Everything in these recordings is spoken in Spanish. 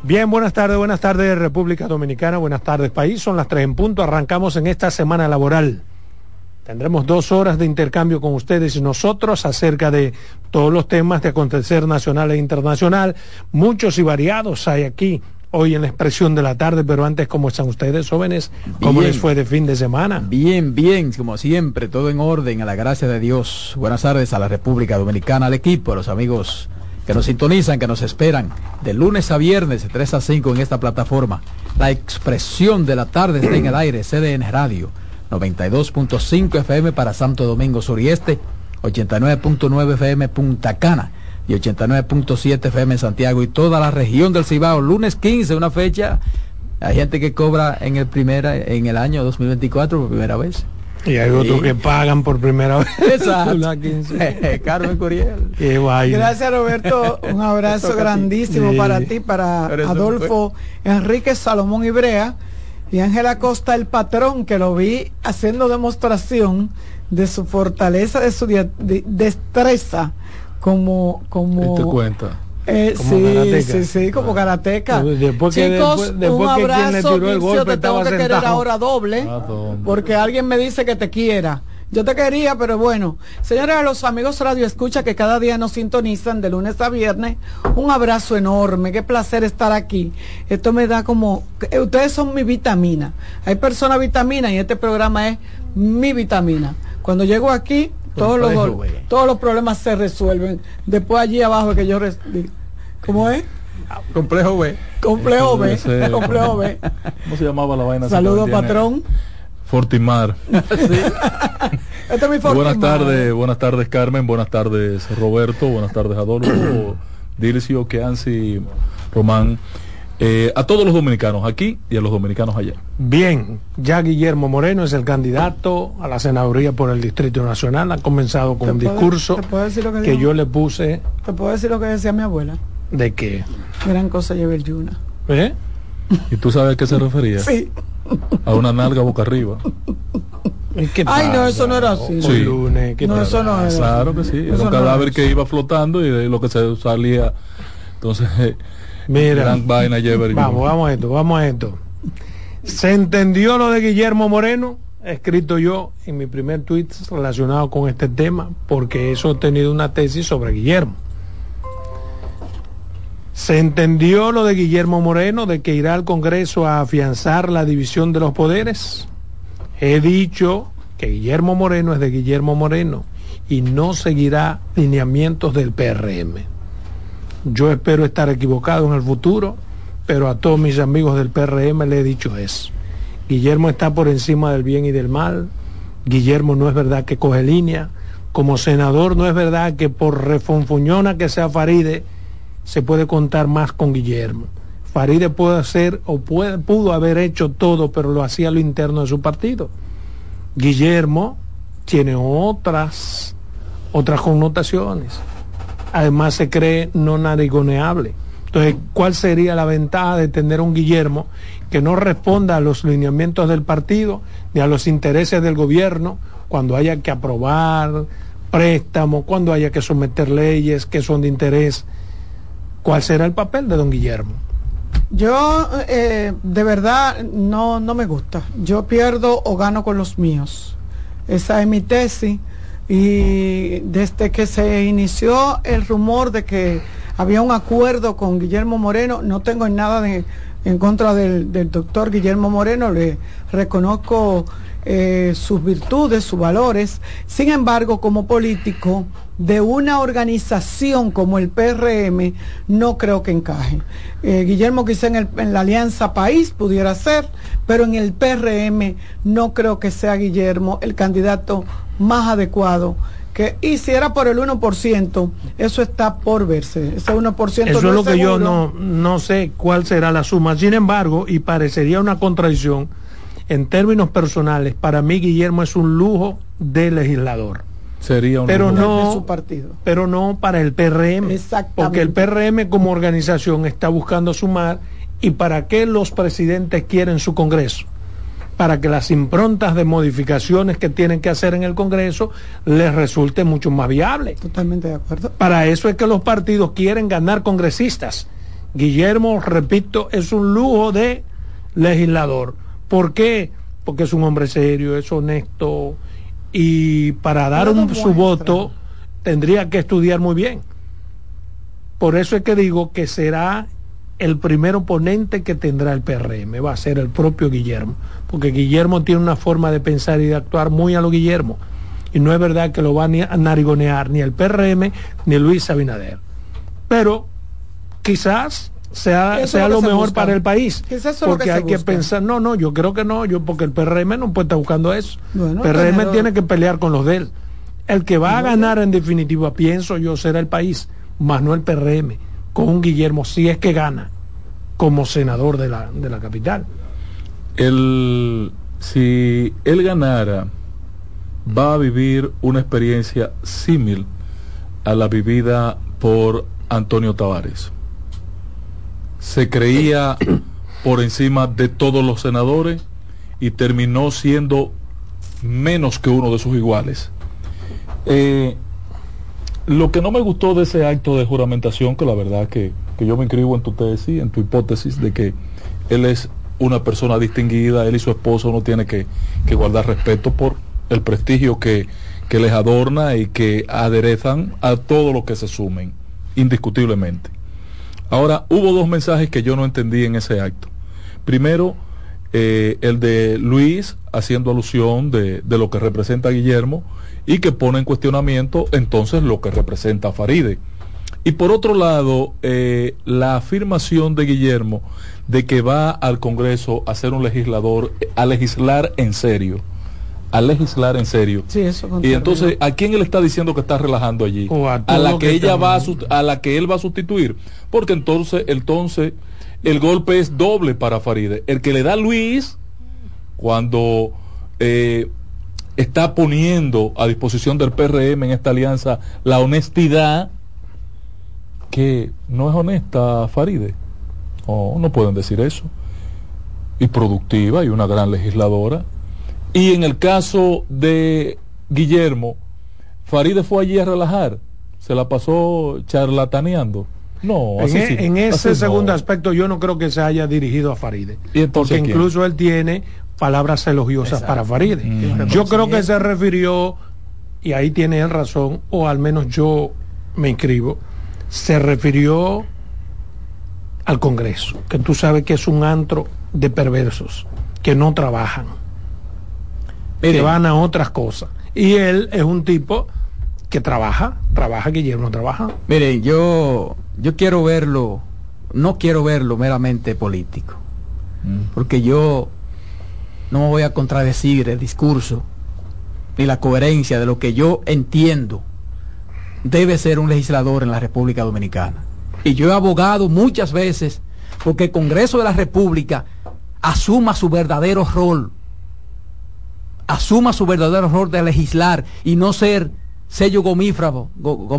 Bien, buenas tardes República Dominicana, buenas tardes país, son las 3 en punto, arrancamos en esta semana laboral. Tendremos 2 horas de intercambio con ustedes y nosotros acerca de todos los temas de acontecer nacional e internacional, muchos y variados hay aquí hoy en la expresión de la tarde, pero antes, ¿cómo están ustedes, jóvenes? ¿Cómo les fue de fin de semana? Bien, como siempre, todo en orden, a la gracia de Dios. Buenas tardes a la República Dominicana, al equipo, a los amigos que nos sintonizan, que nos esperan de lunes a viernes de 3 a 5 en esta plataforma. La expresión de la tarde está en el aire, CDN Radio, 92.5 FM para Santo Domingo Sur y Este, 89.9 FM Punta Cana y 89.7 FM en Santiago y toda la región del Cibao. Lunes 15, una fecha, hay gente que cobra en el año 2024 por primera vez. Y hay otros que pagan por primera vez. Exacto. Carmen Curiel. Gracias, Roberto. Un abrazo grandísimo para ti, para Adolfo Enrique Salomón Ibrea y Ángela Costa, el patrón, que lo vi haciendo demostración de su fortaleza, de su destreza como ¿te cuenta? Sí, como karateca. Después Chicos, un abrazo, Dircio, te tengo que querer ahora doble, porque alguien me dice que te quiera. Yo te quería, pero bueno. Señores, a los amigos Radio Escucha que cada día nos sintonizan de lunes a viernes, un abrazo enorme, qué placer estar aquí. Esto me da como, ustedes son mi vitamina. Hay personas vitamina y este programa es mi vitamina. Cuando llego aquí, todos los problemas se resuelven. Después allí abajo que yo... ¿Cómo es? Complejo B. Complejo B. Complejo B. ¿Cómo se llamaba la vaina? Saludos, patrón. Fortimar. Sí. Este es mi Fortimar. Buenas tardes Carmen, buenas tardes Roberto, buenas tardes Adolfo, Dircio, Keansi, Román. A todos los dominicanos aquí y a los dominicanos allá. Bien, ya Guillermo Moreno es el candidato a la senaduría por el Distrito Nacional. Ha comenzado con un discurso que yo le puse. ¿Te puedo decir lo que decía mi abuela? ¿De qué? Gran cosa lleva el yuna. ¿Y tú sabes a qué se refería? Sí. A una nalga boca arriba. Ay, no, eso no era así. Sí. No, eso no era. Claro que sí. Era un cadáver que iba flotando y de lo que se salía. Entonces... Mira, vamos a esto. ¿Se entendió lo de Guillermo Moreno? He escrito yo en mi primer tuit relacionado con este tema, porque he sostenido una tesis sobre Guillermo. ¿Se entendió lo de Guillermo Moreno, de que irá al Congreso a afianzar la división de los poderes? He dicho que Guillermo Moreno es de Guillermo Moreno y no seguirá lineamientos del PRM. Yo espero estar equivocado en el futuro, pero a todos mis amigos del PRM le he dicho eso. Guillermo está por encima del bien y del mal. Guillermo no es verdad que coge línea. Como senador no es verdad que por refunfuñona que sea Faride, se puede contar más con Guillermo. Faride puede hacer pudo haber hecho todo, pero lo hacía a lo interno de su partido. Guillermo tiene otras connotaciones. Además se cree no narigoneable. Entonces, ¿cuál sería la ventaja de tener un Guillermo que no responda a los lineamientos del partido ni a los intereses del gobierno cuando haya que aprobar préstamos, cuando haya que someter leyes que son de interés? ¿Cuál será el papel de don Guillermo? Yo de verdad no me gusta. Yo pierdo o gano con los míos. Esa es mi tesis. Y desde que se inició el rumor de que había un acuerdo con Guillermo Moreno, no tengo nada en contra del doctor Guillermo Moreno, le reconozco sus virtudes, sus valores. Sin embargo, como político de una organización como el PRM, no creo que encaje. Guillermo quizá en la Alianza País pudiera ser, pero en el PRM no creo que sea Guillermo el candidato más adecuado. Y si era por el 1%, eso está por verse. Ese 1% eso no es lo que seguro. yo no sé cuál será la suma. Sin embargo, y parecería una contradicción, en términos personales, para mí Guillermo es un lujo de legislador. Sería un pero lujo no de su partido. Pero no para el PRM. Exactamente. Porque el PRM como organización está buscando sumar. ¿Y para qué los presidentes quieren su Congreso? Para que las improntas de modificaciones que tienen que hacer en el Congreso les resulte mucho más viable. Totalmente de acuerdo. Para eso es que los partidos quieren ganar congresistas. Guillermo, repito, es un lujo de legislador. ¿Por qué? Porque es un hombre serio, es honesto, y para dar su voto tendría que estudiar muy bien. Por eso es que digo que será el primer oponente que tendrá el PRM, va a ser el propio Guillermo, porque Guillermo tiene una forma de pensar y de actuar muy a lo Guillermo, y no es verdad que lo va a narigonear ni el PRM ni Luis Abinader, pero quizás sea lo mejor para el país, porque hay que pensar, no, yo creo que no, porque el PRM no puede estar buscando eso. Bueno, el PRM tiene que pelear con los de él. El que va a ganar en definitiva, pienso yo, será el país, más no el PRM, con un Guillermo, si es que gana como senador de la capital. Si él ganara, va a vivir una experiencia similar a la vivida por Antonio Tavares. Se creía por encima de todos los senadores y terminó siendo menos que uno de sus iguales. Lo que no me gustó de ese acto de juramentación, que la verdad que yo me inscribo en tu tesis, en tu hipótesis de que él es una persona distinguida, él y su esposo no tiene que guardar respeto por el prestigio que les adorna y que aderezan a todo lo que se sumen, indiscutiblemente. Ahora, hubo dos mensajes que yo no entendí en ese acto. Primero, el de Luis haciendo alusión de lo que representa a Guillermo y que pone en cuestionamiento entonces lo que representa a Faride. Y por otro lado, la afirmación de Guillermo de que va al Congreso a ser un legislador, a legislar en serio. Sí, eso. Y entonces, ¿a quién él está diciendo que está relajando allí? A la que ella a la que él va a sustituir, porque entonces el golpe es doble para Faride. El que le da Luis cuando está poniendo a disposición del PRM en esta alianza la honestidad, que no es honesta Faride. No pueden decir eso. Y productiva y una gran legisladora. Y en el caso de Guillermo, Faride fue allí a relajar, se la pasó charlataneando. No, en ese segundo aspecto yo no creo que se haya dirigido a Faride, porque incluso él tiene palabras elogiosas para Faride. Yo creo que se refirió, y ahí tiene él razón, o al menos yo me inscribo, se refirió al Congreso, que tú sabes que es un antro de perversos que no trabajan, que van a otras cosas, y él es un tipo que trabaja, Guillermo trabaja. Miren, yo quiero verlo, no quiero verlo meramente político, porque yo no me voy a contradecir el discurso ni la coherencia de lo que yo entiendo debe ser un legislador en la República Dominicana. Y yo he abogado muchas veces porque el Congreso de la República asuma su verdadero rol de legislar y no ser sello gomígrafo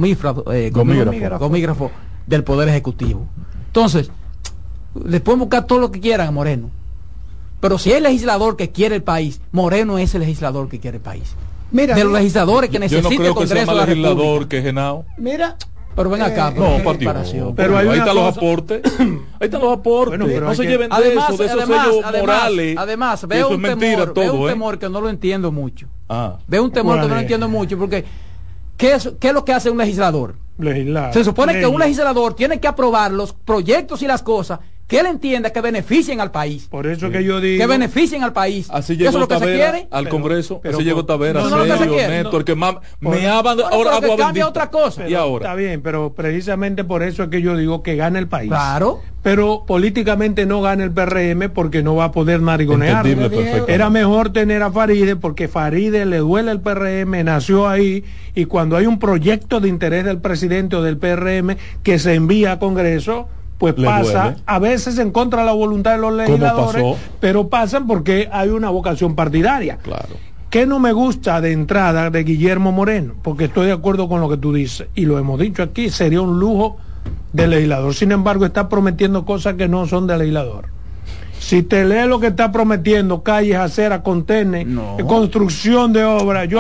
del Poder Ejecutivo. Entonces, les pueden buscar todo lo que quieran a Moreno, pero si hay legislador que quiere el país, Moreno es el legislador que quiere el país. Mira, de los legisladores que necesita el Congreso de la República. Que Genao. Mira, pero ven acá, pero ahí están los aportes. Ahí están los aportes. Bueno, no se lleven de esos sellos morales. Además, veo un temor que no lo entiendo mucho. Veo un temor que no lo entiendo mucho, porque ¿qué es lo que hace un legislador? Legislar. Se supone que un legislador tiene que aprobar los proyectos y las cosas que él entienda que beneficien al país. Por eso que yo digo que beneficien al país. Así llegó eso es lo que se quiere al Congreso, así llegó Tavera, Néstor, que más me hablan ahora agua cambia otra cosa. Y ahora está bien, pero precisamente por eso es que yo digo que gane el país. Claro. Pero políticamente no gana el PRM porque no va a poder narigonear. Era mejor tener a Faride, porque Faride le duele el PRM, nació ahí, y cuando hay un proyecto de interés del presidente o del PRM que se envía a Congreso, pues pasa, a veces en contra de la voluntad de los legisladores, pero pasan porque hay una vocación partidaria. Claro. ¿Qué no me gusta de entrada de Guillermo Moreno? Porque estoy de acuerdo con lo que tú dices, y lo hemos dicho aquí, sería un lujo de legislador. Sin embargo, está prometiendo cosas que no son de legislador. Si te lees lo que está prometiendo, calles, aceras, contenes, construcción de obras,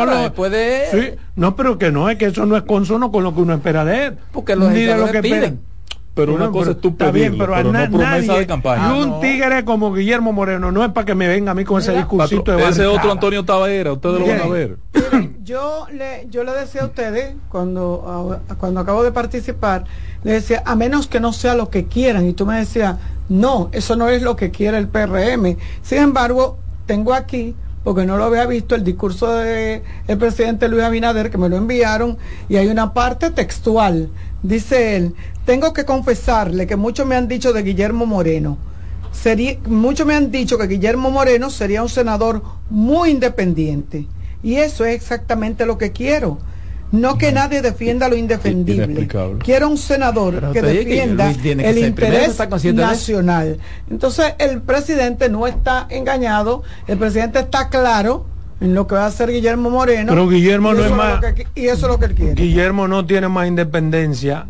sí, no, pero que no, es que eso no es consono con lo que uno espera de él. Porque los legisladores piden. Pero Bueno, una cosa es tú está bien, pedirlo, pero pero no promesa de campaña. Y un tigre como Guillermo Moreno no es para que me venga a mí con ese discursito Patrón, de ese barricada. otro Antonio Tavera, ustedes lo van a ver. Miren, yo le decía a ustedes, cuando acabo de participar, le decía, a menos que no sea lo que quieran, y tú me decías, no, eso no es lo que quiere el PRM. Sin embargo, tengo aquí, porque no lo había visto, el discurso del presidente Luis Abinader, que me lo enviaron, y hay una parte textual. Dice él, tengo que confesarle que muchos me han dicho de Guillermo Moreno. Muchos me han dicho que Guillermo Moreno sería un senador muy independiente. Y eso es exactamente lo que quiero. No que nadie defienda lo indefendible. Quiero un senador que defienda el interés nacional. Entonces el presidente no está engañado, el presidente está claro en lo que va a hacer Guillermo Moreno. Pero Guillermo no es más... Y eso es lo que él quiere. Guillermo no tiene más independencia,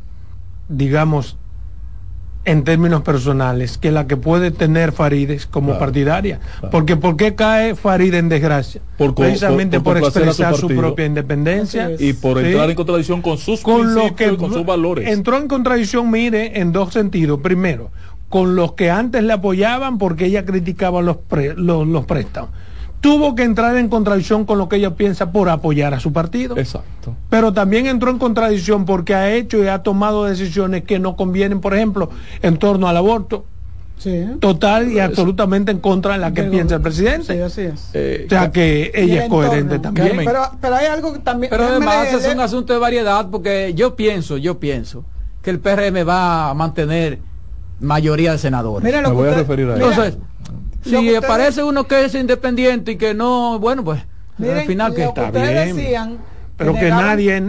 digamos, en términos personales, que la que puede tener Farides como partidaria. Porque ¿por qué cae Farideh en desgracia? Precisamente por expresar su propia independencia. Y por entrar en contradicción con sus principios y con sus valores. Entró en contradicción, mire, en dos sentidos. Primero, con los que antes le apoyaban porque ella criticaba los préstamos. Tuvo que entrar en contradicción con lo que ella piensa por apoyar a su partido. Exacto. Pero también entró en contradicción porque ha hecho y ha tomado decisiones que no convienen, por ejemplo, en torno al aborto. Sí. Total y absolutamente en contra de la que piensa el presidente. Sí, así es. O sea que ella es coherente también. Pero hay algo que también... Pero además es un asunto de variedad, porque yo pienso que el PRM va a mantener mayoría de senadores. Mira, me voy a referir a eso. Entonces, si parece uno que es independiente y que no, bueno, pues miren, al final que está bien. Decían, pero que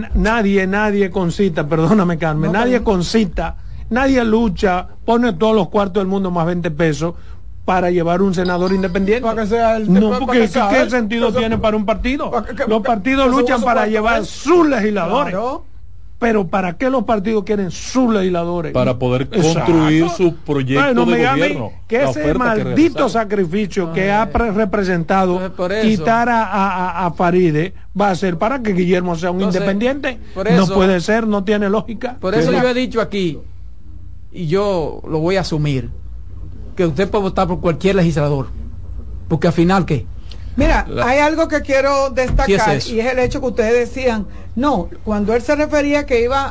nadie con cita, perdóname Carmen, nadie con cita, nadie lucha, pone todos los cuartos del mundo más 20 pesos para llevar un senador independiente. Para que sea no, porque ¿qué sentido tiene para un partido? Los partidos luchan para llevar sus legisladores. Claro. Pero ¿para qué los partidos quieren sus legisladores? Para poder construir su proyecto de gobierno. Que ese maldito sacrificio que ha representado quitar a Farideh va a ser para que Guillermo sea un independiente. No puede ser, no tiene lógica. Por eso yo he dicho aquí, y yo lo voy a asumir, que usted puede votar por cualquier legislador. Porque al final, ¿qué? Mira, hay algo que quiero destacar y es el hecho que ustedes decían, no, cuando él se refería que iba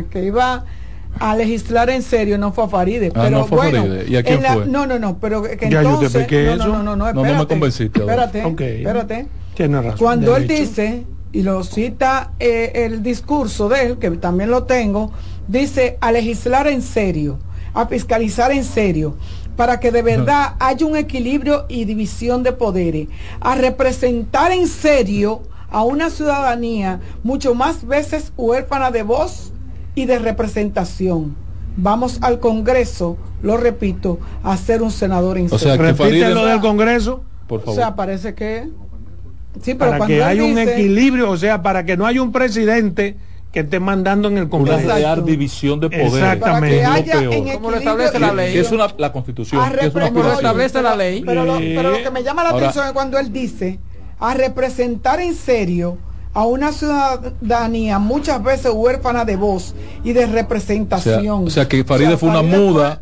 a legislar en serio, no fue a Farideh, pero no fue bueno, Farideh. ¿Y a quién fue? No, pero que ya entonces, yo te expliqué eso. No, me convenciste. Espérate. Tiene razón. Cuando él dice, y lo cita el discurso de él, que también lo tengo, dice a legislar en serio, a fiscalizar en serio, para que de verdad haya un equilibrio y división de poderes, a representar en serio a una ciudadanía mucho más veces huérfana de voz y de representación. Vamos al Congreso, lo repito, a ser un senador en serio. O sea, repite lo del Congreso, por favor. O sea, parece que sí, pero para que haya un equilibrio, o sea, para que no haya un presidente que esté mandando en el Congreso. Crear división de poder. Exactamente. Para que haya como lo establece la ley. Es la Constitución. Como lo establece la ley. Pero lo que me llama la atención es cuando él dice a representar en serio a una ciudadanía muchas veces huérfana de voz y de representación. O sea que Farideh fue una muda.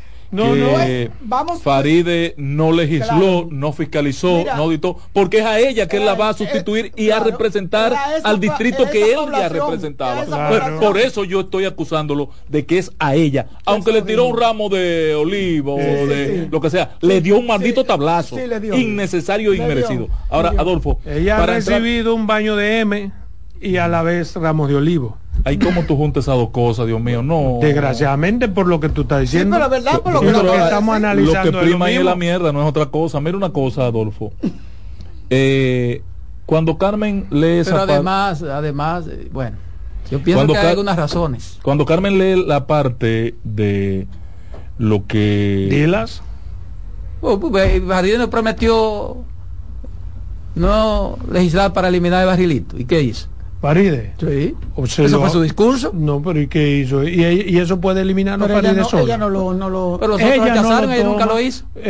Farideh no legisló, no fiscalizó, no auditó, porque es a ella que él la va a sustituir y a representar al distrito que él ya representaba. Por eso yo estoy acusándolo de que es a ella, aunque le tiró un ramo de olivo o de lo que sea, le dio un maldito tablazo innecesario e inmerecido. Ahora, Adolfo, ella ha recibido un baño de M y a la vez ramos de olivo. Ay, cómo tú juntas esas dos cosas, Dios mío, no. Desgraciadamente por lo que tú estás diciendo. Sí, pero verdad, por lo que estamos analizando. Lo que prima ahí es la mierda, no es otra cosa. Mira una cosa, Adolfo. Cuando Carmen lee esa parte. Pero además, bueno, yo pienso que hay algunas razones. Cuando Carmen lee la parte de lo que. ¿Dilas? Farideh nos prometió no legislar para eliminar el barrilito. ¿Y qué hizo? Farideh. Sí. ¿Eso fue su discurso? No, pero ¿y qué hizo? ¿Y eso puede eliminar a Farideh sola? Ella no lo... Pero los otros rechazaron, ella nunca lo hizo.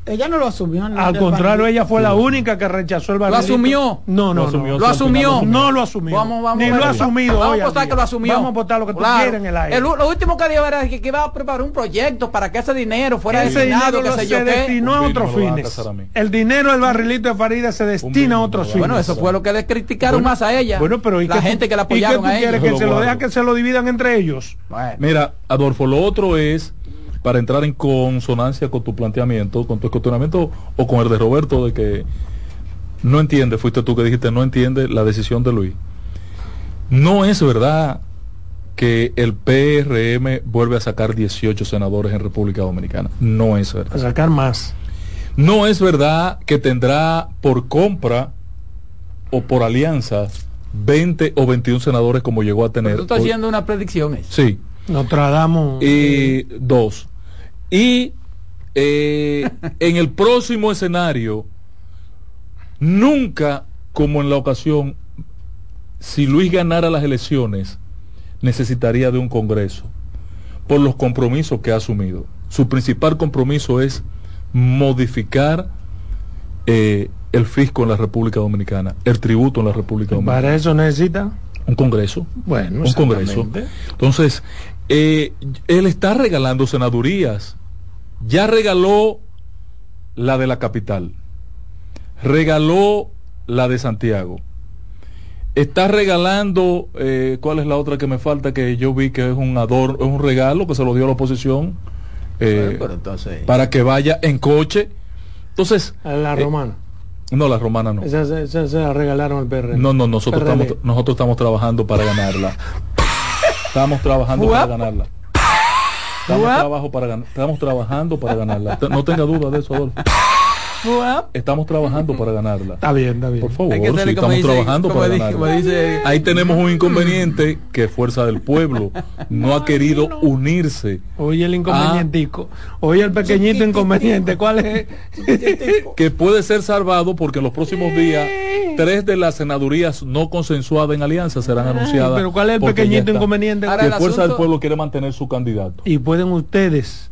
Ella no lo asumió. Al contrario, ella fue la única que rechazó el barrilito. ¿Lo asumió? No. Lo asumió. No lo asumió. Vamos Ni lo ha asumido. Vamos a votar que lo asumió. Vamos a votar lo que tú quieras en el aire. Lo último que dijo era que iba a preparar un proyecto para que ese dinero fuera ese destinado, dinero se destinó a otros fines. El dinero del barrilito de Farida se destina a otros fines. Bueno, eso fue lo que le criticaron más a ella. Bueno, pero la gente que la apoyaron a ella. ¿Quieres que se lo deja que se lo dividan entre ellos? Bueno. Mira, Adolfo, lo otro es, para entrar en consonancia con tu planteamiento, con tu cuestionamiento o con el de Roberto, de que no entiende, fuiste tú que dijiste, no entiende la decisión de Luis. No es verdad que el PRM vuelve a sacar 18 senadores en República Dominicana. No es verdad. A sacar más. No es verdad que tendrá por compra o por alianza 20 o 21 senadores como llegó a tener. Pero tú estás haciendo una predicción. Sí. Nos tradamos. Y dos. Y en el próximo escenario, nunca como en la ocasión, si Luis ganara las elecciones, necesitaría de un Congreso por los compromisos que ha asumido. Su principal compromiso es modificar el fisco en la República Dominicana, el tributo en la República Dominicana. ¿Para eso necesita? Un Congreso. Bueno, un Congreso. Entonces, él está regalando senadurías. Ya regaló la de la capital, regaló la de Santiago, está regalando, ¿cuál es la otra que me falta? Que yo vi que es un adorno, es un regalo que se lo dio a la oposición, pero entonces, para que vaya en coche. Entonces, la romana. No, la romana no. Esa se la regalaron al PRD. No, nosotros estamos trabajando para ganarla. Estamos trabajando para ganarla. Estamos trabajando para ganarla. No tenga duda de eso, Adolfo. Estamos trabajando para ganarla. Está bien. Por favor, sí, estamos trabajando para ganarla. Ahí tenemos un inconveniente que Fuerza del Pueblo no ha querido unirse. Oye el inconvenientico. Oye el pequeñito inconveniente. ¿Cuál es? Que puede ser salvado porque en los próximos días 3 de las senadurías no consensuadas en alianza serán anunciadas. Pero ¿cuál es el pequeñito inconveniente? Que Fuerza del Pueblo quiere mantener su candidato. Y pueden ustedes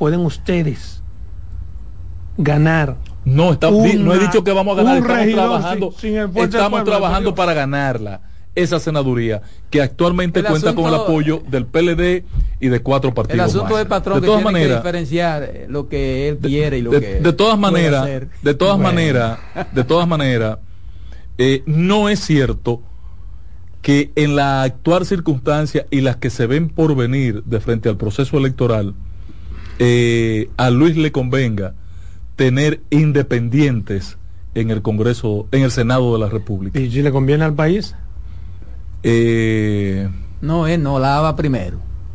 ganar. No he dicho que vamos a ganar, estamos trabajando para ganarla, esa senaduría que actualmente cuenta con el apoyo del PLD y de 4 partidos. El asunto del patrón, de todas maneras, que diferenciar lo que él quiere y lo que de todas maneras, no es cierto que en la actual circunstancia y las que se ven por venir de frente al proceso electoral, a Luis le convenga tener independientes en el Congreso, en el Senado de la República. ¿Y si le conviene al país? No, la va primero.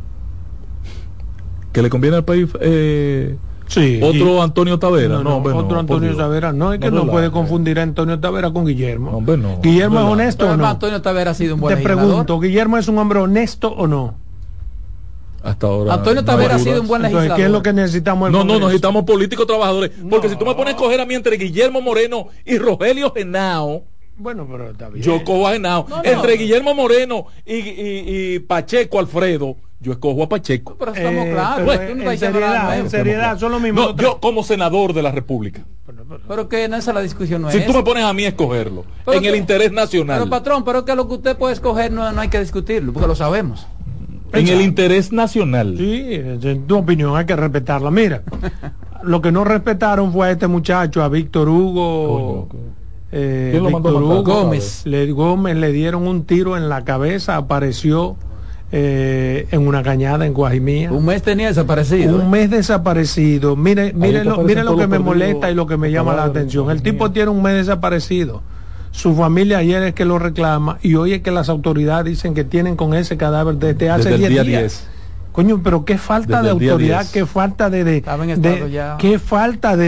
¿Que le conviene al país? Sí. ¿Otro Antonio Tavera? Otro Antonio Tavera. No, es que no puede confundir a Antonio Tavera con Guillermo. No. ¿Guillermo es honesto o no? Antonio Tavera ha sido un buen legislador. Te pregunto, ¿Guillermo es un hombre honesto o no? Hasta ahora Antonio Tavera ha sido un buen legislador. Entonces, ¿qué es lo que necesitamos? No, necesitamos políticos trabajadores. Porque si tú me pones a escoger a mí entre Guillermo Moreno y Rogelio Genao, bueno, pero está bien. Yo cojo a Genao. Entre Guillermo Moreno y Pacheco Alfredo, yo escojo a Pacheco. Pero estamos claros. En seriedad, son lo mismo. No, yo como senador de la República. Pero que esa la discusión no es. Si tú me pones a mí a escogerlo, en el interés nacional. Pero patrón, pero que lo que usted puede escoger no hay que discutirlo, porque lo sabemos. En el interés nacional. Sí, en tu opinión hay que respetarla. Mira, lo que no respetaron fue a este muchacho, a Víctor Hugo. ¿Quién lo mandó a matar? Gómez le dieron un tiro en la cabeza, apareció en una cañada en Guajimía. Un mes tenía desaparecido. Un mes desaparecido. Mire lo que me molesta y lo que me llama la atención. El tipo tiene un mes desaparecido. Su familia ayer es que lo reclama y hoy es que las autoridades dicen que tienen con ese cadáver desde hace 10 días. 10. Coño, pero qué falta de autoridad, qué falta qué falta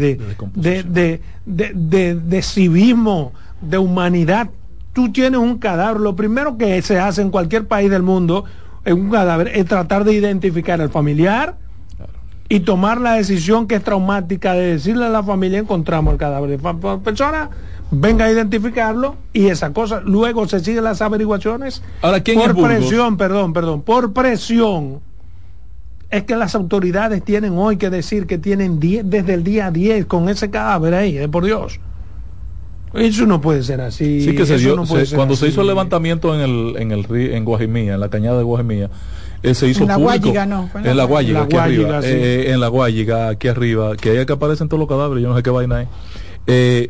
de civismo, de humanidad. Tú tienes un cadáver, lo primero que se hace en cualquier país del mundo en un cadáver es tratar de identificar al familiar y tomar la decisión que es traumática de decirle a la familia encontramos el cadáver de persona, venga a identificarlo y esa cosa, luego se siguen las averiguaciones. Ahora, ¿quién por presión, perdón, por presión Es que las autoridades tienen hoy que decir que tienen 10 desde el día 10 con ese cadáver ahí, por Dios. Eso no puede ser así. Sí que se dio, no cuando así. se hizo el levantamiento en Guajimía, en la cañada de Guajimía, se hizo en la público. Guayiga, no, en la Guayiga, aquí Guayiga, arriba. sí. En la Guayiga, aquí arriba, que ahí que aparecen todos los cadáveres, yo no sé qué vaina es.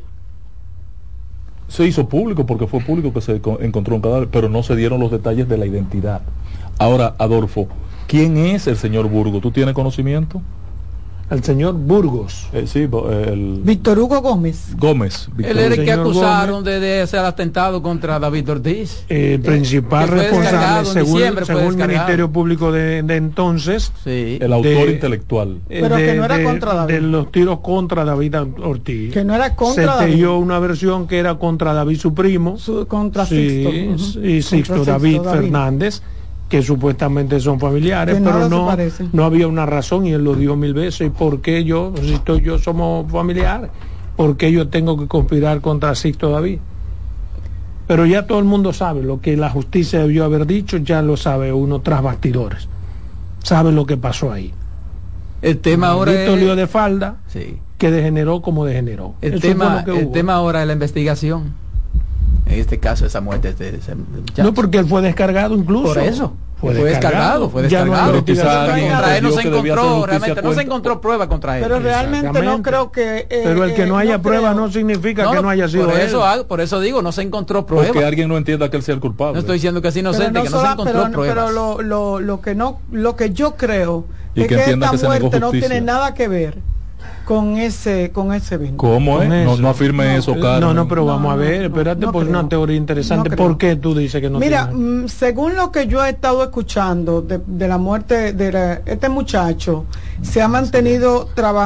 Se hizo público porque fue público que se encontró un cadáver, pero no se dieron los detalles de la identidad. Ahora, Adolfo, ¿quién es el señor Burgos? ¿Tú tienes conocimiento? El señor Burgos. Sí, el Víctor Hugo Gómez. Gómez. Él era el que señor acusaron de hacer atentado contra David Ortiz. El principal que fue responsable, descargado en según diciembre, fue el descargado. Ministerio Público de entonces, Sí. el autor de- intelectual. Pero que no era contra David. de los tiros contra David Ortiz. Que no era contra Se David. tejió una versión que era contra David su primo. Contra Sí, Sixto. Ujú. y Sixto Contra David Fernández, que supuestamente son familiares, Que pero nada se no, parecen. no había una razón y él lo dijo 1000 veces. ¿Y por qué yo, si estoy yo somos familiares? ¿Por qué yo tengo que conspirar contra Sixto David? Pero ya todo el mundo sabe lo que la justicia debió haber dicho, ya lo sabe uno tras bastidores. Sabe lo que pasó ahí. El tema ahora Maldito lío es... de falda Sí. que degeneró como degeneró. El Eso fue tema, lo que el hubo. tema ahora es la investigación. En este caso, esa muerte de ese muchacho. No, porque él fue descargado incluso. Por eso. Fue Fue descargado. Ya no hay Pero quizá investigación. alguien Contra él no se entendió que debía hacer encontró, justicia realmente no se cuenta. encontró prueba contra él. Pero realmente no Exactamente. creo que... Pero el que no haya prueba no significa que no haya sido él. por eso digo, no se encontró prueba. Porque alguien no entienda que él sea el culpable. No estoy diciendo que es inocente, Pero que no se encontró pruebas. pero lo que yo creo Y es que que entienda esta que se negó muerte no justicia. tiene nada que ver con ese evento. ¿Cómo es? Con No, eso. no afirme eso, Carmen. No, pero vamos a ver, no, espérate, no pues creo. una teoría interesante. No creo. ¿Por qué tú dices que no Mira, tiene? según lo que yo he estado escuchando de la muerte de este muchacho, se ha mantenido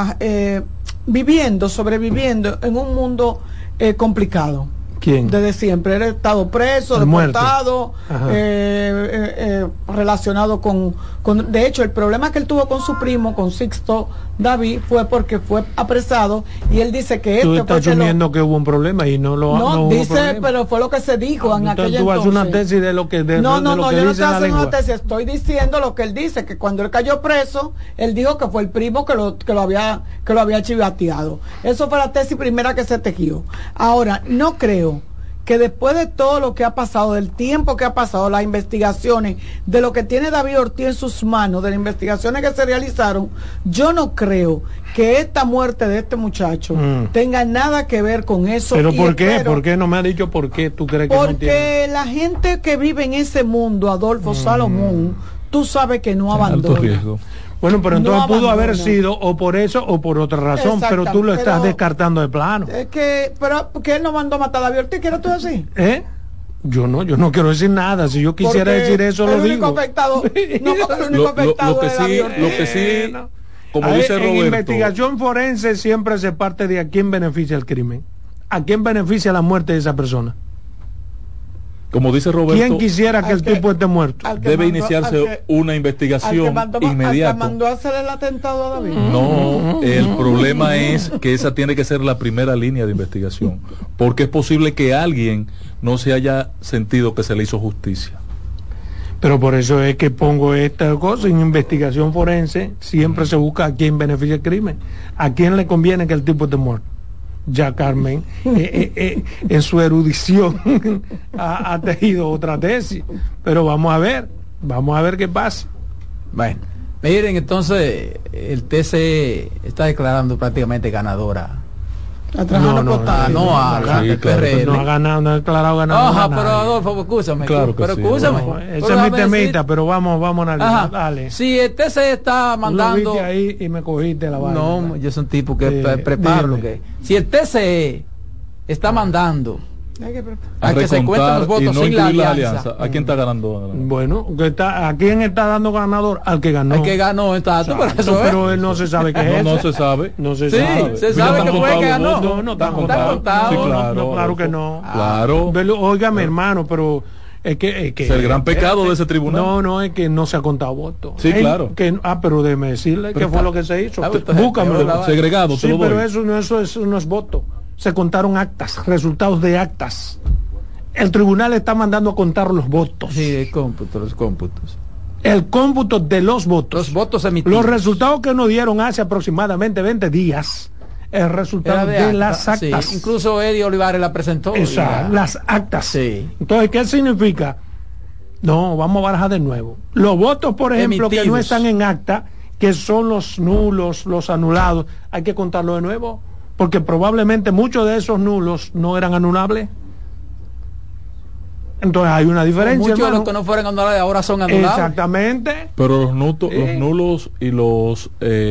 sobreviviendo en un mundo complicado. ¿Quién? Desde siempre. Él ha estado preso, El muerto. deportado, Ajá. relacionado con... De hecho, el problema que él tuvo con su primo, con Sixto David, fue porque fue apresado y él dice que Tú fue estás que lo- asumiendo que hubo un problema y no hubo dice, problema. pero fue lo que se dijo en Entonces aquella tú haces una entonces. tesis de lo que de, No, de no, lo no, que yo no dice estoy la haciendo una lengua. tesis, estoy diciendo lo que él dice, que cuando él cayó preso, él dijo que fue el primo que lo había chivateado. Eso fue la tesis primera que se tejió. Ahora, no creo que después de todo lo que ha pasado, del tiempo que ha pasado, las investigaciones, de lo que tiene David Ortiz en sus manos, de las investigaciones que se realizaron, yo no creo que esta muerte de este muchacho tenga nada que ver con eso. ¿Pero y por qué? espero- ¿Por qué no me ha dicho por qué tú crees que no tiene? Porque la gente que vive en ese mundo, Adolfo Salomón, tú sabes que no Alto abandona. riesgo. Bueno, pero No entonces pudo haber abandona. sido o por eso o por otra razón, pero tú lo Exactamente, estás pero- descartando de plano. Es que, pero porque él no mandó a matar a David Ortiz, ¿quieres tú decir? ¿Eh? Yo no quiero decir nada. Si yo quisiera Porque decir eso, lo el único digo. afectado, no, el único Lo afectado que es David sí, Ortiz. lo que sí, como A dice en Roberto, investigación forense siempre se parte de a quién beneficia el crimen, a quién beneficia la muerte de esa persona. como dice Roberto, ¿Quién quisiera que al el que- tipo esté muerto? al que debe mandó- iniciarse al que- una al que investigación mandó, al que inmediata. mandó a hacer el atentado a David. No, el problema es que esa tiene que ser la primera línea de investigación, porque es posible que alguien no se haya sentido que se le hizo justicia. Pero por eso es que pongo esta cosa en investigación forense, siempre se busca a quién beneficia el crimen, a quién le conviene que el tipo esté muerto. Ya Carmen, en su erudición, ha tejido otra tesis, pero vamos a ver qué pasa. Bueno, miren, entonces el TC está declarando prácticamente ganadora. A Trajano No, Cotá. No a la Sí, del claro, PRL. No ha ganado, no ha declarado ganador. Ajá, a nadie. pero Adolfo, escúchame. Claro que pero sí. escúchame. No, Pero ese es mi déjame decir- temita, pero vamos a analizar. Ajá. Dale. Si el TC está Tú lo mandando... viste ahí y me cogiste la vaina. No, yo soy un tipo que Dime, preparo lo dime. que... Si el TCE está mandando Hay que pre- a que se cuenten los recontar y votos no sin la incluir Mm. alianza, ¿A quién está ganando? Bueno, ¿a quién está dando ganador? Al que ganó. al que ganó, exacto, pero eso es. Pero él no se sabe qué es. No eso. se sabe. No se Sí, sabe. se Mira, sabe están que fue el que contados los ganó. votos. No, Está están contado. Sí, No, claro. claro que no. Claro. Óigame, hermano, pero es que Es el gran pecado de ese tribunal. No, es que no se ha contado voto. Sí, claro. Pero déjeme decirle qué fue lo que se hizo. está- Búscamelo. está- Segregado, Sí, te lo pero doy. eso no es voto. Se contaron actas, resultados de actas. El tribunal está mandando a contar los votos. Sí, el cómputo, los cómputos. el cómputo de los votos. Los votos emitidos. Los resultados que nos dieron hace aproximadamente 20 días. El resultado de las actas. Sí. Incluso Eddie Olivares la presentó. Exacto, las actas. Sí. Entonces, ¿qué significa? No, vamos a barajar de nuevo. Los votos, por ejemplo, emitidos, que no están en acta, que son los nulos, los anulados, hay que contarlo de nuevo, porque probablemente muchos de esos nulos no eran anulables. Entonces hay una diferencia. Muchos de los que no fueron anulados ahora son anulados. Exactamente. Pero los nulos y los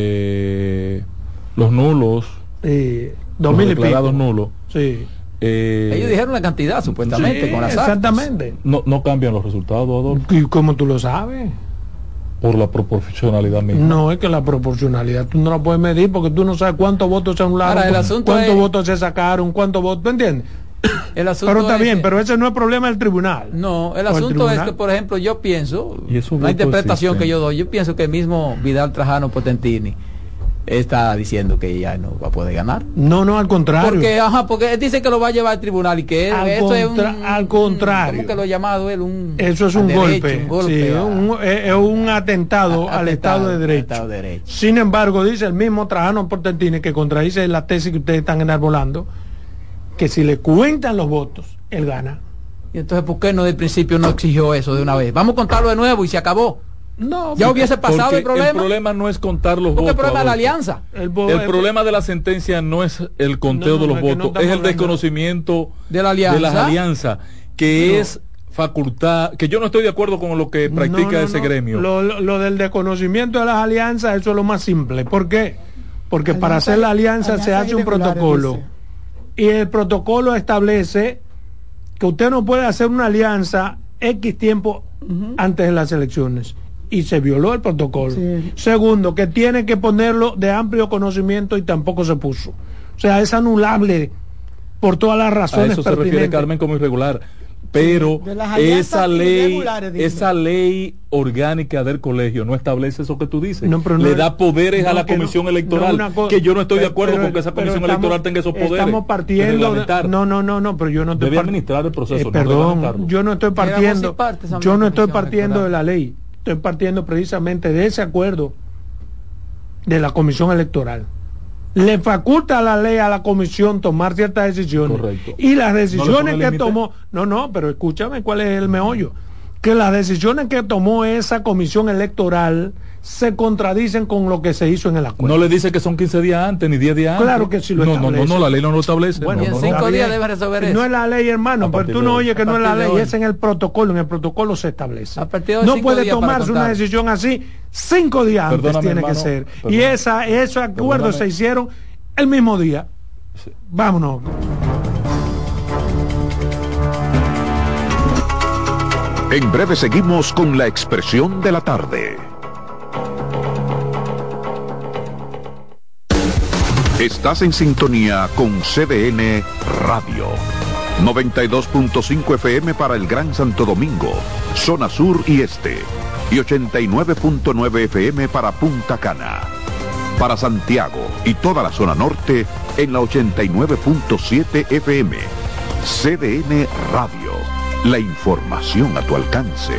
nulos, 2000 y pico nulos. Sí. Ellos dijeron la cantidad supuestamente, sí, con las exactamente. No cambian los resultados, Adolfo. ¿Y cómo tú lo sabes? Por la proporcionalidad misma. No, es que la proporcionalidad tú no la puedes medir porque tú no sabes cuántos votos se anularon, cuántos votos se sacaron, cuántos votos, ¿tú entiendes? El asunto pero está bien, pero ese no es problema del tribunal. No, el asunto es que, por ejemplo, yo pienso, la interpretación que yo doy, yo pienso que el mismo Vidal Trajano Potentini está diciendo que ya no va a poder ganar. No, al contrario. Porque él dice que lo va a llevar al tribunal y que al contrario. ¿Cómo que lo ha llamado él? Eso es un golpe. Sí, es un atentado al Estado de Derecho. Sin embargo, dice el mismo Trajano Potentini, que contradice la tesis que ustedes están enarbolando, que si le cuentan los votos, él gana. Y entonces, ¿por qué no del principio no exigió eso de una vez? Vamos a contarlo de nuevo y se acabó. No, ya hubiese pasado el problema. El problema no es contar los votos. El problema es la alianza. El problema de la sentencia no es el conteo de los votos, es el desconocimiento de la alianza. De las alianzas, que es facultad, que yo no estoy de acuerdo con lo que practica ese gremio. Lo del desconocimiento de las alianzas, eso es lo más simple. ¿Por qué? Porque para hacer la alianza se hace un protocolo. Y el protocolo establece que usted no puede hacer una alianza X tiempo antes de las elecciones. Y se violó el protocolo. Sí. Segundo, que tiene que ponerlo de amplio conocimiento y tampoco se puso. O sea, es anulable por todas las razones. A eso se refiere Carmen como irregular. Pero esa ley orgánica del colegio no establece eso que tú dices. Le da poderes a la comisión electoral, que yo no estoy de acuerdo con que esa comisión electoral tenga esos poderes. Estamos partiendo pero yo no estoy debe administrar el proceso. Perdón, yo no estoy partiendo de la ley. Estoy partiendo precisamente de ese acuerdo de la comisión electoral. Le faculta la ley a la comisión tomar ciertas decisiones. Correcto. Y las decisiones que tomó, pero escúchame cuál es el meollo, que las decisiones que tomó esa comisión electoral se contradicen con lo que se hizo en el acuerdo. No le dice que son 15 días antes ni 10 días antes. Claro que sí lo establece. No, la ley no lo establece. Bueno, en 5 días debe resolver eso. No es la ley, hermano, pero tú no oyes que no es la ley, es en el protocolo se establece. A partir de no puede tomarse una decisión así 5 días antes, tiene que ser. Y esos acuerdos se hicieron el mismo día. Sí. Vámonos. En breve seguimos con la expresión de la tarde. Estás en sintonía con CDN Radio. 92.5 FM para el Gran Santo Domingo, zona sur y este. Y 89.9 FM para Punta Cana. Para Santiago y toda la zona norte en la 89.7 FM. CDN Radio. La información a tu alcance.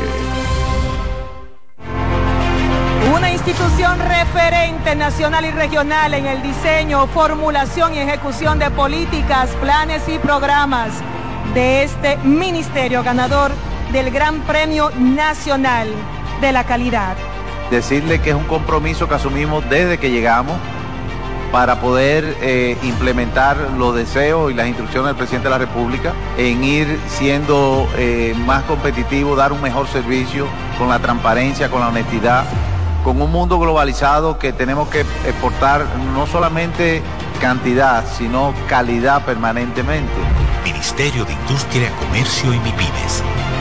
Una institución referente nacional y regional en el diseño, formulación y ejecución de políticas, planes y programas de este ministerio ganador del Gran Premio Nacional de la Calidad. Decirle que es un compromiso que asumimos desde que llegamos para poder implementar los deseos y las instrucciones del presidente de la República en ir siendo más competitivo, dar un mejor servicio con la transparencia, con la honestidad, con un mundo globalizado que tenemos que exportar no solamente cantidad, sino calidad permanentemente. Ministerio de Industria, Comercio y MIPYMES.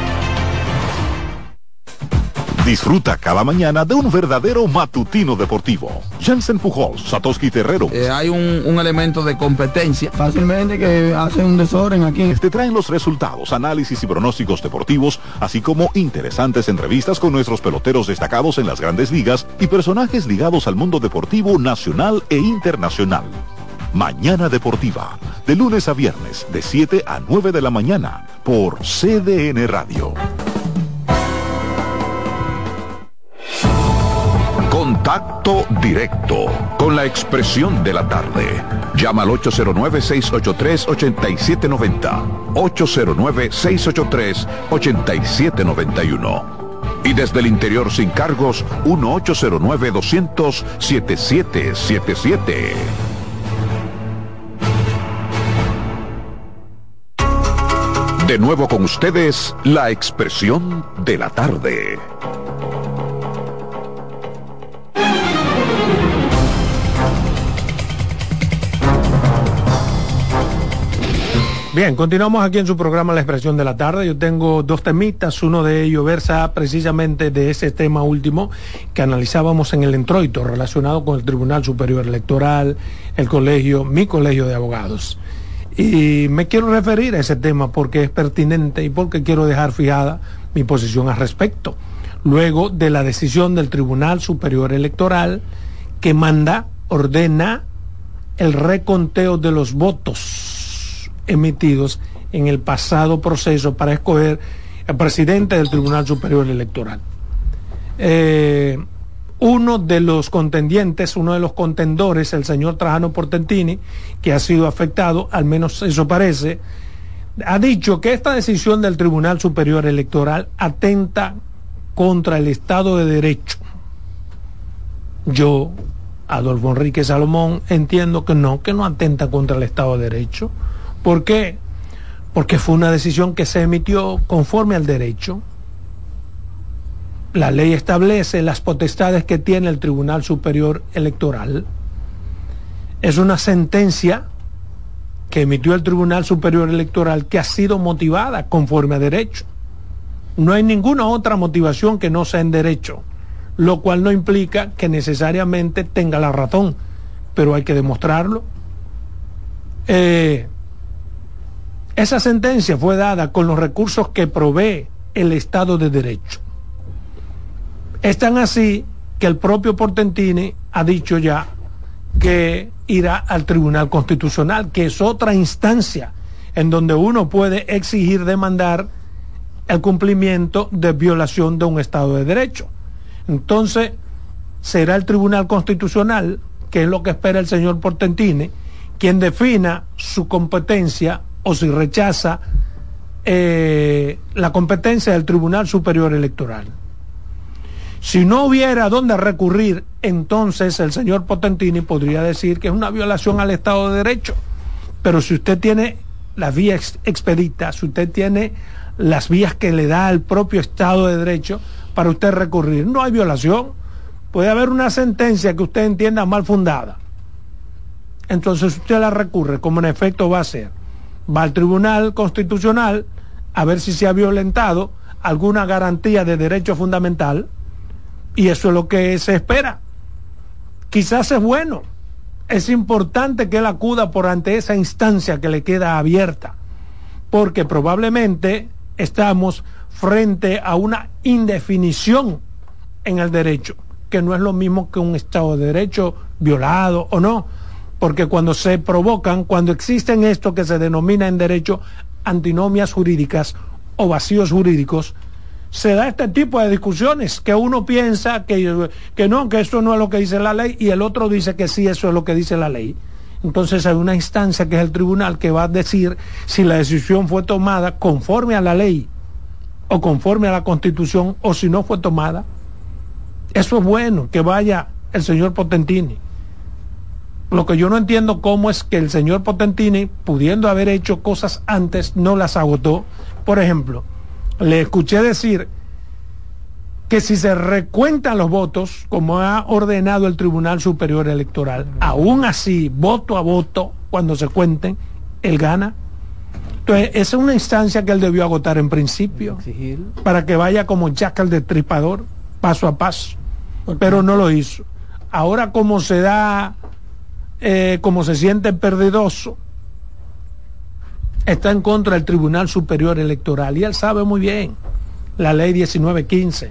Disfruta cada mañana de un verdadero matutino deportivo. Jansen Pujols, Satoshi Terrero. Hay un elemento de competencia. Fácilmente que hace un desorden aquí. Te traen los resultados, análisis y pronósticos deportivos, así como interesantes entrevistas con nuestros peloteros destacados en las grandes ligas y personajes ligados al mundo deportivo nacional e internacional. Mañana Deportiva, de lunes a viernes, de 7 a 9 de la mañana, por CDN Radio. Contacto directo con la expresión de la tarde. Llama al 809-683-8790. 809-683-8791. Y desde el interior sin cargos, 1-809-200-7777. De nuevo con ustedes, la expresión de la tarde. Bien, continuamos aquí en su programa La Expresión de la Tarde. Yo tengo dos temitas, uno de ellos versa precisamente de ese tema último que analizábamos en el introito, relacionado con el Tribunal Superior Electoral, el colegio, mi colegio de abogados. Y me quiero referir a ese tema porque es pertinente y porque quiero dejar fijada mi posición al respecto. Luego de la decisión del Tribunal Superior Electoral que ordena el reconteo de los votos emitidos en el pasado proceso para escoger el presidente del Tribunal Superior Electoral. Uno de los contendientes, uno de los contendores, el señor Trajano Portentini, que ha sido afectado, al menos eso parece, ha dicho que esta decisión del Tribunal Superior Electoral atenta contra el Estado de Derecho. Yo, Adolfo Enrique Salomón, entiendo que no atenta contra el Estado de Derecho. ¿Por qué? Porque fue una decisión que se emitió conforme al derecho. La ley establece las potestades que tiene el Tribunal Superior Electoral. Es una sentencia que emitió el Tribunal Superior Electoral que ha sido motivada conforme a derecho. No hay ninguna otra motivación que no sea en derecho, lo cual no implica que necesariamente tenga la razón, pero hay que demostrarlo. Esa sentencia fue dada con los recursos que provee el Estado de Derecho. Es tan así que el propio Portentini ha dicho ya que irá al Tribunal Constitucional, que es otra instancia en donde uno puede exigir, demandar el cumplimiento de violación de un Estado de Derecho. Entonces, será el Tribunal Constitucional, que es lo que espera el señor Portentini, quien defina su competencia o si rechaza la competencia del Tribunal Superior Electoral. Si no hubiera dónde recurrir, entonces el señor Portentini podría decir que es una violación al Estado de Derecho. Pero si usted tiene las vías expeditas, si usted tiene las vías que le da el propio Estado de Derecho para usted recurrir, no hay violación. Puede haber una sentencia que usted entienda mal fundada. Entonces usted la recurre, como en efecto va a ser. Va al Tribunal Constitucional a ver si se ha violentado alguna garantía de derecho fundamental, y eso es lo que se espera. Quizás es bueno, es importante que él acuda por ante esa instancia que le queda abierta, porque probablemente estamos frente a una indefinición en el derecho, que no es lo mismo que un Estado de Derecho violado o no. Porque cuando se provocan, cuando existen esto que se denomina en derecho antinomias jurídicas o vacíos jurídicos, se da este tipo de discusiones que uno piensa que no, que eso no es lo que dice la ley, y el otro dice que sí, eso es lo que dice la ley. Entonces hay una instancia que es el tribunal que va a decir si la decisión fue tomada conforme a la ley o conforme a la Constitución, o si no fue tomada. Eso es bueno, que vaya el señor Portentini. Lo que yo no entiendo cómo es que el señor Portentini, pudiendo haber hecho cosas antes, no las agotó. Por ejemplo, le escuché decir que si se recuentan los votos, como ha ordenado el Tribunal Superior Electoral, aún así, voto a voto, cuando se cuenten, él gana. Entonces, esa es una instancia que él debió agotar en principio, para que vaya como Jack el Destripador, paso a paso. Pero no lo hizo. Ahora, como se da... como se siente perdidoso, está en contra del Tribunal Superior Electoral, y él sabe muy bien la ley 1915,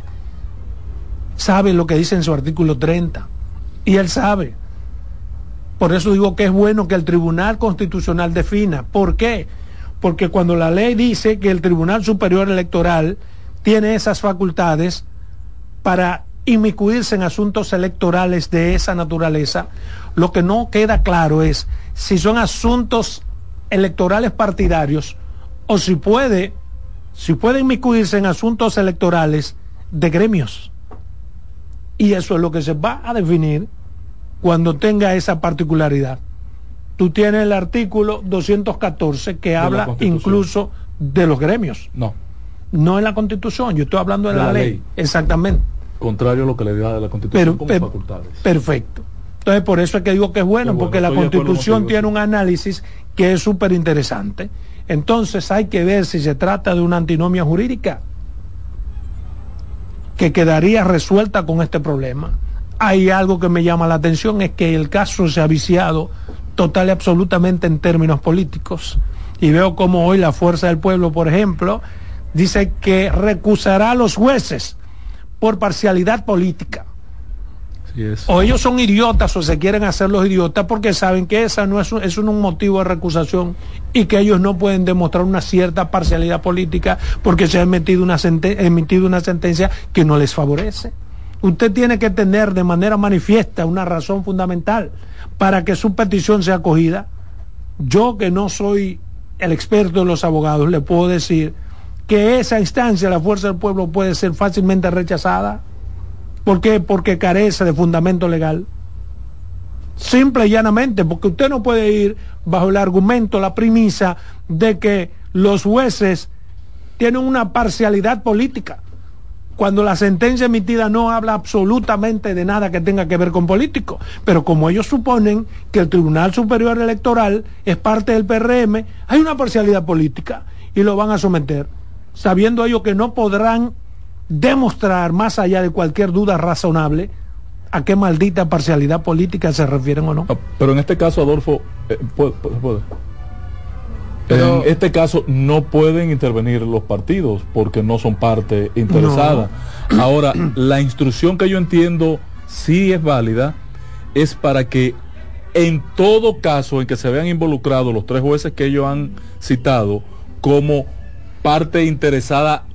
sabe lo que dice en su artículo 30, y él sabe. Por eso digo que es bueno que el Tribunal Constitucional defina. ¿Por qué? Porque cuando la ley dice que el Tribunal Superior Electoral tiene esas facultades para inmiscuirse en asuntos electorales de esa naturaleza. Lo que no queda claro es si son asuntos electorales partidarios o si puede inmiscuirse en asuntos electorales de gremios. Y eso es lo que se va a definir cuando tenga esa particularidad. Tú tienes el artículo 214 que habla incluso de los gremios. No en la Constitución, yo estoy hablando de la ley. Exactamente. Contrario a lo que le da la Constitución como facultades. Perfecto. Entonces, por eso es que digo que es bueno, porque la Constitución tiene un análisis que es súper interesante. Entonces hay que ver si se trata de una antinomia jurídica que quedaría resuelta con este problema. Hay algo que me llama la atención, es que el caso se ha viciado total y absolutamente en términos políticos. Y veo como hoy la Fuerza del Pueblo, por ejemplo, dice que recusará a los jueces por parcialidad política. O ellos son idiotas o se quieren hacer los idiotas porque saben que esa no es un motivo de recusación y que ellos no pueden demostrar una cierta parcialidad política porque se ha emitido una sentencia que no les favorece. Usted tiene que tener de manera manifiesta una razón fundamental para que su petición sea acogida. Yo, que no soy el experto de los abogados, le puedo decir que esa instancia, la Fuerza del Pueblo, puede ser fácilmente rechazada. ¿Por qué? Porque carece de fundamento legal. Simple y llanamente, porque usted no puede ir bajo el argumento, la premisa de que los jueces tienen una parcialidad política, cuando la sentencia emitida no habla absolutamente de nada que tenga que ver con políticos. Pero como ellos suponen que el Tribunal Superior Electoral es parte del PRM, hay una parcialidad política y lo van a someter, sabiendo ellos que no podrán demostrar, más allá de cualquier duda razonable, a qué maldita parcialidad política se refieren o no. Pero en este caso, Adolfo, puede. En este caso no pueden intervenir los partidos porque no son parte interesada. No. Ahora, la instrucción que yo entiendo sí es válida, es para que en todo caso en que se vean involucrados los tres jueces que ellos han citado como parte interesada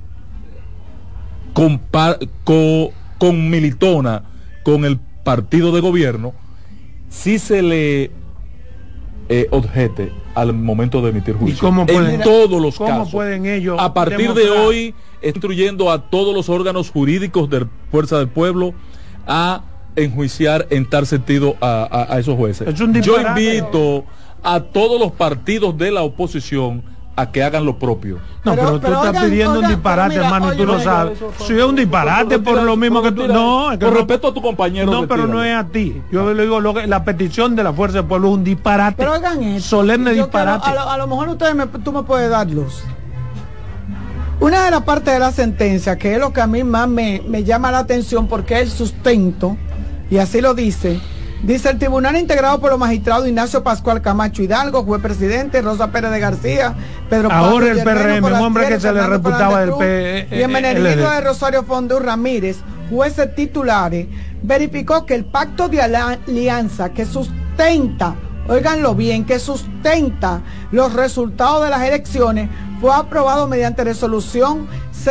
con militona con el partido de gobierno, si se le objete al momento de emitir juicio. En todos los casos. Pueden ellos a partir de hoy, instruyendo a todos los órganos jurídicos de Fuerza del Pueblo a enjuiciar en tal sentido a esos jueces. Yo invito a todos los partidos de la oposición a que hagan lo propio. No, pero tú estás pidiendo un disparate, hermano, y tú lo sabes. Si es un disparate por lo mismo que tú... No, por respeto a tu compañero. No, pero no es a ti. Yo le digo, la petición de la Fuerza del Pueblo es un disparate. Pero oigan esto. Solemne disparate. A lo mejor tú me puedes dar luz. Una de las partes de la sentencia, que es lo que a mí más me llama la atención, porque es el sustento, y así lo dice... Dice: el tribunal integrado por los magistrados Ignacio Pascual Camacho Hidalgo, juez presidente, Rosa Pérez de García, Pedro ahora Pablo el PRM, un hombre que se le reputaba del PLD, y en beneficio de Rosario Fondú Ramírez, jueces titulares, verificó que el pacto de alianza que sustenta, óiganlo bien, que sustenta los resultados de las elecciones fue aprobado mediante resolución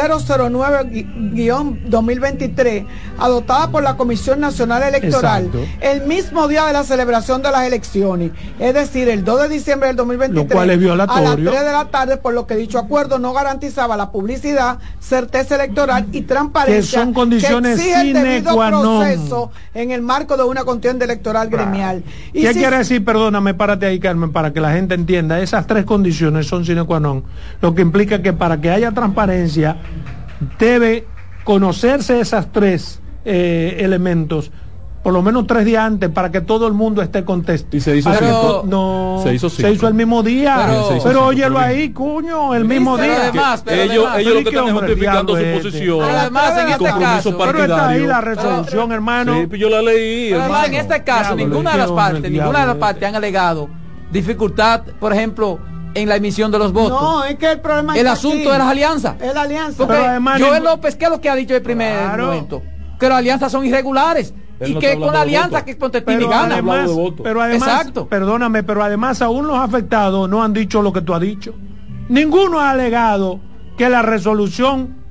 009-2023, adoptada por la Comisión Nacional Electoral. Exacto. El mismo día de la celebración de las elecciones, es decir, el 2 de diciembre del 2023, lo cual es violatorio, a las 3 de la tarde, por lo que dicho acuerdo no garantizaba la publicidad, certeza electoral y transparencia, que son condiciones que exige el debido proceso en el marco de una contienda electoral gremial. Y ¿qué quiere decir? Perdóname, párate ahí, Carmen, para que la gente entienda. Esas tres condiciones son sine qua non, lo que implica que para que haya transparencia debe conocerse esas tres elementos por lo menos 3 días antes, para que todo el mundo esté contento. Y se hizo se hizo el mismo día, pero óyelo ahí, cuño, el mismo día. Además, ellos lo que están justificando su posición. Además, en este caso, pero está ahí la resolución, hermano. Sí, yo la leí. Además, en este caso, ninguna de las partes han alegado dificultad, por ejemplo, en la emisión de los votos. No, es que el problema es el asunto de las alianzas. Es la alianza. Porque Joel López, ¿qué es lo que ha dicho el primer momento? Que las alianzas son irregulares. Y que con la alianza que Contestini gana. Pero además, exacto. Perdóname, pero además aún los afectados no han dicho lo que tú has dicho. Ninguno ha alegado que la resolución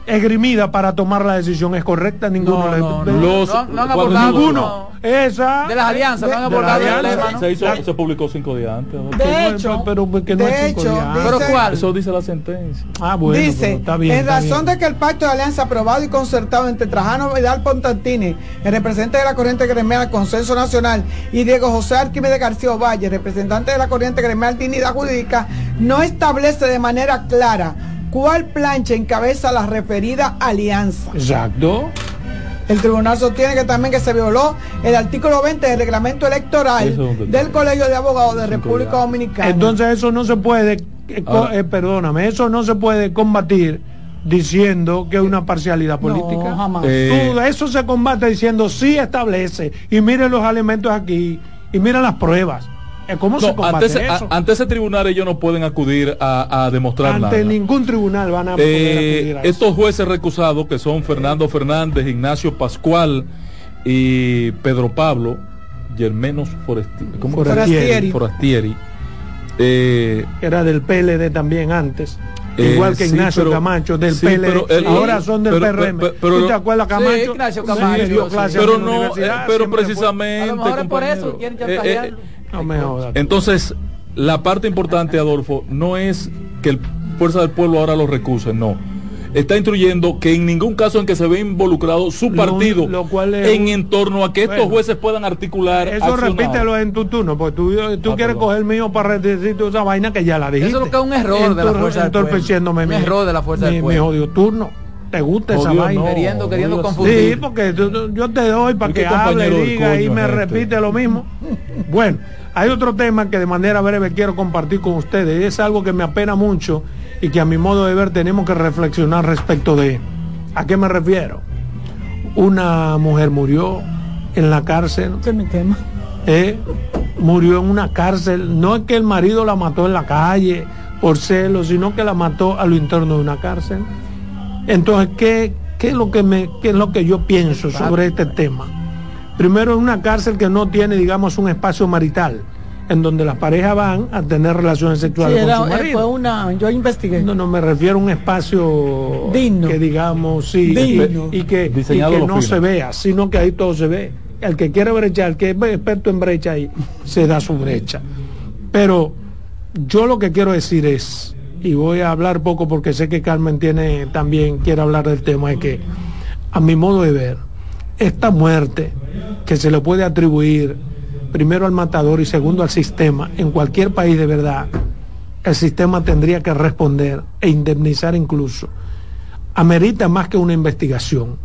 esgrimida para tomar la decisión es correcta. Ninguno no han abordado ninguno. Esa de las alianzas no han abordado el tema, ¿no? Se publicó 5 días antes. De hecho, pero ¿cuál? Eso dice la sentencia. Bueno, dice, está bien, en razón de que el pacto de alianza aprobado y concertado entre Trajano Vidal Pontantini, el representante de la corriente gremial Consenso Nacional, y Diego José Arquímedes García Ovalle, representante de la corriente gremial Dignidad Jurídica, no establece de manera clara cuál plancha encabeza la referida alianza. Exacto. El tribunal sostiene que también que se violó el artículo 20 del reglamento electoral del Colegio de Abogados de República Dominicana. Entonces eso no se puede, perdóname, eso no se puede combatir diciendo que es una parcialidad política. No, jamás. Eso se combate diciendo sí establece, y miren los elementos aquí, y miren las pruebas. ¿Cómo se combate eso? Ante ese tribunal ellos no pueden acudir a demostrar nada. Ante ningún tribunal van a poder acudir a eso. Estos jueces recusados, que son Fernando Fernández, Ignacio Pascual y Pedro Pablo Germenos Forastieri, era del PLD también antes. Igual que Ignacio Camacho del PLD, ahora son del PRM. ¿Tú te acuerdas, Camacho? Sí, Ignacio Camacho. dio clase pero en la universidad, pero precisamente, a lo mejor es por eso quieren chantajearlo. No me jodas. Entonces, la parte importante, Adolfo, no es que el Fuerza del Pueblo ahora lo recuse, no. Está instruyendo que en ningún caso en que se ve involucrado su partido lo cual es en torno a que estos jueces puedan articular eso accionado. Repítelo en tu turno, porque tú quieres coger el mío para decir esa vaina que ya la dijiste. Eso es lo que es un error de la Fuerza del Pueblo. Un error de la Fuerza del Pueblo. Mi odio turno. ¿Te gusta esa vaina? Queriendo confundir. Sí, porque yo te doy para que hable, diga y me repite lo mismo. Bueno, hay otro tema que de manera breve quiero compartir con ustedes. Es algo que me apena mucho y que a mi modo de ver tenemos que reflexionar respecto de. ¿A qué me refiero? Una mujer murió en la cárcel. Ese es mi tema. Murió en una cárcel. No es que el marido la mató en la calle por celos, sino que la mató a lo interno de una cárcel. Entonces, ¿qué es lo que yo pienso sobre este tema? Primero, es una cárcel que no tiene, digamos, un espacio marital, en donde las parejas van a tener relaciones sexuales con su marido. Yo investigué. No, me refiero a un espacio digno, que digamos, sí, digno. Y que no se vea, sino que ahí todo se ve. El que quiere brechar, el que es experto en brecha, ahí se da su brecha. Pero yo lo que quiero decir es, y voy a hablar poco porque sé que Carmen también quiere hablar del tema, es que a mi modo de ver, esta muerte que se le puede atribuir primero al matador y segundo al sistema, en cualquier país de verdad, el sistema tendría que responder e indemnizar incluso. Amerita más que una investigación.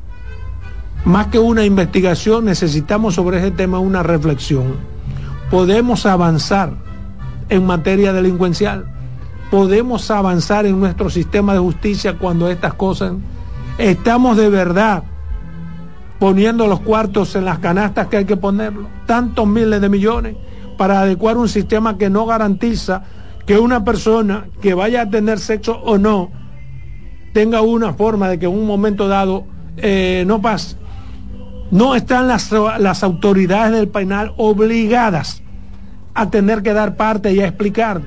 Más que una investigación, necesitamos sobre ese tema una reflexión. Podemos avanzar en materia delincuencial. Podemos avanzar en nuestro sistema de justicia cuando estas cosas. Estamos de verdad poniendo los cuartos en las canastas que hay que ponerlos, tantos miles de millones para adecuar un sistema que no garantiza que una persona que vaya a tener sexo o no tenga una forma de que en un momento dado no pase. No están las autoridades del penal obligadas a tener que dar parte y a explicar.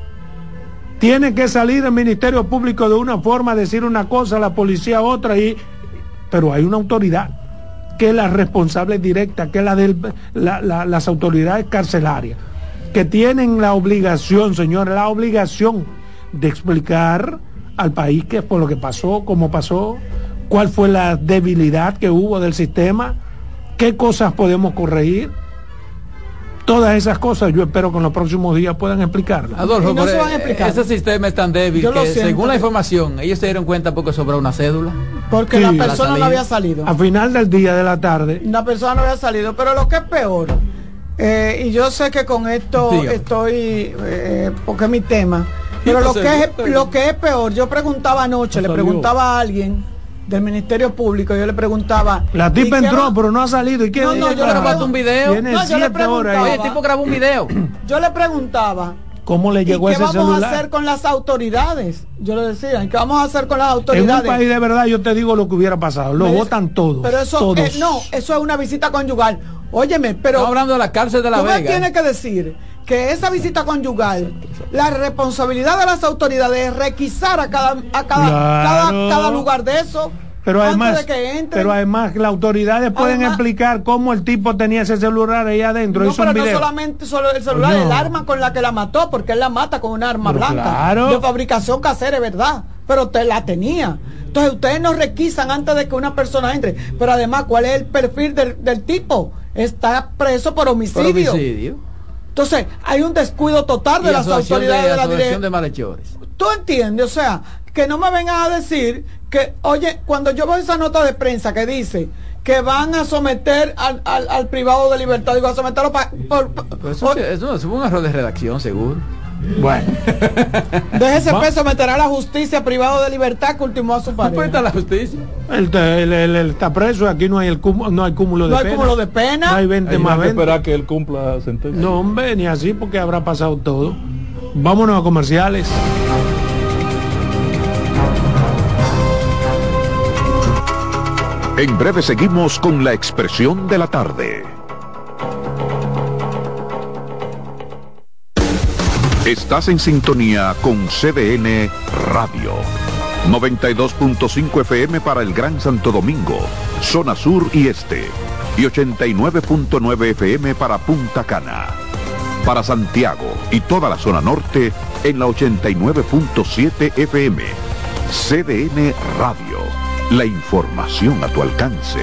Tiene que salir el Ministerio Público de una forma, decir una cosa, la policía otra, pero hay una autoridad que es la responsable directa, que es la de las autoridades carcelarias, que tienen la obligación, señores, la obligación de explicar al país qué fue lo que pasó, cómo pasó, cuál fue la debilidad que hubo del sistema, qué cosas podemos corregir. Todas esas cosas yo espero que en los próximos días puedan explicarlas. Adolfo, no se van a explicar. Ese sistema es tan débil que según la información ellos se dieron cuenta porque sobró una cédula. Porque sí, la persona no había salido. A final del día, de la tarde. La persona no había salido, pero lo que es peor, y yo sé que con esto estoy, porque es mi tema, pero lo que es peor, yo preguntaba anoche, le preguntaba a alguien del Ministerio Público, yo le preguntaba, la tipa entró pero no ha salido. ¿Y qué? Yo grabé un video. Yo le preguntaba, oye, el tipo grabó un video. Yo le preguntaba ¿cómo le llegó ese celular? ¿Qué vamos a hacer con las autoridades? Yo le decía, ¿qué vamos a hacer con las autoridades? En un país de verdad yo te digo lo que hubiera pasado, lo votan todos. Pero eso todos. No, eso es una visita conyugal. Óyeme, pero estamos hablando de la cárcel de La Vega. Tú me tienes que decir que esa visita conyugal, la responsabilidad de las autoridades es requisar a cada lugar de eso. Pero además, antes de que entren. Pero además las autoridades pueden explicar cómo el tipo tenía ese celular ahí adentro. No, pero no solamente el celular, el arma con la que la mató, porque él la mata con una arma blanca de fabricación casera, es verdad, pero te la tenía. Entonces ustedes no requisan antes de que una persona entre. Pero además, ¿cuál es el perfil del tipo? Está preso por homicidio. Entonces hay un descuido total de las autoridades de la dirección de malhechores. ¿Tú entiendes? O sea, que no me vengan a decir que, oye, cuando yo veo esa nota de prensa que dice que van a someter al privado de libertad, digo, a someterlo eso es un error de redacción, seguro. Bueno, déjese peso, meterá a la justicia privado de libertad que ultimó a su pareja. ¿Puede estar la justicia? Él está preso, aquí no hay cúmulo de pena. No hay 20 más 20. Esperar que él cumpla sentencia. No, hombre, ni así, porque habrá pasado todo. Vámonos a comerciales. En breve seguimos con la expresión de la tarde. Estás en sintonía con CDN Radio. 92.5 FM para el Gran Santo Domingo, zona sur y este. Y 89.9 FM para Punta Cana. Para Santiago y toda la zona norte en la 89.7 FM. CDN Radio. La información a tu alcance.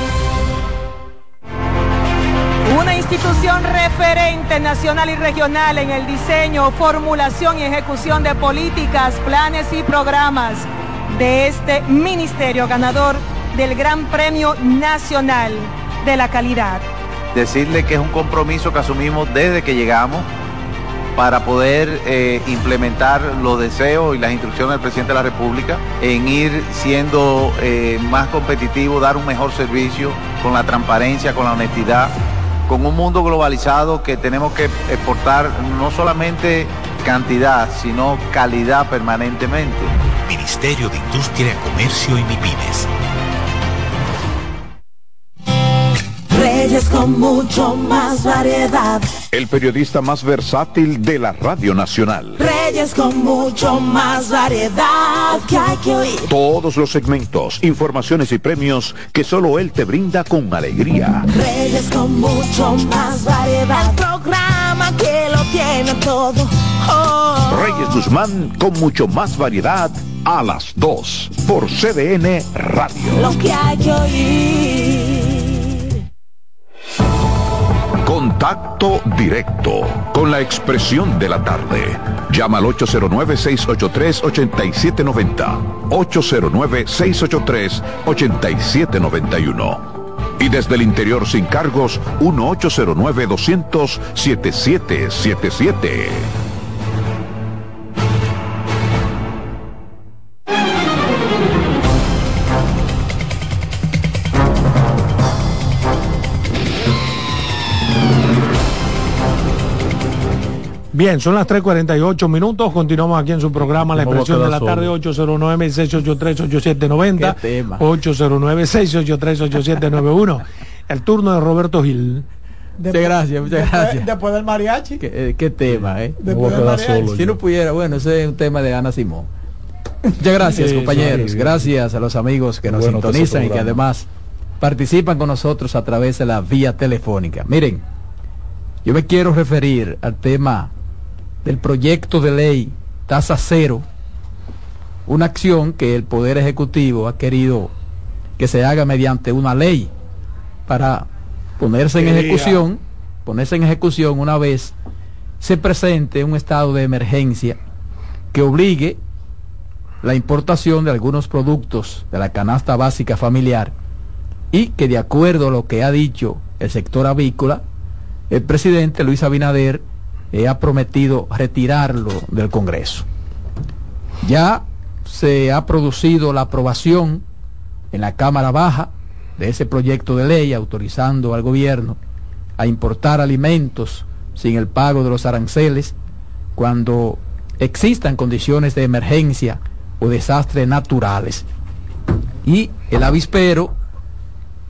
Una institución referente nacional y regional en el diseño, formulación y ejecución de políticas, planes y programas de este ministerio ganador del Gran Premio Nacional de la Calidad. Decirle que es un compromiso que asumimos desde que llegamos para poder implementar los deseos y las instrucciones del presidente de la República en ir siendo más competitivo, dar un mejor servicio con la transparencia, con la honestidad, con un mundo globalizado que tenemos que exportar no solamente cantidad, sino calidad permanentemente. Ministerio de Industria, Comercio y MIPYMES. Reyes con mucho más variedad. El periodista más versátil de la Radio Nacional. Reyes con mucho más variedad que hay que oír. Todos los segmentos, informaciones y premios que solo él te brinda con alegría. Reyes con mucho más variedad. El programa que lo tiene todo. Reyes Guzmán con mucho más variedad a las 2 por CDN Radio. Lo que hay que oír. Contacto directo con la expresión de la tarde. Llama al 809-683-8790. 809-683-8791. Y desde el interior sin cargos, 1-809-200-7777. Bien, son las 3:48 minutos. Continuamos aquí en su programa La Expresión de la Tarde, 809-683-8790. 809-683-8791. El turno de Roberto Gil. Muchas gracias. Después del mariachi. ¿Qué tema, eh? Después del mariachi. Si no pudiera, bueno, ese es un tema de Ana Simón. Muchas gracias, compañeros. Gracias a los amigos que nos sintonizan y que además participan con nosotros a través de la vía telefónica. Miren, yo me quiero referir al tema del proyecto de ley tasa cero, una acción que el Poder Ejecutivo ha querido que se haga mediante una ley para ponerse en ejecución una vez se presente un estado de emergencia que obligue la importación de algunos productos de la canasta básica familiar y que, de acuerdo a lo que ha dicho el sector avícola, el presidente Luis Abinader ha prometido retirarlo del Congreso. Ya se ha producido la aprobación en la Cámara Baja de ese proyecto de ley autorizando al gobierno a importar alimentos sin el pago de los aranceles cuando existan condiciones de emergencia o desastres naturales. Y el avispero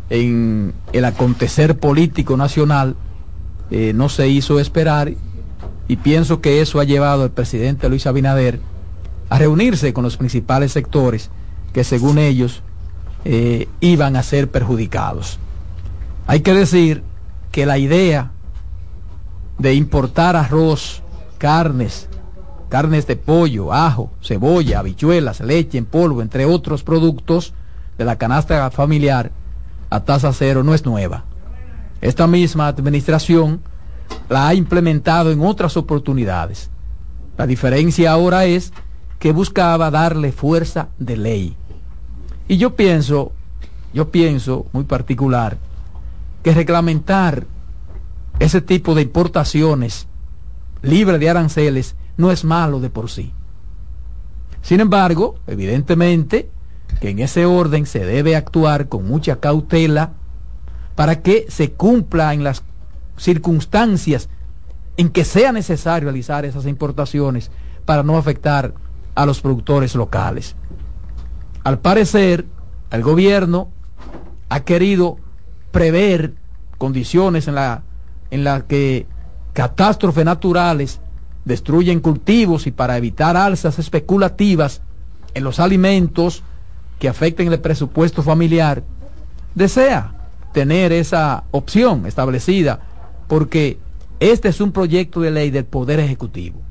en el acontecer político nacional no se hizo esperar y pienso que eso ha llevado al presidente Luis Abinader a reunirse con los principales sectores que según ellos iban a ser perjudicados. Hay que decir que la idea de importar arroz, carnes de pollo, ajo, cebolla, habichuelas, leche en polvo, entre otros productos de la canasta familiar a tasa cero no es nueva. Esta misma administración la ha implementado en otras oportunidades. La diferencia ahora es que buscaba darle fuerza de ley. Y yo pienso muy particular que reglamentar ese tipo de importaciones libre de aranceles no es malo de por sí. Sin embargo, evidentemente que en ese orden se debe actuar con mucha cautela para que se cumpla en las circunstancias en que sea necesario realizar esas importaciones para no afectar a los productores locales. Al parecer, el gobierno ha querido prever condiciones en la que catástrofes naturales destruyen cultivos y para evitar alzas especulativas en los alimentos que afecten el presupuesto familiar, desea tener esa opción establecida, porque este es un proyecto de ley del Poder Ejecutivo.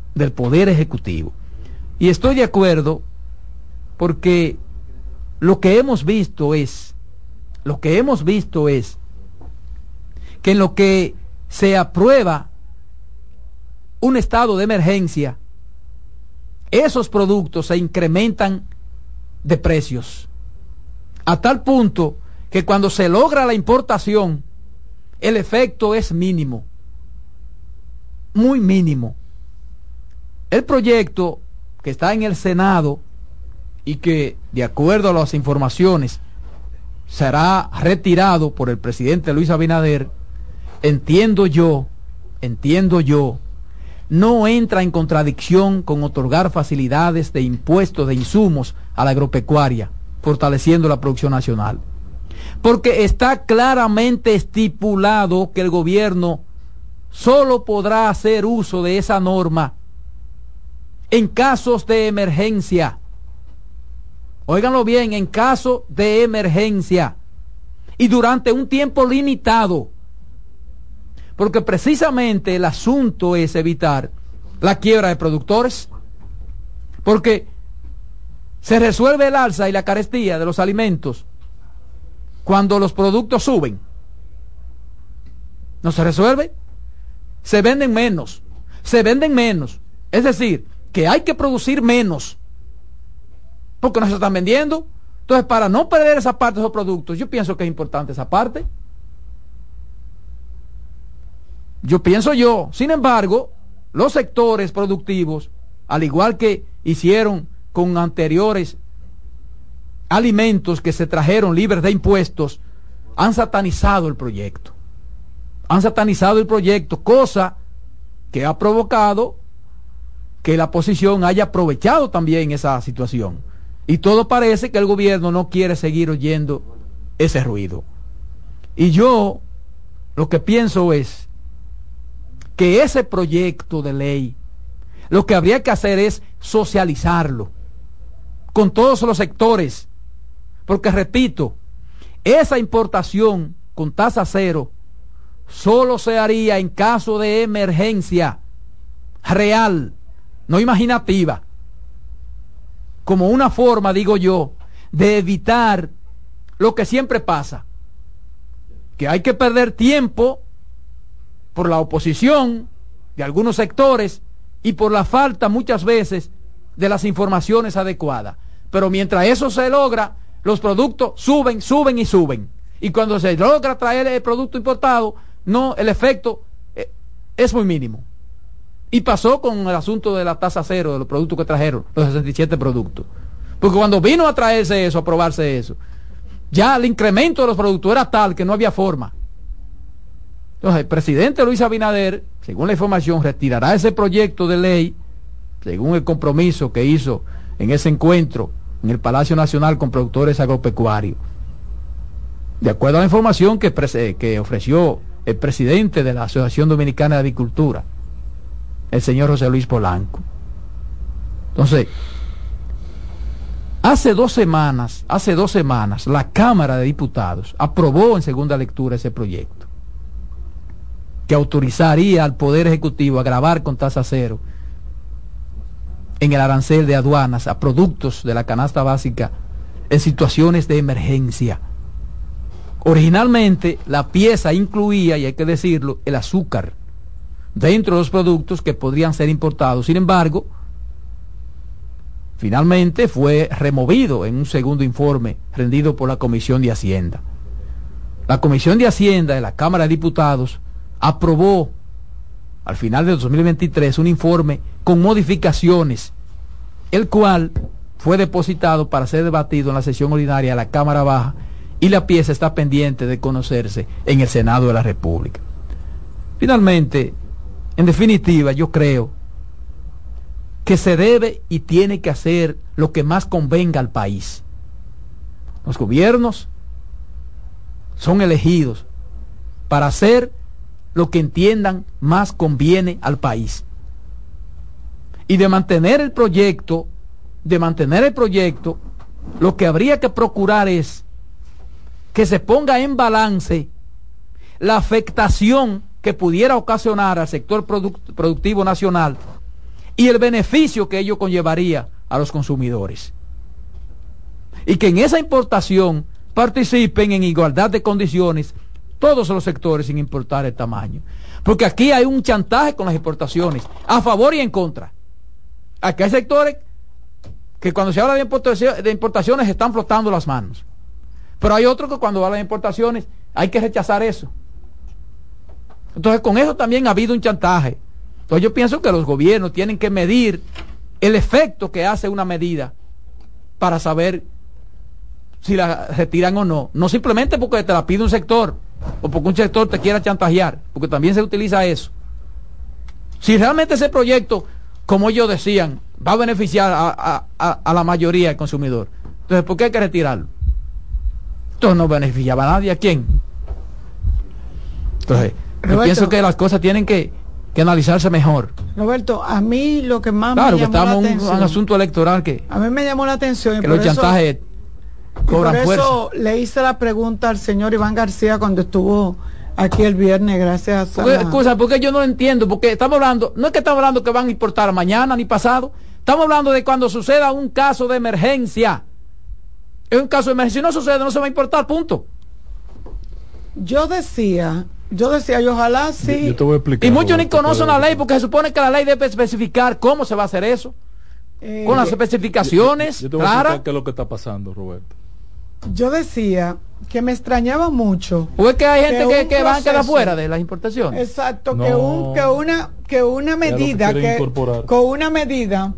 Y estoy de acuerdo porque lo que hemos visto es que en lo que se aprueba un estado de emergencia, esos productos se incrementan de precios, a tal punto que cuando se logra la importación, el efecto es mínimo, muy mínimo. El proyecto que está en el Senado y que, de acuerdo a las informaciones, será retirado por el presidente Luis Abinader, entiendo yo, no entra en contradicción con otorgar facilidades de impuestos de insumos a la agropecuaria, fortaleciendo la producción nacional. Porque está claramente estipulado que el gobierno solo podrá hacer uso de esa norma en casos de emergencia. Óiganlo bien, en caso de emergencia y durante un tiempo limitado. Porque precisamente el asunto es evitar la quiebra de productores. Porque se resuelve el alza y la carestía de los alimentos cuando los productos suben. ¿No se resuelve? Se venden menos. Es decir, que hay que producir menos porque no se están vendiendo. Entonces, para no perder esa parte de esos productos, yo pienso que es importante esa parte. Sin embargo, los sectores productivos, al igual que hicieron con anteriores alimentos que se trajeron libres de impuestos, han satanizado el proyecto, cosa que ha provocado que la oposición haya aprovechado también esa situación. Y todo parece que el gobierno no quiere seguir oyendo ese ruido. Y yo lo que pienso es que ese proyecto de ley, lo que habría que hacer es socializarlo con todos los sectores. Porque, repito, esa importación con tasa cero solo se haría en caso de emergencia real, no imaginativa, como una forma, digo yo, de evitar lo que siempre pasa, que hay que perder tiempo por la oposición de algunos sectores y por la falta muchas veces de las informaciones adecuadas. Pero mientras eso se logra, los productos suben. Y cuando se logra traer el producto importado, no, el efecto es muy mínimo. Y pasó con el asunto de la tasa cero de los productos que trajeron, los 67 productos. Porque cuando vino a traerse eso, a aprobarse eso, ya el incremento de los productos era tal que no había forma. Entonces, el presidente Luis Abinader, según la información, retirará ese proyecto de ley, según el compromiso que hizo en ese encuentro en el Palacio Nacional con productores agropecuarios. De acuerdo a la información que ofreció el presidente de la Asociación Dominicana de Agricultura. el señor José Luis Polanco. Entonces, hace dos semanas, la Cámara de Diputados aprobó en segunda lectura ese proyecto que autorizaría al Poder Ejecutivo a gravar con tasa cero en el arancel de aduanas a productos de la canasta básica en situaciones de emergencia. Originalmente la pieza incluía, y hay que decirlo, el azúcar dentro de los productos que podrían ser importados. Sin embargo, finalmente fue removido en un segundo informe rendido por la Comisión de Hacienda. La Comisión de Hacienda de la Cámara de Diputados aprobó al final de 2023 un informe con modificaciones, el cual fue depositado para ser debatido en la sesión ordinaria de la Cámara Baja, y la pieza está pendiente de conocerse en el Senado de la República. Finalmente, en definitiva, yo creo que se debe y tiene que hacer lo que más convenga al país. Los gobiernos son elegidos para hacer lo que entiendan más conviene al país. Y de mantener el proyecto, lo que habría que procurar es que se ponga en balance la afectación que pudiera ocasionar al sector productivo nacional y el beneficio que ello conllevaría a los consumidores. Y que en esa importación participen en igualdad de condiciones todos los sectores sin importar el tamaño. Porque aquí hay un chantaje con las importaciones, a favor y en contra. Aquí hay sectores que cuando se habla de importaciones están flotando las manos. Pero hay otros que cuando hablan de importaciones hay que rechazar eso. Entonces con eso también ha habido un chantaje. Entonces yo pienso que los gobiernos tienen que medir el efecto que hace una medida para saber si la retiran o no. No simplemente porque te la pide un sector o porque un sector te quiera chantajear, porque también se utiliza eso. Si realmente ese proyecto, como ellos decían, va a beneficiar a la mayoría del consumidor, entonces ¿por qué hay que retirarlo? Entonces no beneficiaba a nadie. ¿A quién? Entonces Roberto, yo pienso que las cosas tienen que analizarse mejor. Roberto, a mí lo que más me llamó la atención, claro, que estamos en un asunto electoral que a mí me llamó la atención, que los chantajes cobran fuerza. Por eso le hice la pregunta al señor Iván García cuando estuvo aquí el viernes, gracias a porque yo no lo entiendo, porque estamos hablando, no es que estamos hablando que van a importar mañana ni pasado, estamos hablando de cuando suceda un caso de emergencia. Es un caso de emergencia, si no sucede no se va a importar, punto. Yo decía, y ojalá sí. Yo te voy a explicar. Y muchos ni conocen la ley, porque se supone que la ley debe especificar cómo se va a hacer eso. Con las especificaciones. Yo te voy a explicar qué es lo que está pasando, Roberto. Yo decía que me extrañaba mucho. ¿O es que hay gente que van a quedar fuera de las importaciones? Exacto, no, que una medida con una medida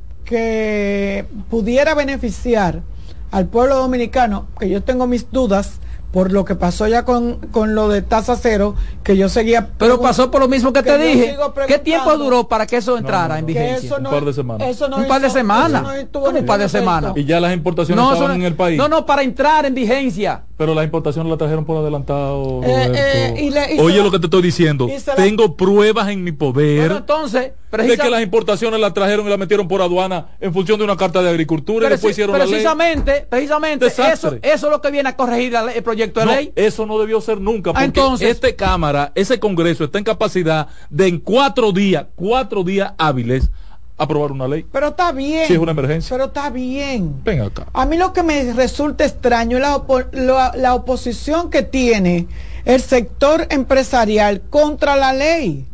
que pudiera beneficiar al pueblo dominicano, que yo tengo mis dudas por lo que pasó ya con lo de tasa cero, que yo seguía... Pero pasó por lo mismo que te dije. ¿Qué tiempo duró para que eso entrara en vigencia? Un par de semanas. Un par de semanas. Un par de semanas. Y ya las importaciones estaban en el país. No, para entrar en vigencia. Pero las importaciones las trajeron por adelantado. Oye lo que te estoy diciendo. Tengo pruebas en mi poder. Bueno, entonces, de que las importaciones las trajeron y las metieron por aduana en función de una carta de agricultura y después hicieron la ley. Precisamente eso es lo que viene a corregir el proyecto de ley. Eso no debió ser nunca, porque esta Cámara, ese Congreso está en capacidad de en 4 días hábiles aprobar una ley. Pero está bien. Si es una emergencia. Pero está bien. Ven acá. A mí lo que me resulta extraño es la oposición que tiene el sector empresarial contra la ley.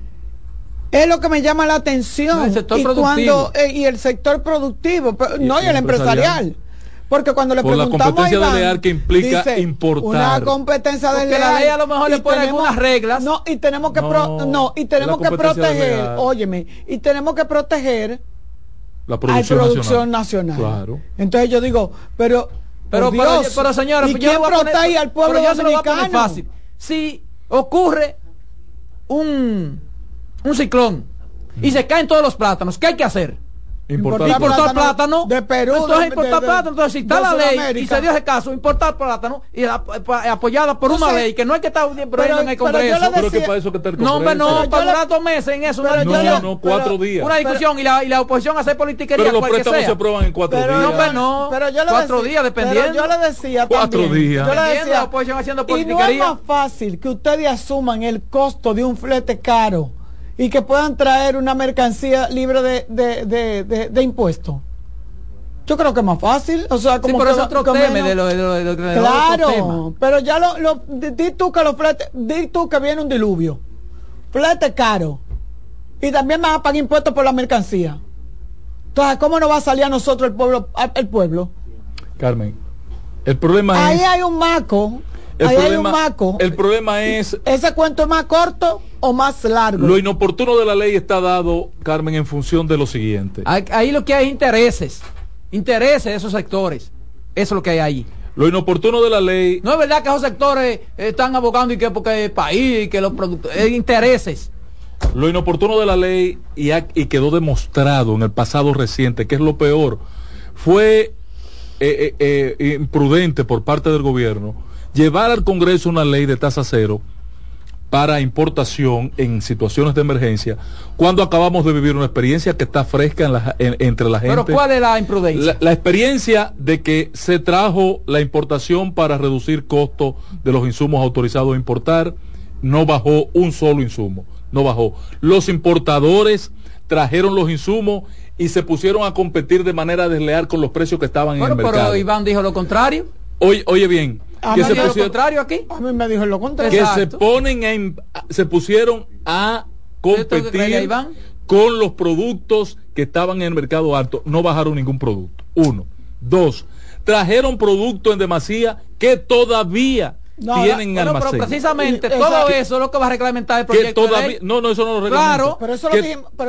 Es lo que me llama la atención. El sector productivo. Y el sector productivo, pero, y el empresarial. Porque cuando le preguntamos la competencia a Iván, desleal que implica dice, importar. Una competencia desleal. La ley a lo mejor le pone algunas reglas. Y tenemos que proteger, óyeme, y tenemos que proteger la producción nacional. Claro. Entonces yo digo, pero señora, ¿y quién protege al pueblo dominicano? Fácil. Si ocurre un ciclón y se caen todos los plátanos, ¿qué hay que hacer? Importar plátano de Perú. Entonces importar plátano. Entonces si está la ley y se dio ese caso, importar plátano y apoyada por una ley que no es que está prohibiendo en el Congreso. Pero que para eso que está el Congreso. No, para durar 2 meses en eso. No, 4 días. Una discusión y la oposición hacer politiquería. Pero los préstamos se aprueban en 4 días. No, 4 días dependiendo. Pero yo le decía 4 días. Yo le decía, la oposición haciendo y no es más fácil que ustedes asuman el costo de un flete caro y que puedan traer una mercancía libre de impuestos. Yo creo que es más fácil, o sea, como sí, pero que es otro tema claro, pero ya di tú que los fletes, di tú que viene un diluvio, flete caro, y también van a pagar impuestos por la mercancía. Entonces, ¿cómo no va a salir a nosotros el pueblo? Carmen, el problema ahí es... hay un maco. El problema es... ¿Ese cuento es más corto o más largo? Lo inoportuno de la ley está dado, Carmen, en función de lo siguiente. Ahí lo que hay es intereses de esos sectores. Eso es lo que hay ahí. Lo inoportuno de la ley... No es verdad que esos sectores están abogando y que porque el país y que los productores... intereses. Lo inoportuno de la ley, y quedó demostrado en el pasado reciente, que es lo peor, fue imprudente por parte del gobierno llevar al Congreso una ley de tasa cero para importación en situaciones de emergencia, cuando acabamos de vivir una experiencia que está fresca entre la gente. ¿Pero cuál es la imprudencia? La experiencia de que se trajo la importación para reducir costos de los insumos autorizados a importar, no bajó un solo insumo, no bajó. Los importadores trajeron los insumos y se pusieron a competir de manera desleal con los precios que estaban en el mercado. Pero Iván dijo lo contrario. Oye bien, que se pusieron, lo contrario aquí. A mí me dijo lo contrario. Que se pusieron a competir con los productos que estaban en el mercado alto. No bajaron ningún producto. 1. 2. Trajeron productos en demasía que todavía tienen almacén. Pero precisamente todo eso es lo que va a reglamentar el proyecto de ley. No, eso no lo reglamenta. Claro, pero eso lo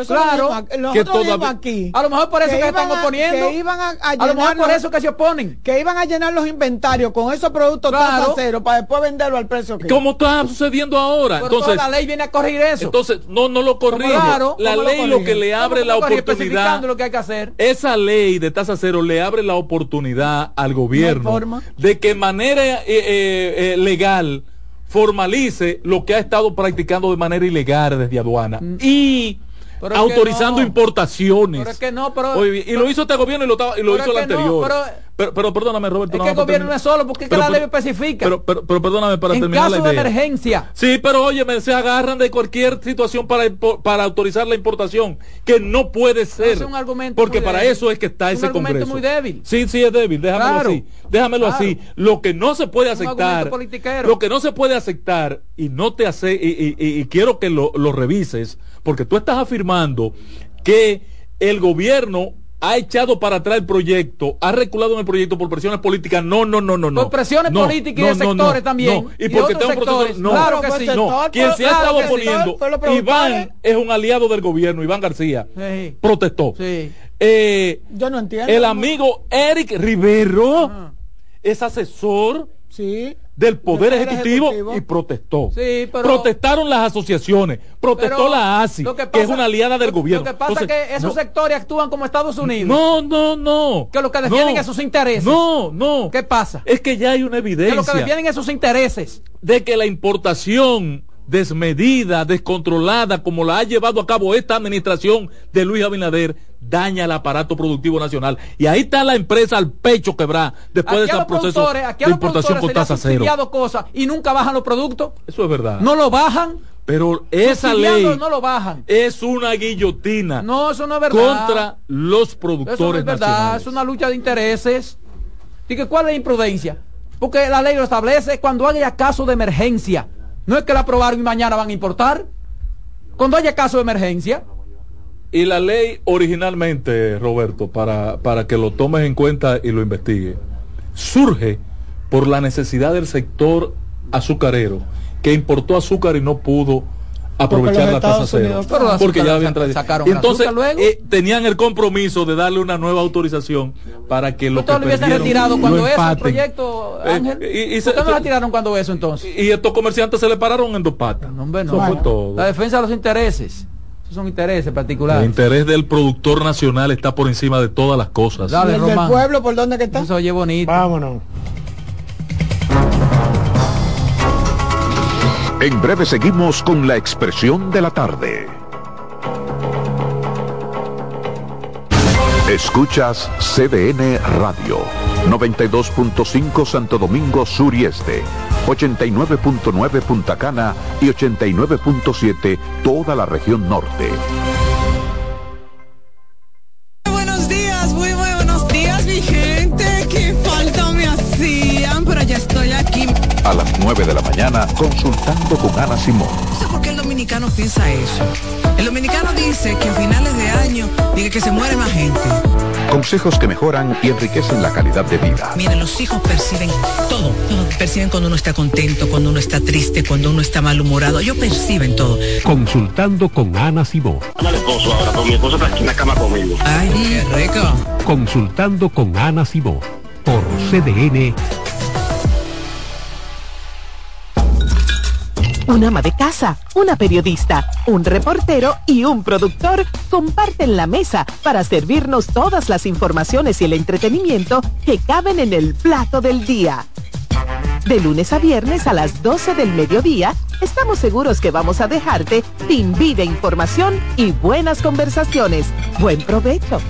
dijimos aquí. A lo mejor por eso que están oponiendo. A lo mejor por eso que se oponen. Que iban a llenar los inventarios con esos productos tasa cero para después venderlo al precio que. Como está sucediendo ahora. Pero entonces la ley viene a corregir eso. Entonces no lo corrige. La ley lo que le abre la oportunidad. Lo que hay que hacer. Esa ley de tasa cero le abre la oportunidad al gobierno de que manera legal formalice lo que ha estado practicando de manera ilegal desde aduana y autorizando importaciones. Pero es que no, y lo hizo este gobierno y lo hizo el anterior. Pero perdóname, Roberto. Es que el gobierno no es solo, porque es que la ley especifica. Pero perdóname para terminar la idea. En caso de emergencia. Sí, pero óyeme, se agarran de cualquier situación para autorizar la importación, que no puede ser. Es un argumento porque para débil. Eso es que está ese Congreso. Es un argumento muy débil. Sí, es débil, déjamelo así. Lo que no se puede aceptar, y no te hace, y quiero que lo revises, porque tú estás afirmando que el gobierno ha echado para atrás el proyecto, ha reculado en el proyecto por presiones políticas. No. Por presiones políticas y de sectores también. Y porque tengo un proceso. Claro que sí. Quien se ha estado oponiendo, Iván es un aliado del gobierno, Iván García. Sí. Protestó. Sí. Yo no entiendo. El amigo Eric Rivero es asesor. Sí. Del Poder Ejecutivo y protestó. Sí, pero, protestaron las asociaciones, protestó la ASI, que es una aliada del gobierno. Lo que pasa es que esos sectores actúan como Estados Unidos. No. Que lo que defienden es sus intereses. No. ¿Qué pasa? Es que ya hay una evidencia. Que lo que defienden es sus intereses. De que la importación desmedida, descontrolada, como la ha llevado a cabo esta administración de Luis Abinader, daña el aparato productivo nacional. Y ahí está la empresa al pecho quebrada después de ese proceso de importación con tasa cero. Cosas y nunca bajan los productos. Eso es verdad. No lo bajan. Pero esa ley no lo bajan. Es una guillotina. No, eso no es verdad. Contra los productores eso no es verdad. Nacionales. Es una lucha de intereses. ¿Y que cuál es la imprudencia? Porque la ley lo establece cuando haya caso de emergencia. No es que la aprobaron y mañana van a importar. Cuando haya caso de emergencia. Y la ley originalmente, Roberto, para que lo tomes en cuenta y lo investigue, surge por la necesidad del sector azucarero, que importó azúcar y no pudo aprovechar la tasa cero. Porque ya habían traído. Y entonces tenían el compromiso de darle una nueva autorización para que lo que lo hubiesen retirado cuando eso, el proyecto, Ángel. ¿Por qué no la tiraron cuando eso entonces? Y estos comerciantes se le pararon en 2 patas. No, hombre, no. Eso fue todo. La defensa de los intereses. Esos son intereses particulares. El interés del productor nacional está por encima de todas las cosas. Dale, ¿el del pueblo por dónde que está? Eso oye bonito. Vámonos. En breve seguimos con la expresión de la tarde. Escuchas CDN Radio, 92.5 Santo Domingo Sur y Este, 89.9 Punta Cana y 89.7 toda la región norte. Muy buenos días, mi gente. Qué falta me hacían, pero ya estoy aquí. A las 9 de la mañana, consultando con Ana Simón. No sé por qué el dominicano piensa eso. El dominicano dice que a finales de año dice que se muere más gente. Consejos que mejoran y enriquecen la calidad de vida. Miren, los hijos perciben todo. Perciben cuando uno está contento, cuando uno está triste, cuando uno está malhumorado. Ellos perciben todo. Consultando con Ana Simón. Ana, el esposo ahora, pero mi esposo está aquí en la cama conmigo. Ay, qué rico. Consultando con Ana Simón por CDN. Una ama de casa, una periodista, un reportero y un productor comparten la mesa para servirnos todas las informaciones y el entretenimiento que caben en el plato del día. De lunes a viernes a las 12 del mediodía, estamos seguros que vamos a dejarte sin vida, información y buenas conversaciones. Buen provecho.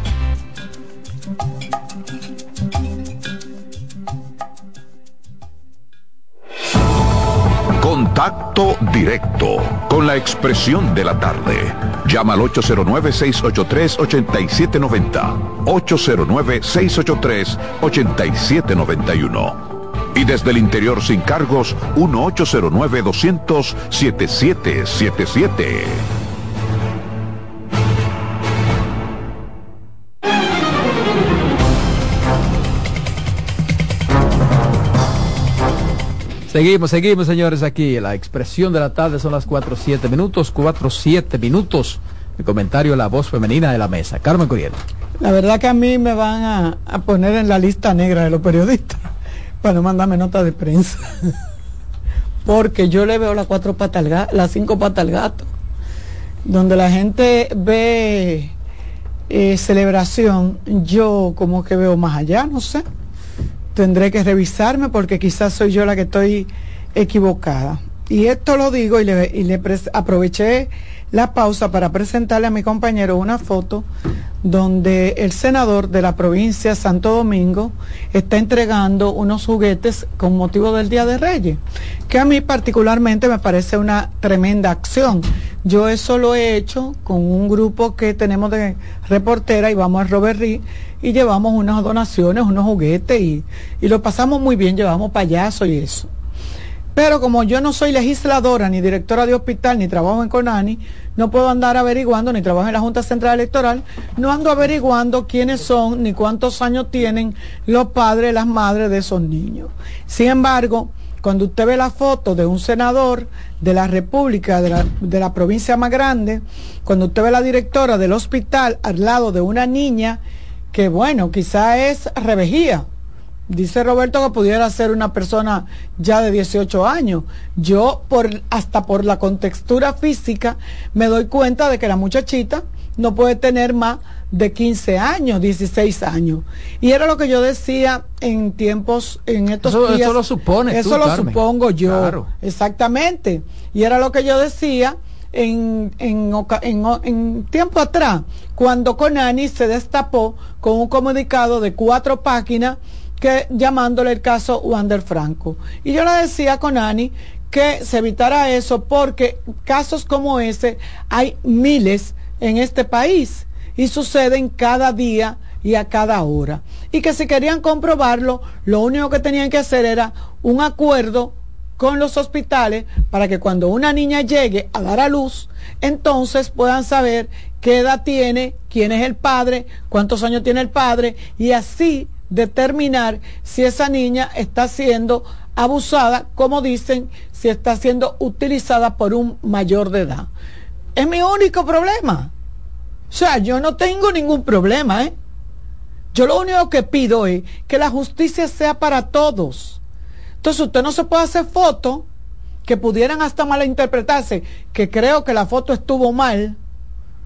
Contacto directo con la expresión de la tarde. Llama al 809-683-8790. 809-683-8791. Y desde el interior sin cargos, 1-809-200-7777. Seguimos, señores, aquí. La expresión de la tarde son las 4:07 minutos. 4:07 minutos. El comentario de la voz femenina de la mesa. Carmen Curiel. La verdad que a mí me van a poner en la lista negra de los periodistas para no mandarme nota de prensa. Porque yo le veo las 5 patas al gato. Donde la gente ve celebración, yo como que veo más allá, no sé. Tendré que revisarme porque quizás soy yo la que estoy equivocada. Y esto lo digo y aproveché la pausa para presentarle a mi compañero una foto donde el senador de la provincia de Santo Domingo está entregando unos juguetes con motivo del Día de Reyes, que a mí particularmente me parece una tremenda acción. Yo eso lo he hecho con un grupo que tenemos de reportera y vamos a Robert Reed y llevamos unas donaciones, unos juguetes y lo pasamos muy bien, llevamos payasos y eso. Pero como yo no soy legisladora, ni directora de hospital, ni trabajo en CONANI, no puedo andar averiguando, ni trabajo en la Junta Central Electoral, no ando averiguando quiénes son, ni cuántos años tienen los padres, las madres de esos niños. Sin embargo, cuando usted ve la foto de un senador de la República, de la provincia más grande, cuando usted ve la directora del hospital al lado de una niña, que bueno, quizá es revejía. Dice Roberto que pudiera ser una persona ya de 18 años. Yo, hasta por la contextura física, me doy cuenta de que la muchachita no puede tener más de 15 años, 16 años. Y era lo que yo decía en estos días. Eso lo supones tú, Eso lo Carmen. supongo yo. Claro. Exactamente. Y era lo que yo decía en tiempo atrás, cuando CONANI se destapó con un comunicado de 4 páginas llamándole el caso Wander Franco. Y yo le decía a CONANI que se evitara eso porque casos como ese hay miles en este país y suceden cada día y a cada hora. Y que si querían comprobarlo, lo único que tenían que hacer era un acuerdo con los hospitales para que cuando una niña llegue a dar a luz, entonces puedan saber qué edad tiene, quién es el padre, cuántos años tiene el padre y así determinar si esa niña está siendo abusada, como dicen, si está siendo utilizada por un mayor de edad. Es mi único problema. O sea, yo no tengo ningún problema, ¿eh? Yo lo único que pido es que la justicia sea para todos. Entonces usted no se puede hacer fotos que pudieran hasta malinterpretarse, que creo que la foto estuvo mal,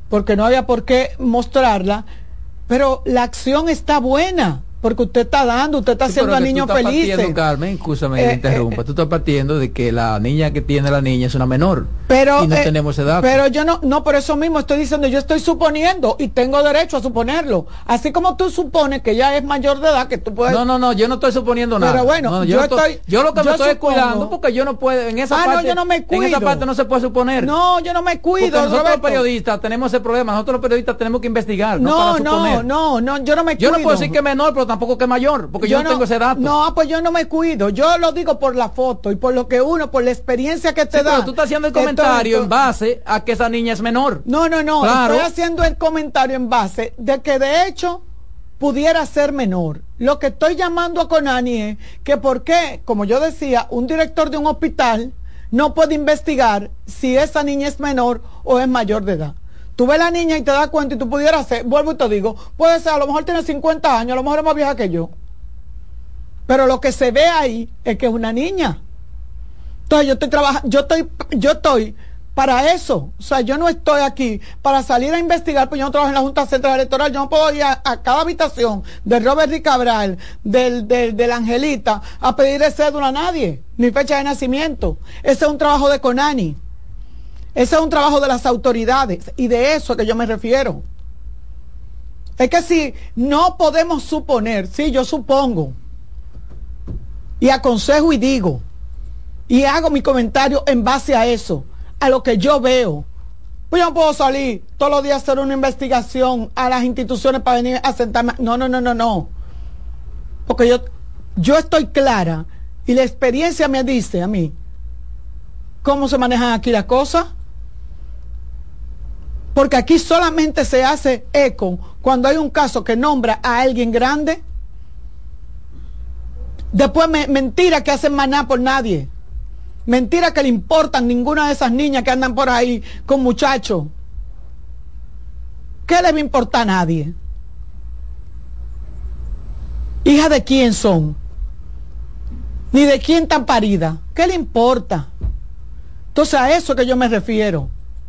porque no había por qué mostrarla, pero la acción está buena. Porque usted está dando, usted está haciendo a niños felices. Carmen, escúchame que te interrumpa. Tú estás partiendo de que la niña que tiene la niña es una menor. Pero, y no tenemos esa edad. Pero yo no, por eso mismo estoy diciendo, yo estoy suponiendo y tengo derecho a suponerlo. Así como tú supones que ella es mayor de edad, que tú puedes. No, yo no estoy suponiendo nada. Pero bueno, yo lo que me estoy es cuidando, porque yo no puedo, en esa parte. No, yo no me cuido. En esa parte no se puede suponer. No, yo no me cuido. Porque nosotros los periodistas tenemos ese problema. Nosotros los periodistas tenemos que investigar. No, yo no me cuido. Yo no puedo decir que es menor, pero tampoco que es mayor. Porque yo no tengo ese dato. No, pues yo no me cuido. Yo lo digo por la foto y por lo que por la experiencia que te da. Pero tú estás haciendo el comentario en base a que esa niña es menor. No. Claro. Estoy haciendo el comentario en base de que de hecho pudiera ser menor. Lo que estoy llamando a Conani es que por qué, como yo decía, un director de un hospital no puede investigar si esa niña es menor o es mayor de edad. Tú ves la niña y te das cuenta y tú pudieras ser, vuelvo y te digo, puede ser, a lo mejor tiene 50 años, a lo mejor es más vieja que yo. Pero lo que se ve ahí es que es una niña. Entonces yo estoy para eso. O sea, yo no estoy aquí para salir a investigar, pues yo no trabajo en la Junta Central Electoral, yo no puedo ir a cada habitación del Robert D. Cabral, del Angelita, a pedirle cédula a nadie, ni fecha de nacimiento. Ese es un trabajo de Conani. Ese es un trabajo de las autoridades, y de eso es que yo me refiero. Es que si no podemos suponer, sí, yo supongo, y aconsejo y digo, y hago mi comentario en base a eso, a lo que yo veo. Pues yo no puedo salir todos los días a hacer una investigación a las instituciones para venir a sentarme. No. Porque yo estoy clara y la experiencia me dice a mí cómo se manejan aquí las cosas. Porque aquí solamente se hace eco cuando hay un caso que nombra a alguien grande. Después mentira que hacen maná por nadie. Mentira que le importan ninguna de esas niñas que andan por ahí con muchachos. ¿Qué le va a importar a nadie? ¿Hija de quién son? Ni de quién están paridas. ¿Qué le importa? Entonces a eso que yo me refiero.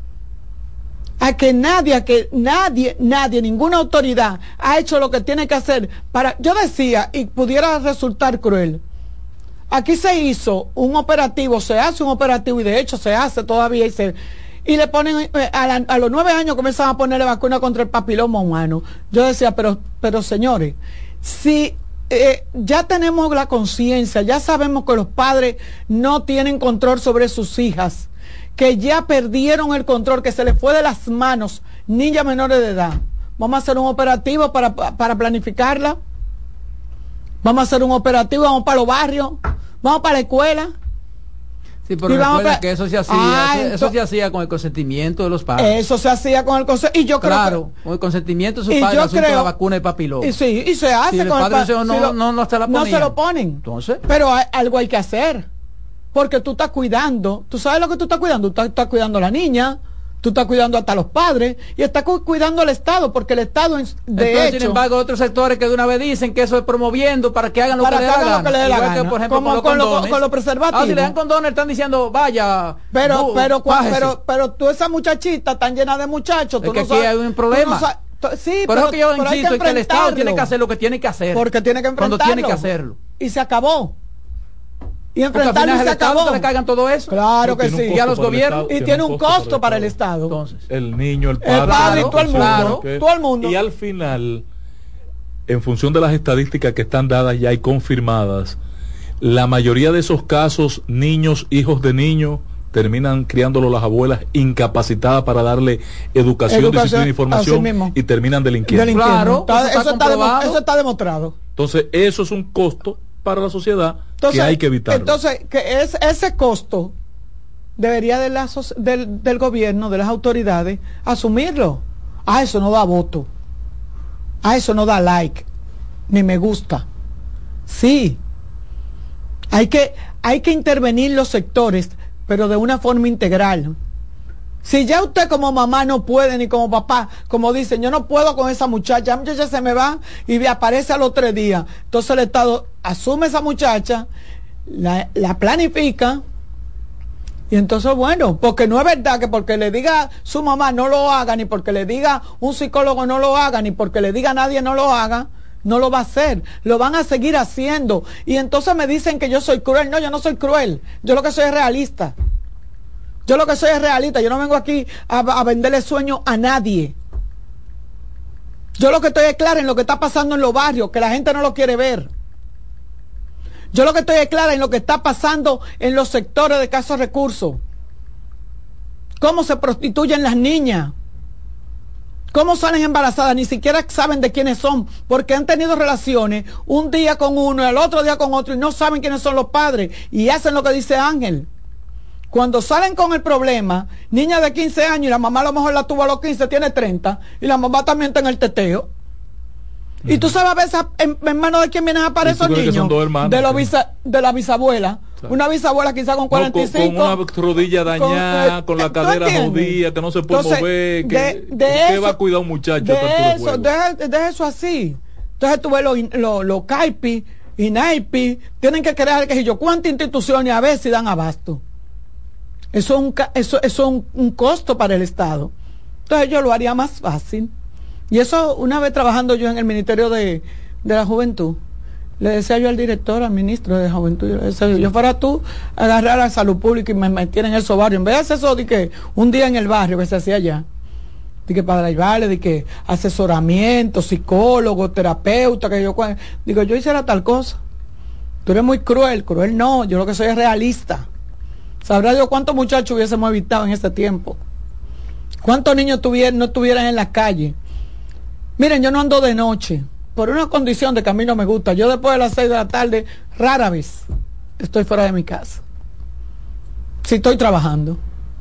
A que nadie, ninguna autoridad ha hecho lo que tiene que hacer para, yo decía, y pudiera resultar cruel, aquí se hizo un operativo, se hace un operativo y de hecho se hace todavía y le ponen, a los 9 años comienzan a ponerle vacuna contra el papiloma humano. Yo decía, pero señores, si ya tenemos la conciencia, ya sabemos que los padres no tienen control sobre sus hijas, que ya perdieron el control, que se les fue de las manos, niñas menores de edad. Vamos a hacer un operativo para planificarla. Vamos a hacer un operativo, vamos para los barrios, vamos para la escuela. Sí, pero recuerda que eso se hacía, eso se hacía con el consentimiento de los padres. Eso se hacía con el consentimiento, y yo creo claro, con el consentimiento de sus padres, el asunto de la vacuna de papiloma. Y se hace si con el padre no se lo ponen. Entonces, pero algo hay que hacer. Porque tú estás cuidando, tú sabes lo que tú estás cuidando, tú estás cuidando a la niña, tú estás cuidando hasta a los padres y estás cuidando al Estado, porque el Estado Entonces, sin embargo, otros sectores que de una vez dicen que eso es promoviendo para que hagan lo que les dé la gana. Que, por ejemplo, con los preservativos. Si le dan condones, están diciendo, vaya. Pero tú, esa muchachita tan llena de muchachos, tú es que aquí hay un problema. Sí, pero que yo insisto en que el Estado tiene que hacer lo que tiene que hacer. Porque tiene que enfrentarlo. Cuando tiene que hacerlo. Y se acabó. Y enfrentarlo y se acabó. Que le caigan todo eso. Claro que sí. Y a los gobiernos. Y tiene un costo para el Estado. Entonces, el niño, el padre y todo el mundo. Todo el mundo. Y al final, en función de las estadísticas que están dadas ya y confirmadas, la mayoría de esos casos, niños, hijos de niños, terminan criándolo las abuelas incapacitadas para darle educación, disciplina y formación, y terminan delinquiendo. Claro, eso está demostrado. Entonces, eso es un costo para la sociedad. Entonces, que hay que evitarlo. Entonces, que ese costo debería del gobierno, de las autoridades, asumirlo. A eso no da voto, a eso no da like, ni me gusta. Sí, hay que intervenir los sectores, pero de una forma integral. Si ya usted como mamá no puede, ni como papá, como dicen, yo no puedo con esa muchacha, la muchacha se me va y aparece al otro día. Entonces el Estado asume esa muchacha, la planifica, Y entonces, bueno, porque no es verdad que porque le diga su mamá no lo haga, ni porque le diga un psicólogo no lo haga, ni porque le diga a nadie no lo haga, no lo va a hacer. Lo van a seguir haciendo. Y entonces me dicen que yo soy cruel. No, yo no soy cruel. Yo lo que soy es realista. Yo lo que soy es realista. Yo no vengo aquí a venderle sueño a nadie. Yo lo que estoy es clara en lo que está pasando en los barrios, que la gente no lo quiere ver. Yo lo que estoy es clara en lo que está pasando en los sectores de escasos recursos. Cómo se prostituyen las niñas. Cómo salen embarazadas. Ni siquiera saben de quiénes son. Porque han tenido relaciones un día con uno y al otro día con otro. Y no saben quiénes son los padres. Y hacen lo que dice Ángel. Cuando salen con el problema, niña de 15 años y la mamá a lo mejor la tuvo a los 15, tiene 30. Y la mamá también está en el teteo. Y tú sabes a veces en manos de quién vienen a aparecer esos niños. Son dos hermanos, de la bisabuela. Claro. Una bisabuela quizá con 45. Con una rodilla dañada, con la cadera jodida, que no se puede mover. ¿Qué va a cuidar un muchacho? De eso así. Entonces tú ves los CAIPI y NAIPI, tienen que crear que yo cuántas instituciones a ver si dan abasto. Eso es un costo para el Estado. Entonces yo lo haría más fácil. Y eso, una vez trabajando yo en el Ministerio de la Juventud, le decía yo al director, al ministro de Juventud, yo le decía, yo fuera tú a agarrar a Salud Pública y me metiera en esos barrios, en vez de hacer eso de que un día en el barrio que se hacía allá, de que para llevarle, de que asesoramiento, psicólogo, terapeuta, que yo hiciera tal cosa. Tú eres muy cruel no, yo lo que soy es realista. Sabrá Dios cuántos muchachos hubiésemos evitado en ese tiempo. ¿Cuántos niños no estuvieran en la calle? Miren, yo no ando de noche, por una condición de que a mí no me gusta. Yo después de las 6 de la tarde, rara vez, estoy fuera de mi casa. Si estoy trabajando.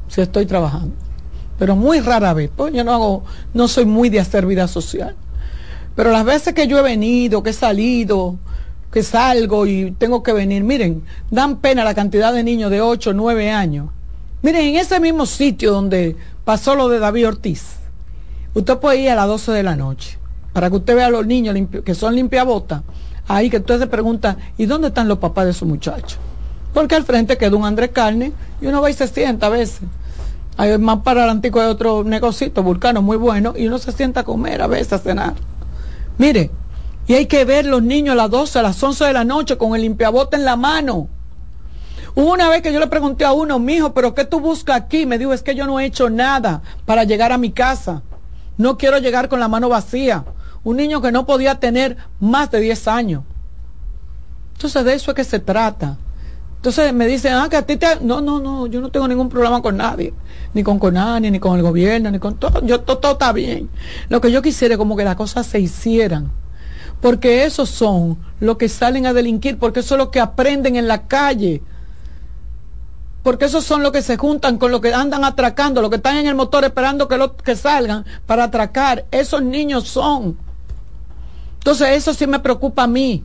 Pero muy rara vez, pues yo no soy muy de hacer vida social. Pero las veces que yo he venido, que he salido, que salgo y tengo que venir, miren, dan pena la cantidad de niños de 8, 9 años. Miren, en ese mismo sitio donde pasó lo de David Ortiz, usted puede ir a las 12 de la noche para que usted vea a los niños que son limpiabotas. Ahí que usted se pregunta, ¿y dónde están los papás de esos muchachos? Porque al frente queda un Andrés Carne y uno va y se sienta a veces. Hay más para adelantico hay otro negocito, Vulcano, muy bueno, y uno se sienta a comer, a veces a cenar. Mire, y hay que ver los niños a las 12, a las 11 de la noche con el limpiabotas en la mano. Hubo una vez que yo le pregunté a uno, mijo, ¿pero qué tú buscas aquí? Me dijo, es que yo no he hecho nada para llegar a mi casa. No quiero llegar con la mano vacía. Un niño que no podía tener más de 10 años. Entonces de eso es que se trata. Entonces me dicen, que a ti te... No, yo no tengo ningún problema con nadie. Ni con Conani, ni con el gobierno, ni con todo. Todo está bien. Lo que yo quisiera es como que las cosas se hicieran. Porque esos son los que salen a delinquir, porque eso es lo que aprenden en la calle. Porque esos son los que se juntan con los que andan atracando, los que están en el motor esperando que salgan para atracar. Esos niños son. Entonces eso sí me preocupa a mí.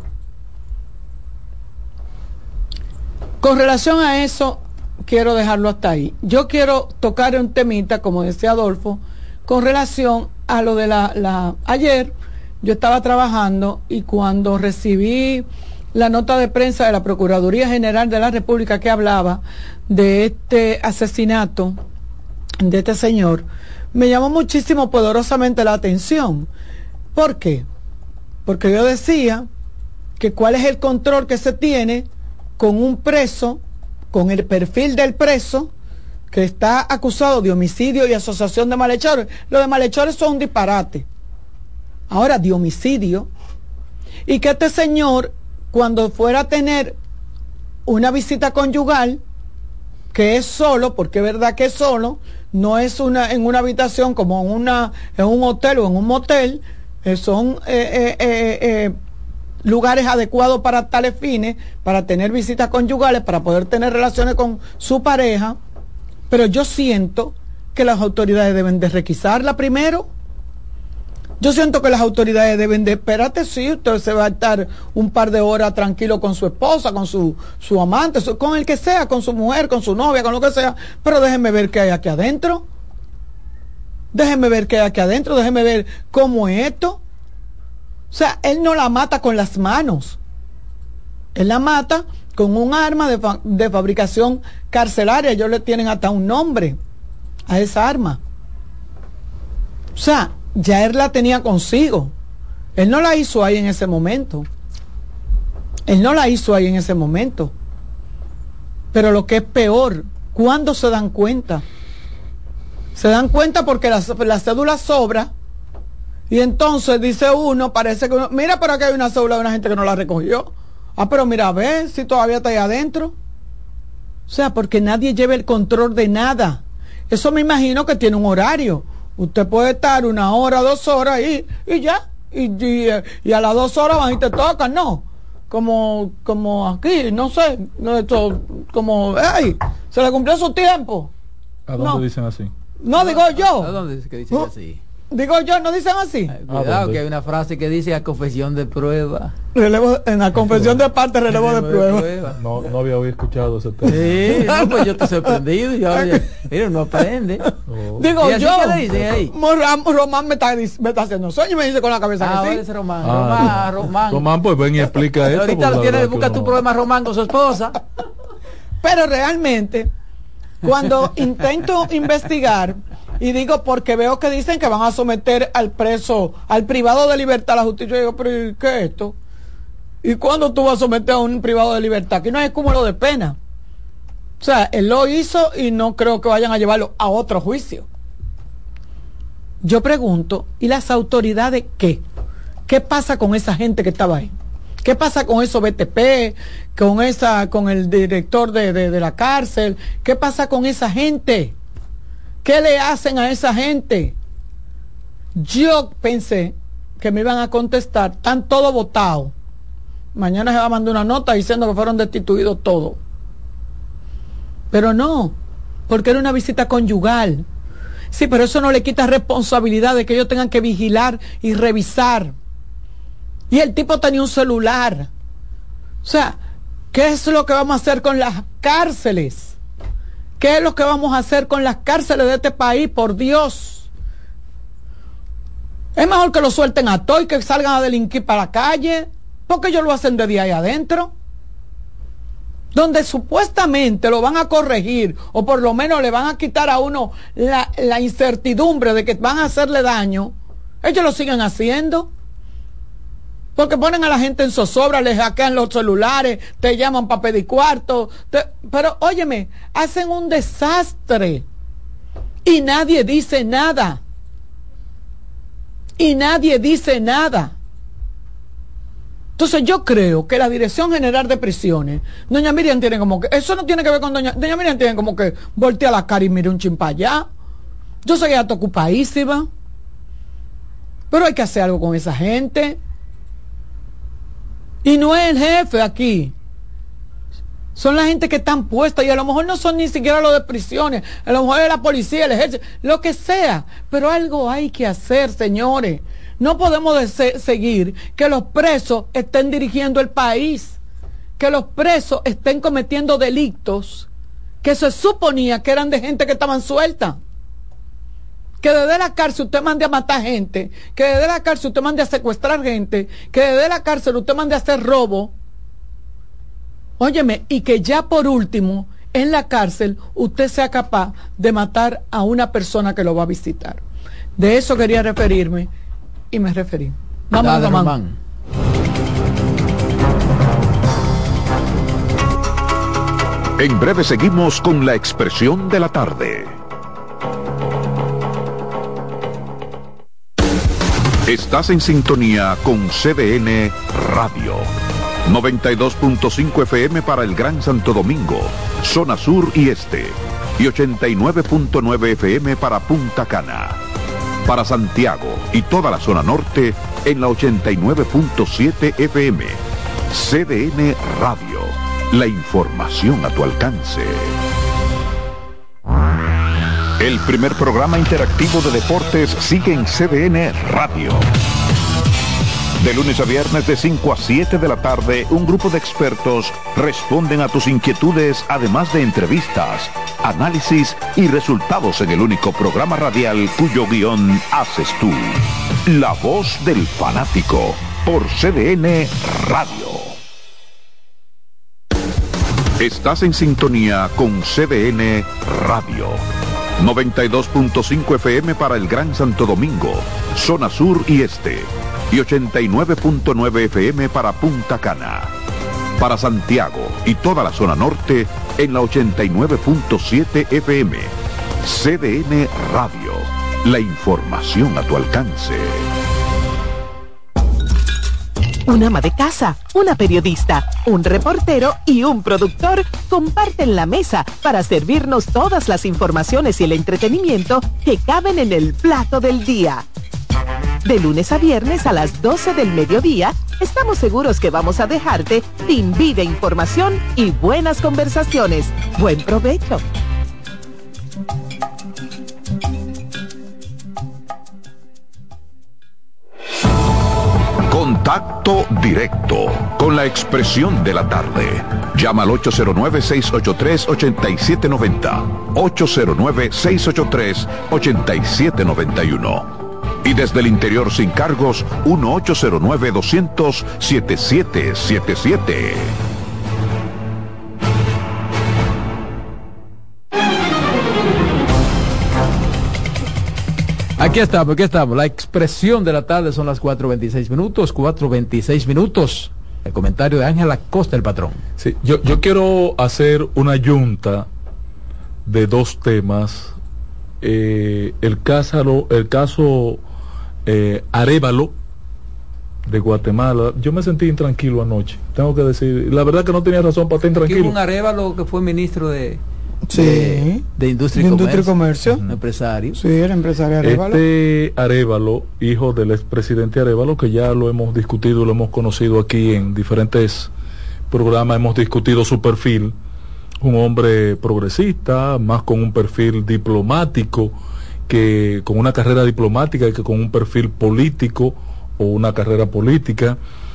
Con relación a eso, quiero dejarlo hasta ahí. Yo quiero tocar un temita, como decía Adolfo, con relación a lo de ayer yo estaba trabajando y cuando recibí la nota de prensa de la Procuraduría General de la República que hablaba de este asesinato de este señor, me llamó muchísimo poderosamente la atención. ¿Por qué? Porque yo decía que cuál es el control que se tiene con un preso, con el perfil del preso, que está acusado de homicidio y asociación de malhechores. Lo de malhechores son un disparate. Ahora, de homicidio. Y que este señor, cuando fuera a tener una visita conyugal, que es solo, porque es verdad que es solo, no es en una habitación como en un hotel o en un motel, son lugares adecuados para tales fines, para tener visitas conyugales, para poder tener relaciones con su pareja, pero yo siento que las autoridades deben de requisarla primero. Yo siento que las autoridades deben de, espérate, sí, usted se va a estar un par de horas tranquilo con su esposa, con su amante, con el que sea, con su mujer, con su novia, con lo que sea, pero déjenme ver qué hay aquí adentro. Déjenme ver qué hay aquí adentro, déjenme ver cómo es esto. O sea, él no la mata con las manos. Él la mata con un arma de fabricación carcelaria. Ellos le tienen hasta un nombre a esa arma. O sea, ya él la tenía consigo. Él no la hizo ahí en ese momento. Pero lo que es peor, ¿cuándo se dan cuenta? Se dan cuenta porque la cédula sobra. Y entonces dice uno, parece que mira, pero aquí hay una cédula de una gente que no la recogió. Pero mira, a ver si todavía está ahí adentro. O sea, porque nadie lleva el control de nada. Eso me imagino que tiene un horario. Usted puede estar 1 hora, 2 horas ahí y ya. Y a las 2 horas van y te tocan, ¿no? Como aquí, no sé. Como, ¡ay! Se le cumplió su tiempo. ¿A dónde dicen así? No, digo yo. ¿A dónde que dicen así? Digo yo, ¿no dicen así? Cuidado, que hay una frase que dice a confesión de prueba. En la confesión de parte, relevo de prueba. No había escuchado ese tema. Sí, no, pues yo estoy sorprendido. Mira, uno aprende. Digo yo, ¿qué le dicen ahí? Román me está haciendo sueño y me dice con la cabeza que sí. Román, pues ven y explica esto. Ahorita lo tiene, busca tu problema Román con su esposa. Pero realmente, cuando intento investigar, y digo, porque veo que dicen que van a someter al preso, al privado de libertad a la justicia. Yo digo, pero ¿qué es esto? ¿Y cuándo tú vas a someter a un privado de libertad? Aquí no hay cúmulo de pena. O sea, él lo hizo y no creo que vayan a llevarlo a otro juicio. Yo pregunto, ¿y las autoridades qué? ¿Qué pasa con esa gente que estaba ahí? ¿Qué pasa con esos BTP? Con el director de la cárcel. ¿Qué pasa con esa gente? ¿Qué le hacen a esa gente? Yo pensé que me iban a contestar, están todos votados. Mañana se va a mandar una nota diciendo que fueron destituidos todos. Pero no, porque era una visita conyugal. Sí, pero eso no le quita responsabilidad de que ellos tengan que vigilar y revisar. Y el tipo tenía un celular. O sea, ¿qué es lo que vamos a hacer con las cárceles? ¿Qué es lo que vamos a hacer con las cárceles de este país? Por Dios. Es mejor que lo suelten a todos y que salgan a delinquir para la calle, porque ellos lo hacen desde ahí adentro, donde supuestamente lo van a corregir, o por lo menos le van a quitar a uno la incertidumbre de que van a hacerle daño. Ellos lo siguen haciendo, porque ponen a la gente en zozobra, les hackean los celulares, te llaman para pedir cuarto, pero óyeme, hacen un desastre y nadie dice nada. Entonces yo creo que la Dirección General de Prisiones, doña Miriam tiene como que, eso no tiene que ver con doña Miriam tiene como que voltea la cara y mire un chimpa allá. Yo sé que ella está ocupadísima, pero hay que hacer algo con esa gente. Y no es el jefe aquí. Son la gente que están puestas, y a lo mejor no son ni siquiera los de prisiones, a lo mejor es la policía, el ejército, lo que sea, pero algo hay que hacer, señores. No podemos seguir que los presos estén dirigiendo el país, que los presos estén cometiendo delitos que se suponía que eran de gente que estaban suelta. Que desde la cárcel usted mande a matar gente, que desde la cárcel usted mande a secuestrar gente, que desde la cárcel usted mande a hacer robo. Óyeme, y que ya por último, en la cárcel, usted sea capaz de matar a una persona que lo va a visitar. De eso quería referirme y me referí. Vamos, Román. En breve seguimos con la expresión de la tarde. Estás en sintonía con CDN Radio. 92.5 FM para el Gran Santo Domingo, zona sur y este. Y 89.9 FM para Punta Cana. Para Santiago y toda la zona norte en la 89.7 FM. CDN Radio. La información a tu alcance. El primer programa interactivo de deportes sigue en CDN Radio. De lunes a viernes de 5 a 7 de la tarde, un grupo de expertos responden a tus inquietudes, además de entrevistas, análisis y resultados en el único programa radial cuyo guión haces tú. La voz del fanático, por CDN Radio. Estás en sintonía con CDN Radio. 92.5 FM para el Gran Santo Domingo, zona sur y este. Y 89.9 FM para Punta Cana. Para Santiago y toda la zona norte en la 89.7 FM. CDN Radio. La información a tu alcance. Una ama de casa, una periodista, un reportero y un productor comparten la mesa para servirnos todas las informaciones y el entretenimiento que caben en el plato del día. De lunes a viernes a las 12 del mediodía, estamos seguros que vamos a dejarte sin vida, información y buenas conversaciones. Buen provecho. Contacto directo con la expresión de la tarde. Llama al 809-683-8790. 809-683-8791. Y desde el interior sin cargos, 1-809-200-7777. Aquí estamos. La expresión de la tarde son las 4:26 minutos. El comentario de Ángel Acosta, el patrón. Sí, yo quiero hacer una yunta de dos temas. El caso Arévalo de Guatemala. Yo me sentí intranquilo anoche, tengo que decir. La verdad que no tenía razón para estar intranquilo. Hubo un Arévalo que fue ministro de Industria y Comercio. Empresario. Sí, era empresario Arévalo. Este Arévalo, hijo del expresidente Arévalo, que ya lo hemos discutido, lo hemos conocido aquí en diferentes programas, hemos discutido su perfil. Un hombre progresista, más con un perfil diplomático, que con una carrera diplomática, que con un perfil político o una carrera política,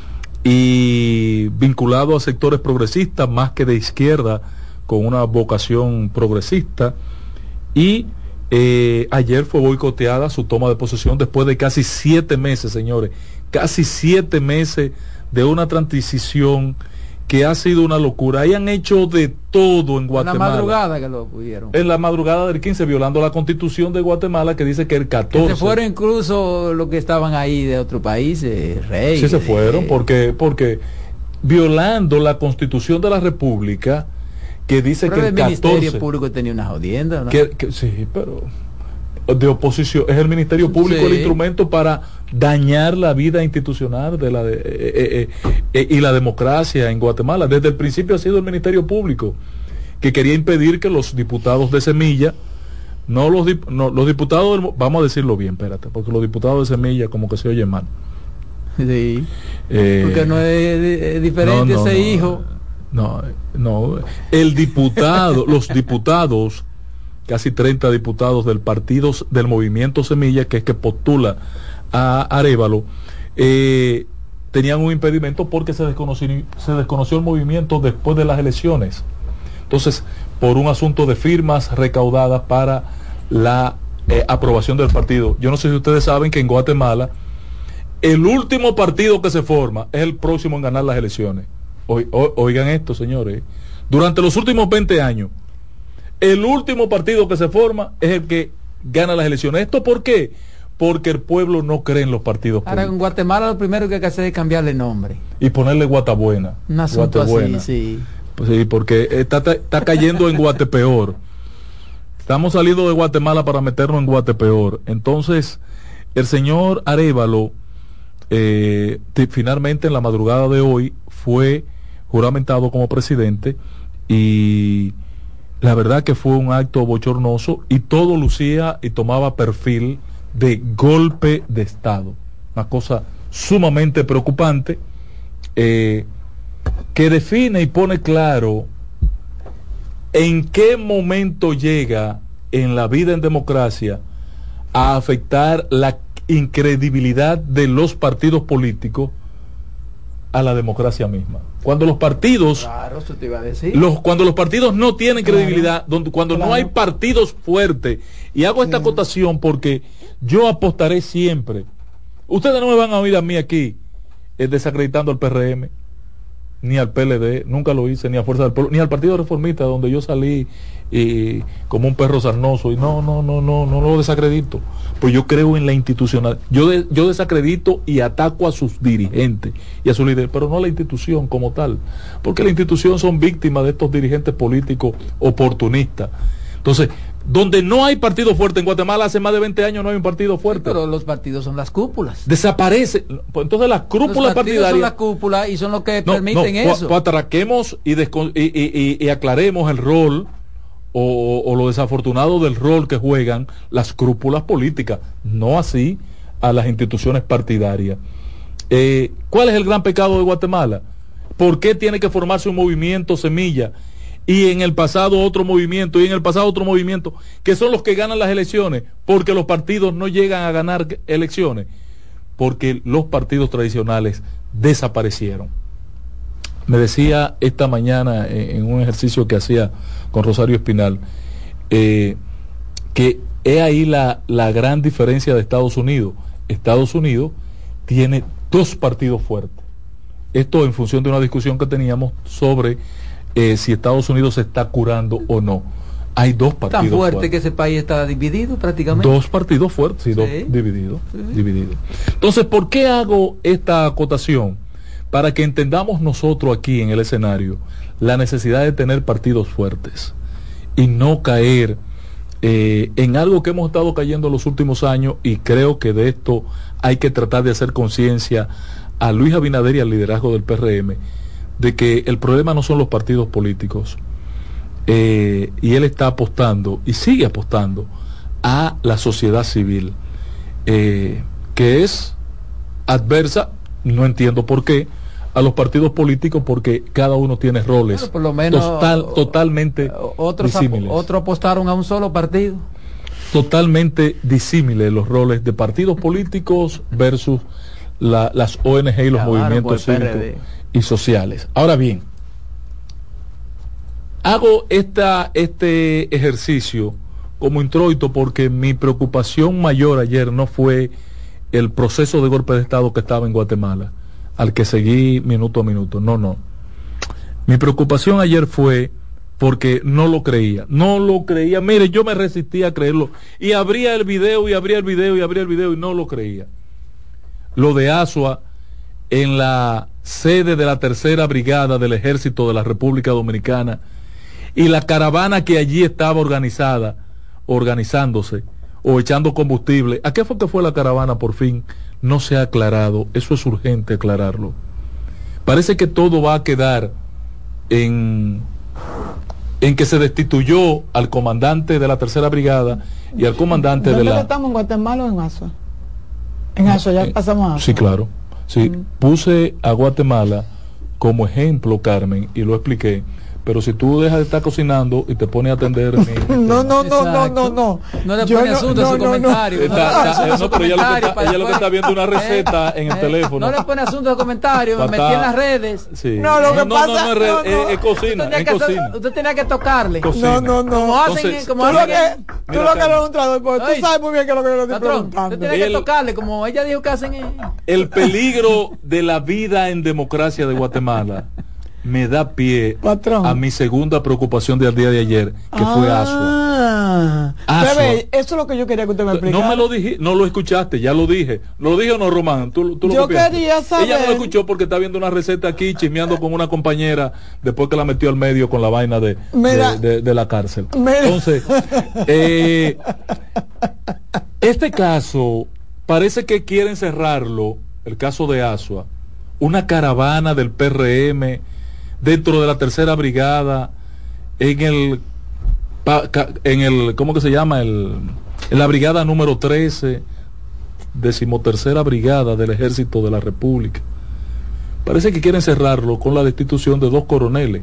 y vinculado a sectores progresistas más que de izquierda, con una vocación progresista. Y ayer fue boicoteada su toma de posesión después de casi 7 meses, señores, casi 7 meses de una transición que ha sido una locura. Ahí han hecho de todo en Guatemala. En la madrugada que lo pudieron. En la madrugada del 15, violando la Constitución de Guatemala, que dice que el 14... Se fueron incluso los que estaban ahí de otro país, reyes. Sí, se fueron, porque violando la Constitución de la República, que dice que el 14... el Ministerio Público tenía una jodienda, ¿no? Sí, pero... de oposición, es el Ministerio Público el instrumento para dañar la vida institucional de y la democracia en Guatemala. Desde el principio ha sido el Ministerio Público que quería impedir que los diputados de Semilla, los diputados, vamos a decirlo bien, espérate, porque los diputados de Semilla como que se oye mal. Sí, porque no es diferente ese hijo. No, el diputado, los diputados, casi 30 diputados del movimiento Semilla, que es que postula a Arévalo, tenían un impedimento porque se desconoció el movimiento después de las elecciones. Entonces, por un asunto de firmas recaudadas para la aprobación del partido. Yo no sé si ustedes saben que en Guatemala el último partido que se forma es el próximo en ganar las elecciones. Oigan esto, señores. Durante los últimos 20 años, el último partido que se forma es el que gana las elecciones. ¿Esto por qué? Porque el pueblo no cree en los partidos políticos. Ahora, en Guatemala lo primero que hay que hacer es cambiarle nombre. Y ponerle Guatabuena. Un asunto así, sí. Pues sí, porque está cayendo en Guatepeor. Estamos saliendo de Guatemala para meternos en Guatepeor. Entonces, el señor Arévalo, finalmente en la madrugada de hoy, fue juramentado como presidente, y la verdad que fue un acto bochornoso, y todo lucía y tomaba perfil de golpe de Estado, una cosa sumamente preocupante, que define y pone claro en qué momento llega en la vida en democracia a afectar la incredibilidad de los partidos políticos a la democracia misma. Cuando los partidos, claro, eso te iba a decir. Cuando los partidos no tienen credibilidad, cuando no hay partidos fuertes, y hago esta acotación porque yo apostaré siempre. Ustedes no me van a oír a mí aquí desacreditando al PRM, ni al PLD, nunca lo hice, ni a Fuerza del Pueblo, ni al Partido Reformista, donde yo salí como un perro sarnoso, y no lo desacredito, pues yo creo en la institucional, yo desacredito y ataco a sus dirigentes y a sus líderes, pero no a la institución como tal, porque la institución son víctimas de estos dirigentes políticos oportunistas. Entonces, donde no hay partido fuerte en Guatemala, hace más de 20 años no hay un partido fuerte. Sí, pero los partidos son las cúpulas. Desaparece. Entonces las cúpulas partidarias son las cúpulas y son los que permiten eso. Pues atraquemos y aclaremos el rol o lo desafortunado del rol que juegan las cúpulas políticas, no así a las instituciones partidarias. ¿Cuál es el gran pecado de Guatemala? ¿Por qué tiene que formarse un movimiento semilla? Y en el pasado otro movimiento, y en el pasado otro movimiento, que son los que ganan las elecciones, porque los partidos no llegan a ganar elecciones, porque los partidos tradicionales desaparecieron. Me decía esta mañana en un ejercicio que hacía con Rosario Espinal, que es ahí la gran diferencia de Estados Unidos. Estados Unidos tiene dos partidos fuertes. Esto en función de una discusión que teníamos sobre si Estados Unidos se está curando o no. Hay dos partidos tan fuerte fuertes. Que ese país está dividido prácticamente. Dos partidos fuertes, sí, dos divididos. Entonces, ¿por qué hago esta acotación? Para que entendamos nosotros aquí en el escenario la necesidad de tener partidos fuertes y no caer en algo que hemos estado cayendo en los últimos años, y creo que de esto hay que tratar de hacer conciencia a Luis Abinader y al liderazgo del PRM, de que el problema no son los partidos políticos, y él está apostando y sigue apostando a la sociedad civil, que es adversa, no entiendo por qué, a los partidos políticos, porque cada uno tiene roles, bueno, por lo menos, totalmente disímiles. Otros apostaron a un solo partido. Totalmente disímiles los roles de partidos políticos versus las ONG y los movimientos cívicos y sociales. Ahora bien, hago este ejercicio como introito porque mi preocupación mayor ayer no fue el proceso de golpe de Estado que estaba en Guatemala, al que seguí minuto a minuto. No. Mi preocupación ayer fue porque no lo creía. Mire, yo me resistía a creerlo. Y abría el video y no lo creía. Lo de Azua en la sede de la Tercera Brigada del Ejército de la República Dominicana, y la caravana que allí estaba organizándose o echando combustible. ¿A qué fue que fue la caravana? Por fin no se ha aclarado. Eso es urgente aclararlo. Parece que todo va a quedar en que se destituyó al comandante de la Tercera Brigada y al comandante de la... ¿Estamos en Guatemala o en Azua? En Azua, ya pasamos a Azua. Sí, claro. Sí, puse a Guatemala como ejemplo, Carmen, y lo expliqué. Pero si tú dejas de estar cocinando y te pones a atender no le pone asunto a su comentario. No, pero ella lo que está viendo una receta en el teléfono. No le pone asunto a comentario, me metí en las redes. Sí. No, lo que pasa es cocina, Usted tenía que tocarle. Cocina. No. Como hacen, tú lo que eres un traductor, tú sabes muy bien que es lo que yo le estoy preguntando. Usted tenía que tocarle, como ella dijo que hacen. El peligro de la vida en democracia de Guatemala me da pie, patrón, a mi segunda preocupación del día de ayer, que fue Azua. Bebé, eso es lo que yo quería que usted me explicara. No me lo dije, no lo escuchaste, ya lo dije. ¿Lo dije o no, Román? ¿Tú yo quería saber. Ella no lo escuchó porque está viendo una receta aquí, chismeando con una compañera, después que la metió al medio con la vaina de la cárcel. Entonces, este caso, parece que quieren cerrarlo, el caso de Azua, una caravana del PRM dentro de la Tercera Brigada en el ¿cómo que se llama? En la brigada número 13, 13ª Brigada del Ejército de la República. Parece que quieren cerrarlo con la destitución de 2 coroneles.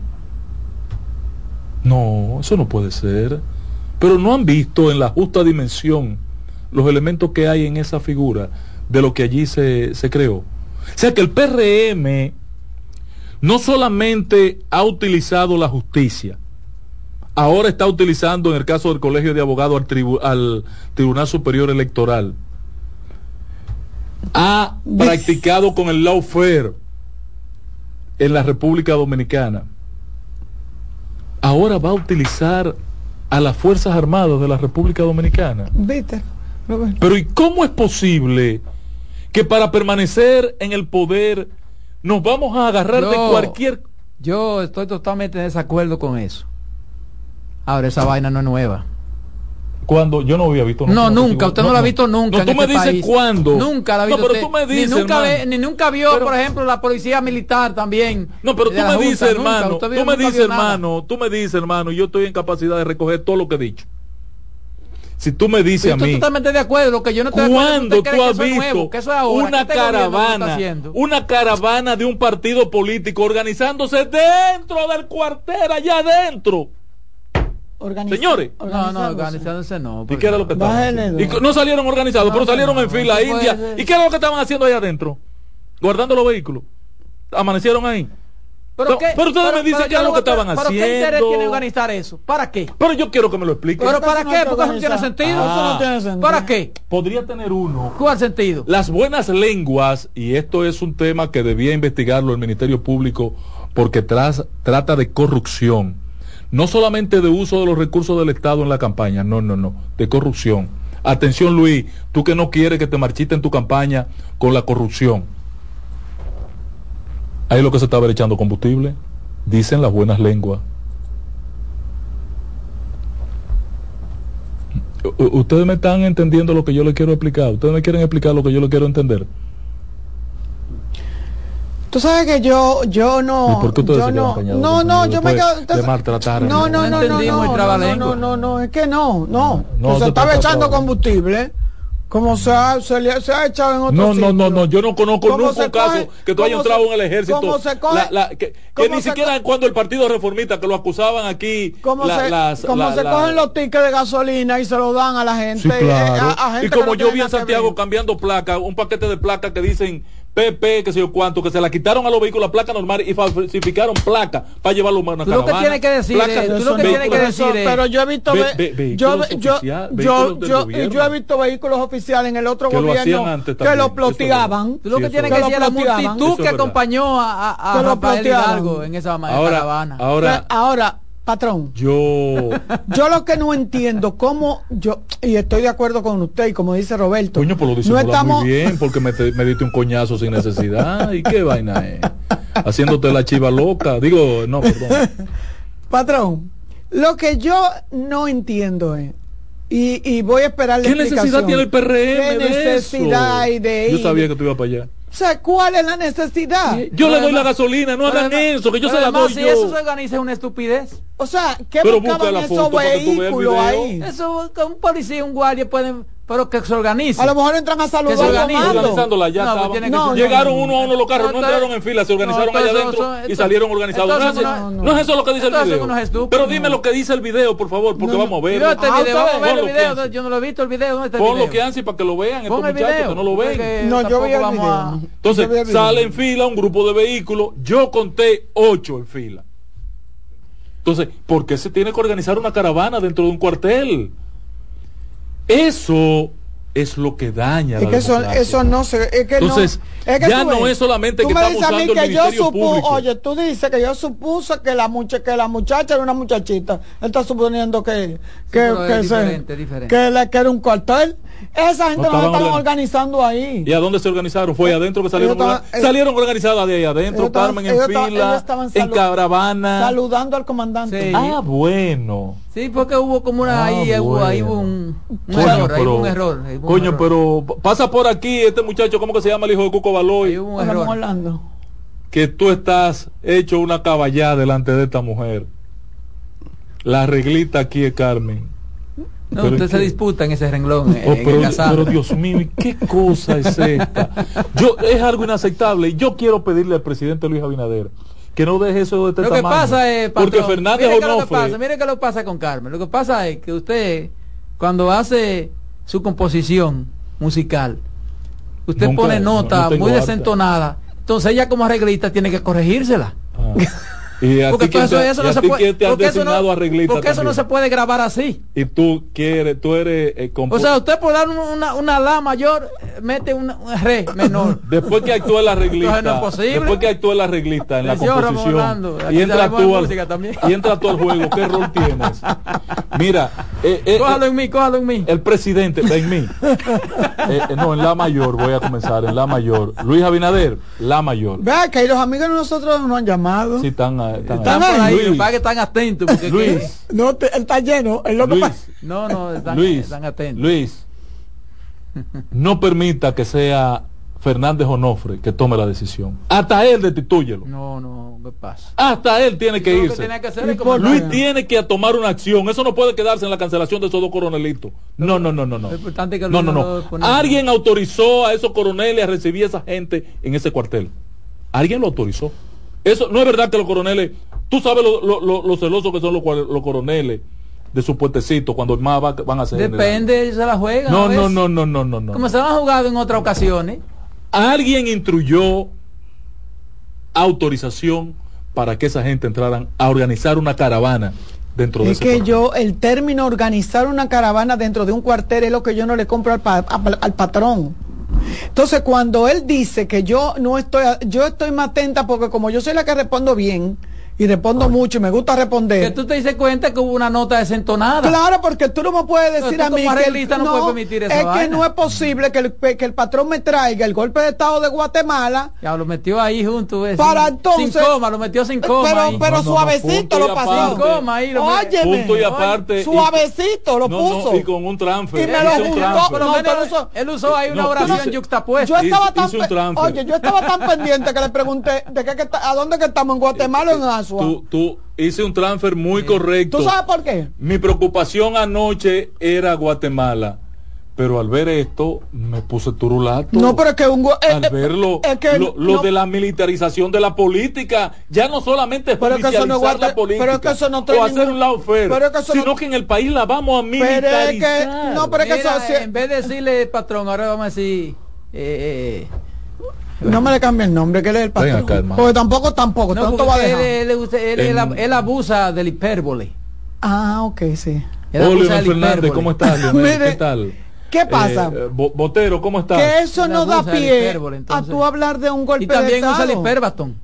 No, eso no puede ser. Pero no han visto en la justa dimensión los elementos que hay en esa figura de lo que allí se creó. O sea que el PRM no solamente ha utilizado la justicia, ahora está utilizando, en el caso del Colegio de Abogados, al Tribunal Superior Electoral. Ha practicado con el lawfare en la República Dominicana, ahora va a utilizar a las Fuerzas Armadas de la República Dominicana. ¿Viste? Pero ¿y cómo es posible que para permanecer en el poder nos vamos a agarrar de cualquier... Yo estoy totalmente en desacuerdo con eso. Ahora, esa vaina no es nueva. Cuando yo no había visto nunca, usted no la ha visto nunca. No, tú me dices cuándo. Nunca la ha visto. No, pero tú me dices, ni nunca vio, por ejemplo, la policía militar también. No, pero tú me dices, hermano, tú me dices, hermano, yo estoy en capacidad de recoger todo lo que he dicho. Si tú me dices a mí, estoy totalmente de acuerdo, que yo no estoy de acuerdo. ¿Cuándo tú has visto una caravana de un partido político organizándose dentro del cuartel, allá adentro? Señores, no, organizándose no. ¿Y qué era lo que estaban haciendo? Y no salieron organizados, pero salieron en fila india. ¿Y qué era lo que estaban haciendo allá adentro? Guardando los vehículos. Amanecieron ahí. Pero ustedes me dicen qué era lo que estaban haciendo. ¿Pero qué interés tiene organizar eso? ¿Para qué? Pero yo quiero que me lo expliquen. ¿Pero para qué? Porque eso no tiene sentido. Eso no tiene sentido. ¿Para qué? Podría tener uno. ¿Cuál sentido? Las buenas lenguas, y esto es un tema que debía investigarlo el Ministerio Público, porque trata de corrupción. No solamente de uso de los recursos del Estado en la campaña, no, de corrupción. Atención, Luis, tú que no quieres que te marchite en tu campaña con la corrupción. Ahí lo que se estaba echando combustible, dicen las buenas lenguas. Ustedes me están entendiendo lo que yo les quiero explicar. Ustedes me quieren explicar lo que yo les quiero entender. Tú sabes que yo no. ¿Y por qué ustedes se quedan callados? No, yo me quedo. De maltratar. No, es que no. Se estaba echando combustible. Como se ha echado en otros sitios. No, yo no conozco nunca un caso que tú hayas entrado en el ejército. Que ni siquiera cuando el Partido Reformista, que lo acusaban aquí. Como se cogen los tickets de gasolina y se lo dan a la gente. Sí, claro. Y como yo vi en Santiago cambiando placa, un paquete de placas que dicen PP, que sé yo cuánto, que se la quitaron a los vehículos, la placa normal, y falsificaron placa para llevarlo a una caravana. Lo que tiene que decir pero yo he visto yo he visto vehículos oficiales en el otro gobierno que lo ploteaban. Lo que tiene que decir la multitud que acompañó a Rafael Hidalgo en esa caravana. Ahora, patrón, yo lo que no entiendo, y estoy de acuerdo con usted, y como dice Roberto, coño, pues lo dice muy bien, porque me diste un coñazo sin necesidad. ¿Y qué vaina es? Haciéndote la chiva loca. Digo, no, perdón. Patrón, lo que yo no entiendo es, y voy a esperar la explicación. ¿Qué necesidad tiene el PRM ¿Qué necesidad hay de ir? Yo sabía que tú ibas para allá. O sea, ¿cuál es la necesidad? Yo le doy la gasolina, no hagan eso, que yo se la doy yo. Si eso se organiza es una estupidez. O sea, ¿qué buscaban esos vehículos ahí? Eso, que un policía, un guardia pueden, pero que se organice. A lo mejor entran a saludar. Organizándola, ya estaba. Llegaron uno a uno los carros, no entraron en fila, se organizaron allá adentro y salieron organizados. No es eso lo que dice el video. Pero dime lo que dice el video, por favor, porque vamos a verlo. Vamos a ver el video, yo no lo he visto el video. Ponlo que ansi para que lo vean estos muchachos que no lo ven. No, yo vi el video. Entonces, sale en fila un grupo de vehículos, yo conté 8 en fila. Entonces, ¿por qué se tiene que organizar una caravana dentro de un cuartel? Eso es lo que daña la democracia. Eso no se... Entonces, ya no es solamente que estamos usando el Ministerio Público. Oye, tú dices que yo supuse que la muchacha era una muchachita. Él está suponiendo que era un cuartel. Esa gente no estaban organizando ahí. ¿Y a dónde se organizaron? Fue adentro que salieron organizadas de ahí adentro, Carmen, en fila, en caravana. Saludando al comandante. Sí. Ah, bueno. Sí, porque hubo como una ahí hubo un error. Coño, pero pasa por aquí este muchacho, ¿cómo que se llama el hijo de Cuco Baloy? Estamos hablando. Que tú estás hecho una caballada delante de esta mujer. La reglita aquí es Carmen. No, usted se disputa en ese renglón. Pero Dios mío, ¿y qué cosa es esta? Es algo inaceptable. Yo quiero pedirle al presidente Luis Abinader que no deje eso de este tamaño. Lo que pasa es, patrón, porque Fernández Onofre... Mire qué lo pasa con Carmen. Lo que pasa es que usted, cuando hace su composición musical, usted pone nota muy desentonada. Entonces ella como arreglista tiene que corregírsela. Porque todo eso no se puede, porque eso no se puede grabar así. Y tú eres o sea, usted por dar una la mayor mete un re menor. Después que actúa el arreglista, no es posible. Después que actúa el arreglista en la composición y entra tú al juego, ¿qué rol tienes? Mira, cójalo en mí. El presidente en mí. No, en la mayor voy a comenzar, en la mayor. Luis Abinader, la mayor. Vea que los amigos de nosotros nos han llamado. Sí, están ahí. Luis, para que están atentos. Porque Luis. No, él está lleno. Es lo que pasa. No, están atentos. Luis, no permita que sea Fernández Onofre que tome la decisión. Hasta él destitúyelo. No, ¿qué pasa? Hasta él tiene que irse. Luis tiene que tomar una acción. Eso no puede quedarse en la cancelación de esos dos coronelitos. No. Alguien autorizó a esos coroneles a recibir a esa gente en ese cuartel. Alguien lo autorizó. Eso no es verdad que los coroneles, tú sabes lo celosos que son los coroneles de su puentecito cuando más van a hacer. Depende, se la juegan. No. Como se han jugado en otras ocasiones. Alguien instruyó autorización para que esa gente entraran a organizar una caravana dentro de ese cuartel. El término organizar una caravana dentro de un cuartel es lo que yo no le compro al patrón. Entonces, cuando él dice que yo estoy más atenta porque como yo soy la que respondo bien y respondo mucho y me gusta responder. Que tú te dices cuenta que hubo una nota desentonada. Claro, porque tú no me puedes decir a mí que no puedes permitir esa vaina. Que no es posible que el patrón me traiga el golpe de estado de Guatemala. Ya lo metió ahí junto. Para entonces. Sin coma, lo metió sin coma. Pero suavecito lo pasó. Sin coma ahí. Óyeme. Punto y aparte. Suavecito lo puso. Y con un transfer. Y me lo juntó. Él usó ahí una oración yuxtapuesta. Yo estaba tan pendiente que le pregunté a dónde que estamos, en Guatemala o en Asua. Tú hice un transfer muy correcto. ¿Tú sabes por qué? Mi preocupación anoche era Guatemala, pero al ver esto me puse turulato. No, pero es que al verlo, lo de la militarización de la política, ya no solamente es policializar la política, pero es que eso no o hacer un lawfare, sino que en el país la vamos a militarizar. En vez de decirle patrón, ahora vamos a decir no me le cambie el nombre, que él es el patrón. Acá, porque tampoco no te va a dejar. Él abusa del hipérbole. Ok, sí. Leonel Fernández, ¿cómo estás, Leonel? ¿Qué tal? ¿Qué pasa? Botero, ¿cómo estás? Que eso no da pie a tú hablar de un golpe de estado. Y también usa el hiperbastón.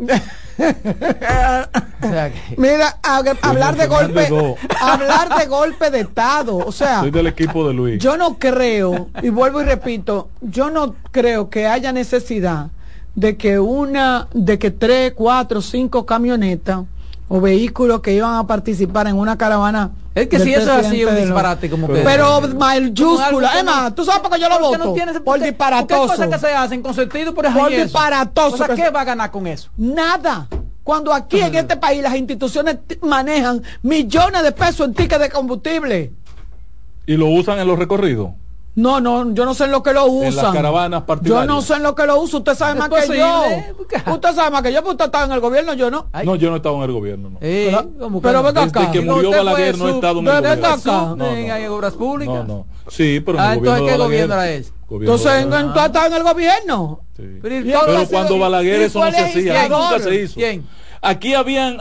Mira, hablar de golpe de estado, o sea, soy del equipo de Luis. Yo no creo, y vuelvo y repito, yo no creo que haya necesidad de que 3, 4, 5 camionetas o vehículos que iban a participar en una caravana. Es que si eso es así un disparate como que. Pero mayúscula, es más, tú sabes por qué yo lo voto. Por disparatoso. ¿Qué cosas que se hacen con sentido por ejemplo? Por disparatoso. O sea, ¿qué va a ganar con eso? Nada. Cuando aquí en este país las instituciones manejan millones de pesos en tickets de combustible. ¿Y lo usan en los recorridos? No, yo no sé en lo que lo usan. En las caravanas partidarias. Yo no sé en lo que lo uso. Usted sabe más que yo. Usted sabe más que yo, porque usted estaba en el gobierno, yo no. No, yo no estaba en el gobierno, no. Pero venga acá. Desde que murió Balaguer no he estado en el gobierno. No. En obras públicas. No. Sí, pero en el gobierno de ¿qué gobierno era ese? Entonces, ¿tú estás en el gobierno? Sí. Pero cuando Balaguer eso no se hacía. Nunca se hizo. Aquí habían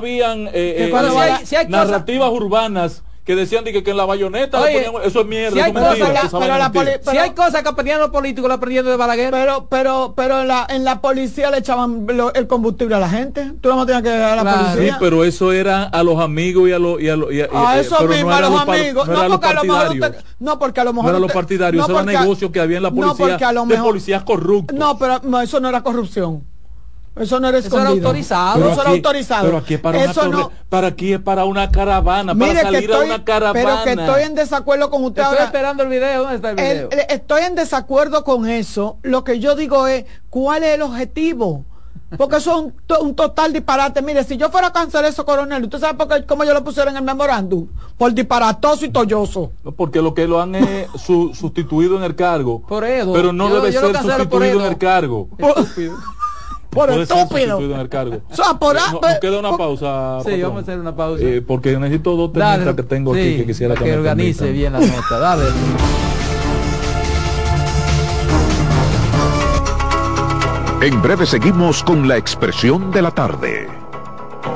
narrativas urbanas que decían que en la bayoneta eso es mierda. Si hay cosas que aprendían los políticos, lo aprendieron de Balaguer. Pero en la policía le echaban el combustible a la gente. Tú no tenías que dar a la policía. Sí, pero eso era a los amigos y a eso mismo, a los amigos. No, porque a lo mejor no eran los partidarios, eso era negocio que había en la policía de policías corruptos. No, pero eso no era corrupción. Eso no era escondido. Eso era autorizado. Eso era autorizado. Pero aquí es para una caravana, para salir a una caravana. Pero que estoy en desacuerdo con usted. Estoy esperando el video. ¿Dónde está el video? Estoy en desacuerdo con eso. Lo que yo digo es, ¿cuál es el objetivo? Porque eso es un total disparate. Mire, si yo fuera a cancelar eso, coronel, ¿usted sabe cómo yo lo pusiera en el memorándum? Por disparatoso y tolloso. Porque lo que lo han sustituido en el cargo. Por eso. Pero no debe ser sustituido en el cargo. Por estúpido. Nos queda una pausa. Sí, vamos a hacer una pausa. Porque necesito dos temitas que tengo aquí que quisiera que organice bien la nota. Dale. En breve seguimos con la expresión de la tarde.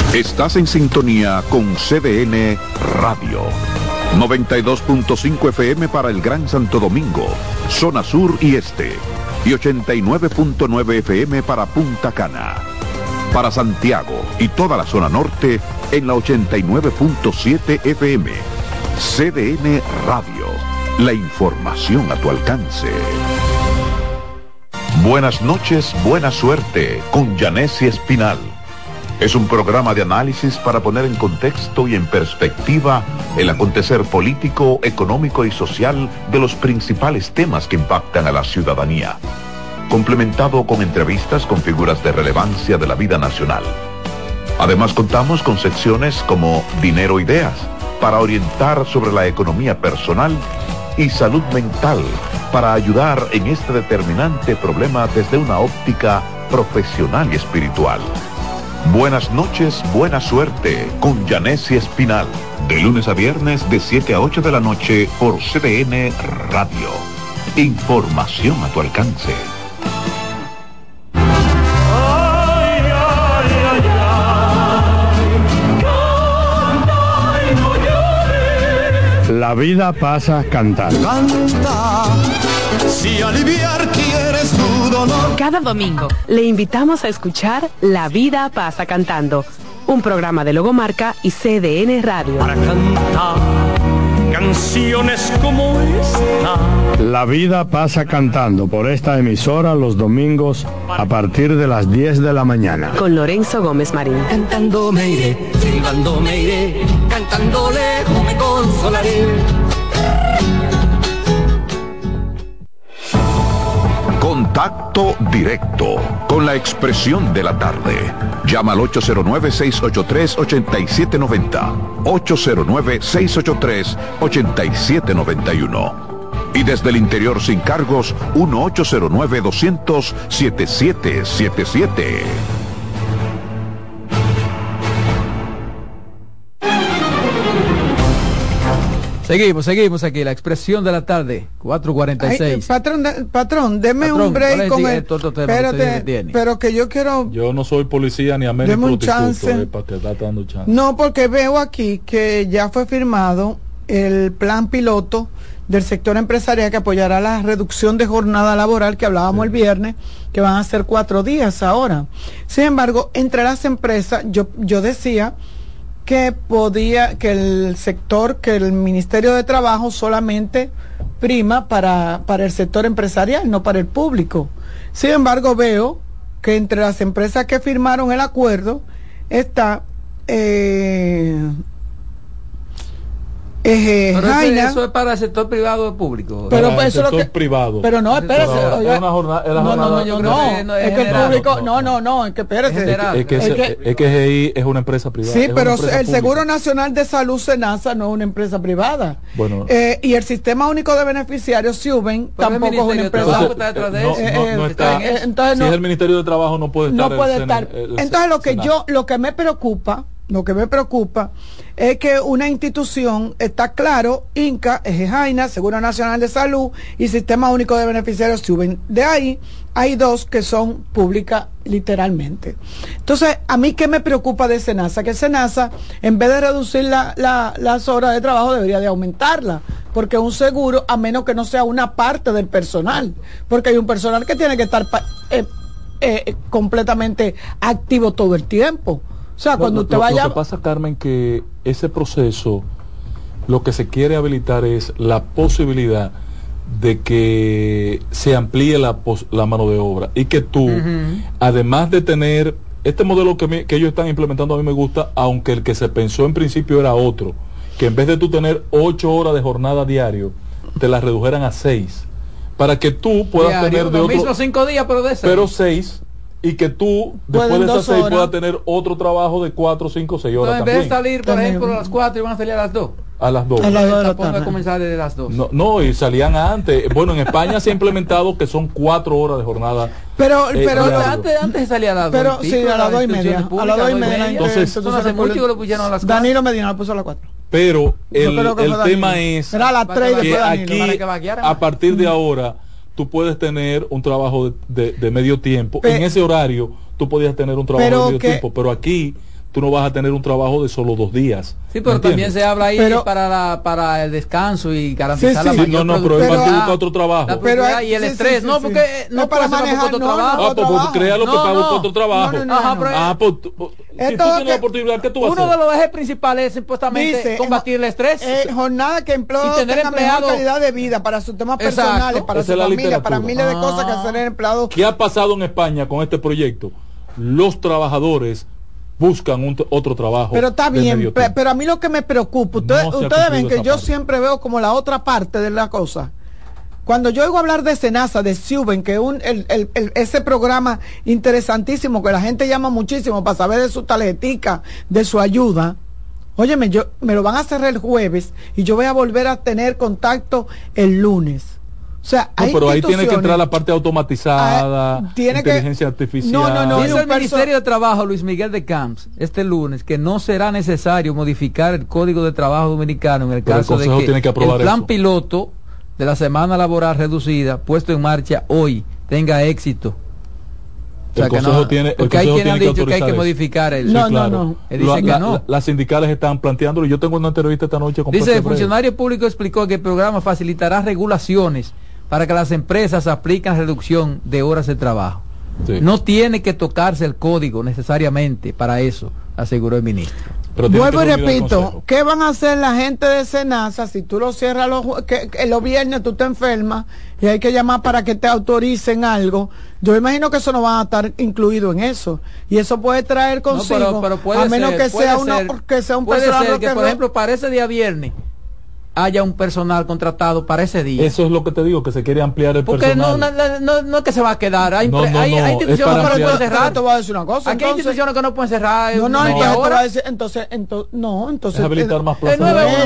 Estás en sintonía con CDN Radio. 92.5 FM para el Gran Santo Domingo, zona sur y este. Y 89.9 FM para Punta Cana. Para Santiago y toda la zona norte en la 89.7 FM. CDN Radio. La información a tu alcance. Buenas noches, buena suerte con Yanesi Espinal. Es un programa de análisis para poner en contexto y en perspectiva el acontecer político, económico y social de los principales temas que impactan a la ciudadanía, complementado con entrevistas con figuras de relevancia de la vida nacional. Además contamos con secciones como Dinero Ideas, para orientar sobre la economía personal, y Salud Mental, para ayudar en este determinante problema desde una óptica profesional y espiritual. Buenas noches, buena suerte con Yanesi Espinal. De lunes a viernes de 7 a 8 de la noche por CDN Radio. Información a tu alcance. La vida pasa cantando. Canta, si aliviar quieres tu dolor. Cada domingo le invitamos a escuchar La Vida Pasa Cantando, un programa de Logomarca y CDN Radio. Para cantar canciones como esta. La vida pasa cantando por esta emisora los domingos a partir de las 10 de la mañana. Con Lorenzo Gómez Marín. Cantando me iré, silbando me iré, cantando lejos me consolaré. Contacto directo con la expresión de la tarde. Llama al 809-683-8790. 809-683-8791. Y desde el interior sin cargos, 1-809-200-7777. Seguimos aquí, la expresión de la tarde, 4:46. Patrón, deme un break con el... Espérate, pero que yo quiero... Yo no soy policía ni Américo un chance. Para que está dando chance. No, porque veo aquí que ya fue firmado el plan piloto del sector empresarial que apoyará la reducción de jornada laboral que hablábamos el viernes, que van a ser 4 días ahora. Sin embargo, entre las empresas, yo decía que el sector, que el Ministerio de Trabajo solamente prima para el sector empresarial, no para el público. Sin embargo, veo que entre las empresas que firmaron el acuerdo está pero Jaina, eso es para el sector privado o público. Pero para eso el sector lo que, privado. Pero no, espérese. Es una jornada. Es que el público, no, es que espérese. Es que GI es una empresa privada. Sí, pero el Seguro Nacional de Salud, SENASA, no es una empresa privada. Bueno. Y el Sistema Único de Beneficiarios, SIUBEN, tampoco es una empresa. No está. Entonces, si es el Ministerio de Trabajo, no puede estar. No puede estar. Entonces, lo que me preocupa es que una institución, está claro, INCA, Jaina, Seguro Nacional de Salud y Sistema Único de Beneficiarios suben. De ahí hay 2 que son públicas literalmente. Entonces, a mí ¿qué me preocupa de SENASA? Que SENASA, en vez de reducir las horas de trabajo, debería de aumentarla, porque un seguro, a menos que no sea una parte del personal, porque hay un personal que tiene que estar completamente activo todo el tiempo. O sea, cuando usted vaya... Lo que pasa, Carmen, que ese proceso, lo que se quiere habilitar es la posibilidad de que se amplíe la mano de obra y que tú, además de tener este modelo que ellos están implementando, a mí me gusta, aunque el que se pensó en principio era otro, que en vez de tú tener 8 horas de jornada diario, te las redujeran a 6, para que tú puedas tener de otro... mismo 5 días, pero de 6. Pero 6... y que tú, después de esas 6, puedas tener otro trabajo de 4, 5, 6 horas. Entonces, en vez de salir, por ejemplo, a las 4, y van a salir a las 2. A las 2. A las 2 de la tarde. A comenzar desde las 2. No, y salían antes. Bueno, en España se ha implementado que son 4 horas de jornada. Pero antes salía a las 2. Pero sí, a las 2 y media. A las 2 y media. Entonces, hace mucho que lo pusieron a las 4. Danilo Medina lo puso a las 4. Pero el tema es que aquí, a partir de ahora, tú puedes tener un trabajo de medio tiempo. En ese horario tú podías tener un trabajo de medio tiempo, pero aquí tú no vas a tener un trabajo de solo 2 días. Sí, pero también se habla ahí para el descanso y garantizar la mayor pero él va a buscar otro trabajo. Y el estrés, porque no para manejar otro trabajo. Pues crea lo que para buscar otro trabajo. Pues si tú tienes la oportunidad, ¿qué tú vas a hacer? Uno de los ejes principales es supuestamente combatir el estrés. Jornada que empleados tengan mejor calidad de vida para sus temas personales, para su familia, para miles de cosas que hacer el empleado. ¿Qué ha pasado en España con este proyecto? Los trabajadores buscan otro trabajo. Pero está bien, pero a mí lo que me preocupa, ustedes ven que yo siempre veo como la otra parte de la cosa. Cuando yo oigo hablar de Senasa, de Suben, que ese programa interesantísimo que la gente llama muchísimo para saber de su tarjetica, de su ayuda, óyeme, me lo van a cerrar el jueves y yo voy a volver a tener contacto el lunes. O sea, pero ahí tiene que entrar la parte automatizada, inteligencia artificial. Dice el Ministerio de Trabajo, Luis Miguel de Camps, este lunes, que no será necesario modificar el Código de Trabajo Dominicano en el caso de que el plan piloto de la semana laboral reducida, puesto en marcha hoy, tenga éxito. El Consejo tiene porque hay quienes han dicho que hay que modificar el... No. Él dice que no. Las sindicales están planteándolo. Yo tengo una entrevista esta noche con... Dice, el funcionario público explicó que el programa facilitará regulaciones para que las empresas apliquen reducción de horas de trabajo. Sí. No tiene que tocarse el código necesariamente para eso, aseguró el ministro. Vuelvo y repito, ¿qué van a hacer la gente de Senasa si tú lo cierras los viernes, tú te enfermas y hay que llamar para que te autoricen algo? Yo imagino que eso no va a estar incluido en eso, y eso puede traer consigo, pero puede a menos ser, que sea un personal que por ejemplo para ese día viernes haya un personal contratado para ese día. Eso es lo que te digo, que se quiere ampliar el personal. Porque no es que se va a quedar. Hay instituciones que no pueden cerrar. Te voy a decir una cosa. Aquí hay instituciones que no pueden cerrar. Entonces es habilitar más plazas.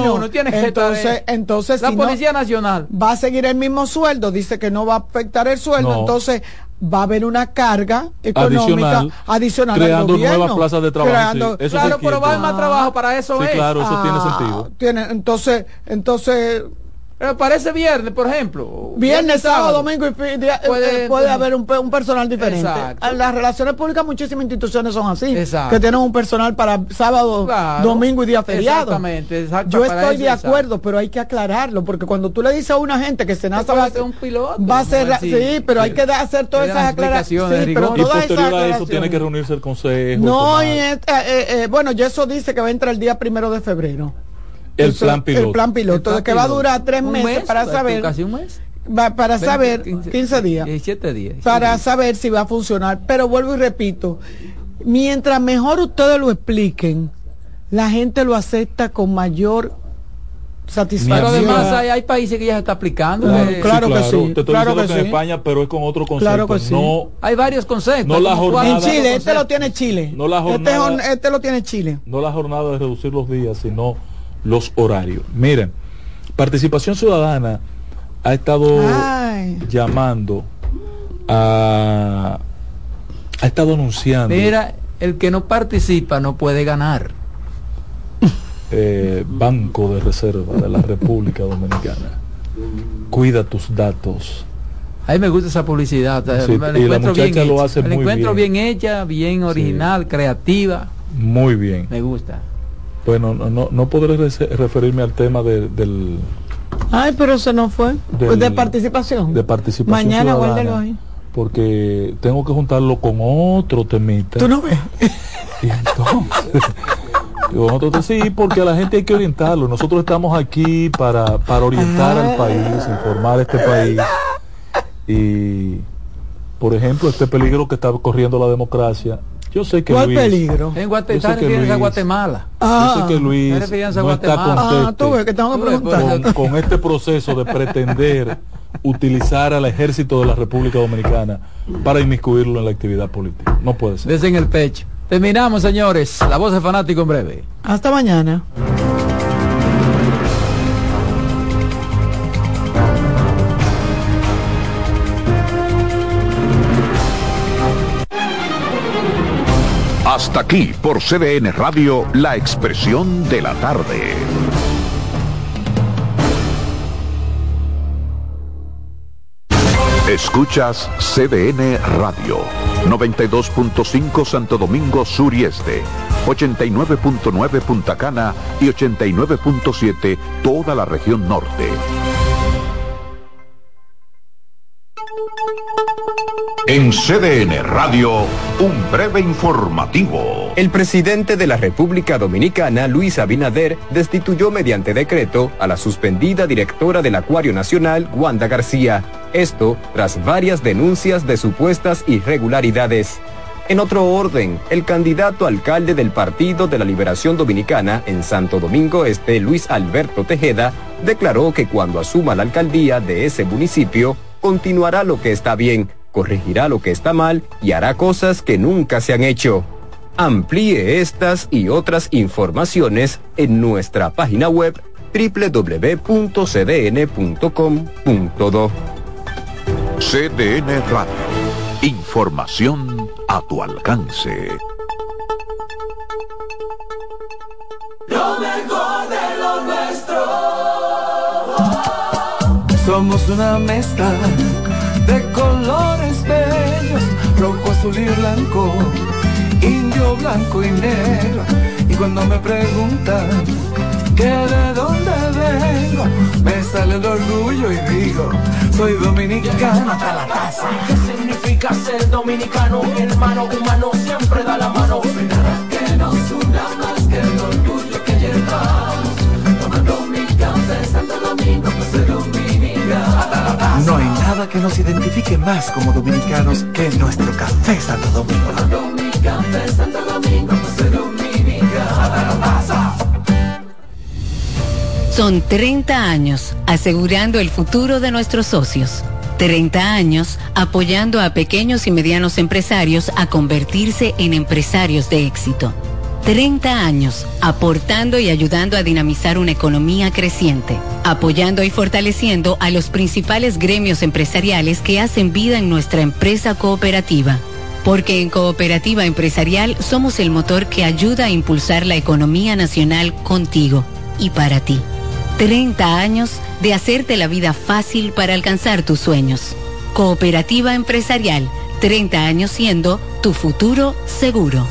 Entonces la Policía Nacional va a seguir el mismo sueldo. Dice que no va a afectar el sueldo. Entonces va a haber una carga económica adicional creando al gobierno, nuevas plazas de trabajo. Claro, pero va a haber más trabajo para eso. Sí, claro, eso tiene sentido. Entonces pero para ese viernes, por ejemplo, viernes, sábado, domingo y puede haber un personal diferente. Exacto. Las relaciones públicas, muchísimas instituciones son así. Exacto. Que tienen un personal para sábado, domingo y día feriado. Exactamente. Yo estoy de acuerdo, pero hay que aclararlo, porque cuando tú le dices a una gente que Senasa va a ser un piloto, va a ser sí, pero hay que hacer todas esas aclaraciones. Y posterior a eso tiene que reunirse el consejo. No, bueno, ya eso dice que va a entrar el día 1 de febrero. El plan piloto, de que va a durar 3 meses para saber. Casi un mes. Para saber, 15 días. 17 días. Para saber si va a funcionar. Pero vuelvo y repito, mientras mejor ustedes lo expliquen, la gente lo acepta con mayor satisfacción. Pero además hay países que ya se está aplicando. Claro que sí. Te estoy diciendo que en España, pero es con otro concepto. Claro que sí. Hay varios conceptos. No la jornada, en Chile, lo tiene Chile. No la jornada, este lo tiene Chile. No la jornada de reducir los días, sino los horarios. Miren, Participación Ciudadana ha estado llamando ha estado anunciando. Mira, el que no participa no puede ganar. Banco de Reserva de la República Dominicana. Cuida tus datos. A mí me gusta esa publicidad. Sí, y la muchacha lo hace muy bien. La encuentro bien hecha, bien original, creativa. Muy bien. Me gusta. Bueno, no podré referirme al tema del... Ay, pero se nos fue. De participación. De participación mañana ciudadana, guárdelo ahí. Porque tengo que juntarlo con otro temita. ¿Tú no ves? Y entonces, sí, porque a la gente hay que orientarlo. Nosotros estamos aquí para orientar al país, informar a este país. Y, por ejemplo, este peligro que está corriendo la democracia. Yo sé que ¿cuál Luis, peligro? En Guatemala. Yo sé que Luis no está contento con este proceso de pretender utilizar al ejército de la República Dominicana para inmiscuirlo en la actividad política. No puede ser. Desde en el pecho. Terminamos, señores. La voz de fanático en breve. Hasta mañana. Hasta aquí por CDN Radio, la expresión de la tarde. Escuchas CDN Radio, 92.5 Santo Domingo Sur y Este, 89.9 Punta Cana y 89.7 toda la región norte. En CDN Radio, un breve informativo. El presidente de la República Dominicana, Luis Abinader, destituyó mediante decreto a la suspendida directora del Acuario Nacional, Wanda García. Esto tras varias denuncias de supuestas irregularidades. En otro orden, el candidato alcalde del Partido de la Liberación Dominicana en Santo Domingo Este, Luis Alberto Tejeda, declaró que cuando asuma la alcaldía de ese municipio, continuará lo que está bien, corregirá lo que está mal y hará cosas que nunca se han hecho. Amplíe estas y otras informaciones en nuestra página web www.cdn.com.do. CDN Radio. Información a tu alcance. Lo mejor de lo nuestro. Somos una mezcla de colores bellos, rojo, azul y blanco, indio, blanco y negro. Y cuando me preguntan que de dónde vengo, me sale el orgullo y digo, soy dominicano hasta la casa. ¿Qué significa ser dominicano? Mi hermano humano siempre da la mano. Nada que nos una más que el orgullo que llevamos. Tomando mi café Santo Domingo, pues soy dominicano hasta la casa. No hay nada que nos identifique más como dominicanos que nuestro café Santo Domingo. Tomando mi café Santo Domingo, pues soy dominicano hasta la casa. Son 30 años asegurando el futuro de nuestros socios. 30 años apoyando a pequeños y medianos empresarios a convertirse en empresarios de éxito. 30 años aportando y ayudando a dinamizar una economía creciente, apoyando y fortaleciendo a los principales gremios empresariales que hacen vida en nuestra empresa cooperativa. Porque en Cooperativa Empresarial somos el motor que ayuda a impulsar la economía nacional contigo y para ti. 30 años de hacerte la vida fácil para alcanzar tus sueños. Cooperativa Empresarial, 30 años siendo tu futuro seguro.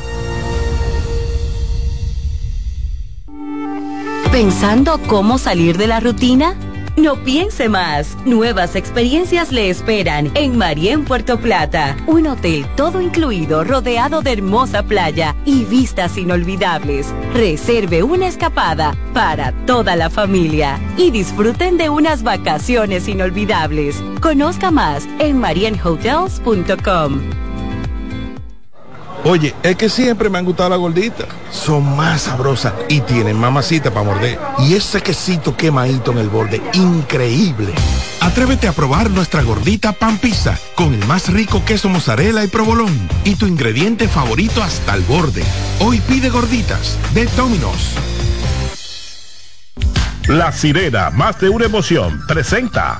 ¿Pensando cómo salir de la rutina? No piense más. Nuevas experiencias le esperan en Marién Puerto Plata. Un hotel todo incluido, rodeado de hermosa playa y vistas inolvidables. Reserve una escapada para toda la familia y disfruten de unas vacaciones inolvidables. Conozca más en marienhotels.com. Oye, es que siempre me han gustado las gorditas. Son más sabrosas y tienen mamacita para morder. Y ese quesito quemadito en el borde, increíble. Atrévete a probar nuestra gordita pan pizza con el más rico queso mozzarella y provolón y tu ingrediente favorito hasta el borde. Hoy pide gorditas de Domino's. La Sirena, más de una emoción, presenta.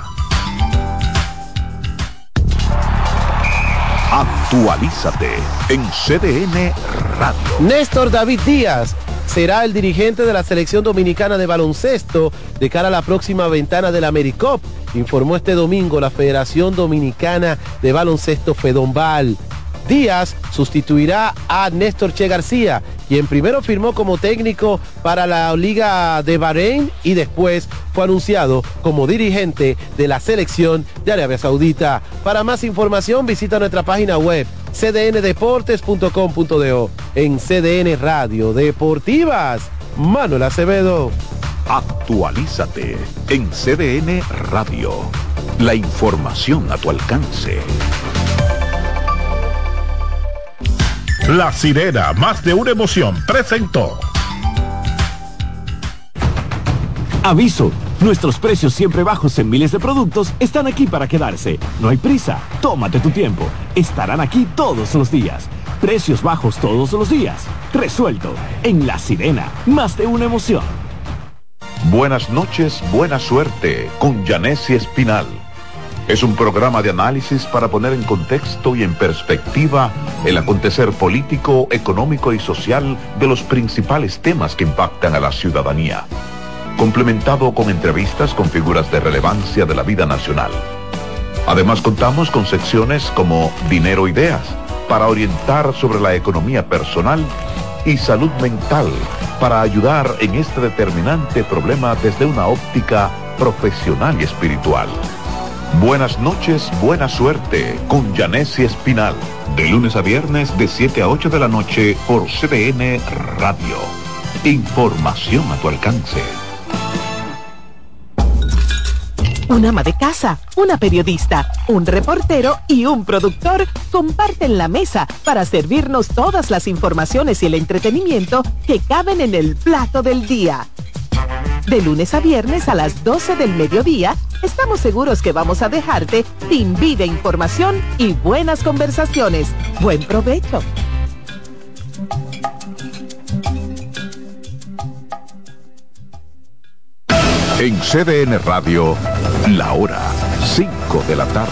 Actualízate en CDN Radio. Néstor David Díaz será el dirigente de la selección dominicana de baloncesto de cara a la próxima ventana del AmeriCup, informó este domingo la Federación Dominicana de Baloncesto FEDOMBAL. Díaz sustituirá a Néstor Che García, quien primero firmó como técnico para la Liga de Bahrein y después fue anunciado como dirigente de la selección de Arabia Saudita. Para más información visita nuestra página web cdndeportes.com.do. En CDN Radio Deportivas, Manuel Acevedo. Actualízate en CDN Radio. La información a tu alcance. La Sirena, más de una emoción, presentó. Aviso, nuestros precios siempre bajos en miles de productos están aquí para quedarse. No hay prisa, tómate tu tiempo. Estarán aquí todos los días. Precios bajos todos los días. Resuelto. En La Sirena, más de una emoción. Buenas noches, buena suerte con Yanessi Espinal. Es un programa de análisis para poner en contexto y en perspectiva el acontecer político, económico y social de los principales temas que impactan a la ciudadanía, complementado con entrevistas con figuras de relevancia de la vida nacional. Además contamos con secciones como Dinero Ideas, para orientar sobre la economía personal, y Salud Mental, para ayudar en este determinante problema desde una óptica profesional y espiritual. Buenas noches, buena suerte con Yanessi Espinal, de lunes a viernes de 7 a 8 de la noche por CDN Radio. Información a tu alcance. Una ama de casa, una periodista, un reportero y un productor comparten la mesa para servirnos todas las informaciones y el entretenimiento que caben en el plato del día. De lunes a viernes a las 12 del mediodía, estamos seguros que vamos a dejarte sin vida, información y buenas conversaciones. ¡Buen provecho! En CDN Radio, la hora 5 de la tarde.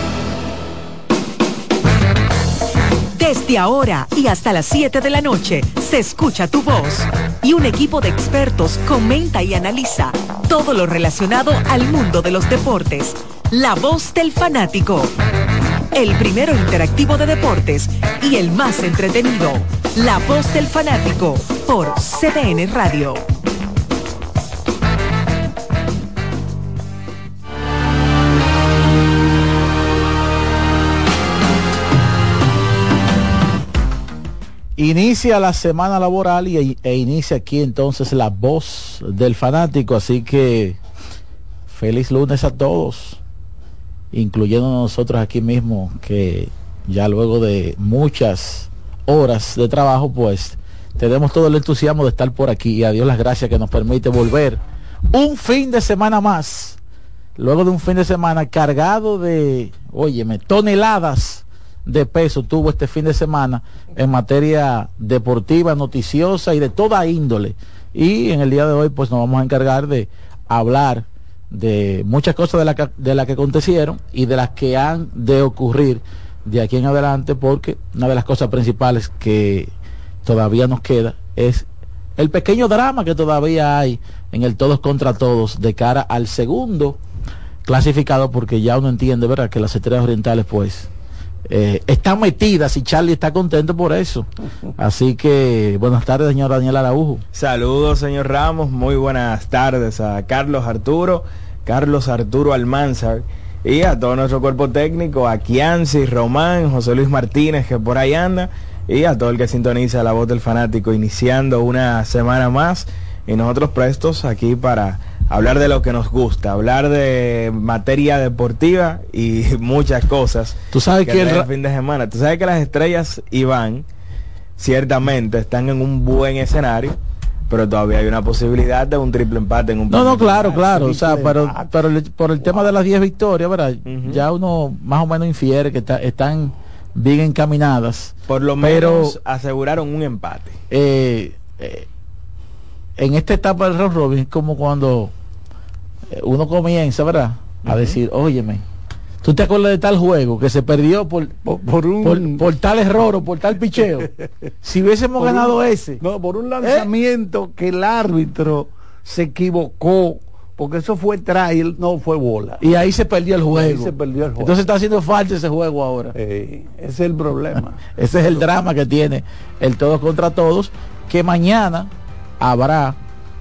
Desde ahora y hasta las 7 de la noche se escucha tu voz y un equipo de expertos comenta y analiza todo lo relacionado al mundo de los deportes. La voz del fanático, el primero interactivo de deportes y el más entretenido. La voz del fanático por CDN Radio. Inicia la semana laboral e inicia aquí entonces la voz del fanático, así que feliz lunes a todos, incluyendo nosotros aquí mismo, que ya luego de muchas horas de trabajo pues tenemos todo el entusiasmo de estar por aquí, y a Dios las gracias que nos permite volver un fin de semana más, luego de un fin de semana cargado de, óyeme, toneladas de peso tuvo este fin de semana en materia deportiva, noticiosa y de toda índole. Y en el día de hoy pues nos vamos a encargar de hablar de muchas cosas de las que acontecieron y de las que han de ocurrir de aquí en adelante, porque una de las cosas principales que todavía nos queda es el pequeño drama que todavía hay en el todos contra todos de cara al segundo clasificado, porque ya uno entiende, ¿verdad?, que las Estrellas Orientales pues están metidas y Charlie está contento por eso. Así que buenas tardes, señor Daniel Araujo. Saludos, señor Ramos, muy buenas tardes a Carlos Arturo Almanzar y a todo nuestro cuerpo técnico, a Kianci, Román, José Luis Martínez, que por ahí anda, y a todo el que sintoniza la voz del fanático, iniciando una semana más y nosotros prestos aquí para hablar de lo que nos gusta, hablar de materia deportiva y muchas cosas. Tú sabes que el fin de semana, tú sabes que las Estrellas, Iván, ciertamente están en un buen escenario, pero todavía hay una posibilidad de un triple empate en un claro, o sea, pero por el tema de las 10 victorias, ¿verdad? Ya uno más o menos infiere que están bien encaminadas. Por lo menos aseguraron un empate. En esta etapa del round robin es como cuando uno comienza, ¿verdad?, a decir, óyeme, ¿tú te acuerdas de tal juego que se perdió por tal error o por tal picheo? Si hubiésemos ganado ese. No, por un lanzamiento que el árbitro se equivocó, porque eso fue trail, no fue bola. Y ahí se perdió el juego. Entonces está haciendo falta ese juego ahora. Ese es el problema. Ese es el drama que tiene el todos contra todos, que mañana habrá,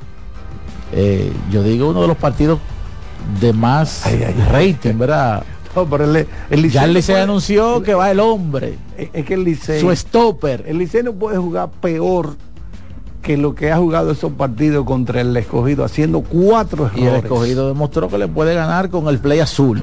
yo digo, uno de los partidos de más rating, ¿verdad? No, pero el Licey ya el Licey anunció que va el hombre. Es que el Licey, su stopper. El Licey no puede jugar peor que lo que ha jugado esos partidos contra el Escogido, haciendo 4 errores. Y el Escogido demostró que le puede ganar con el play azul.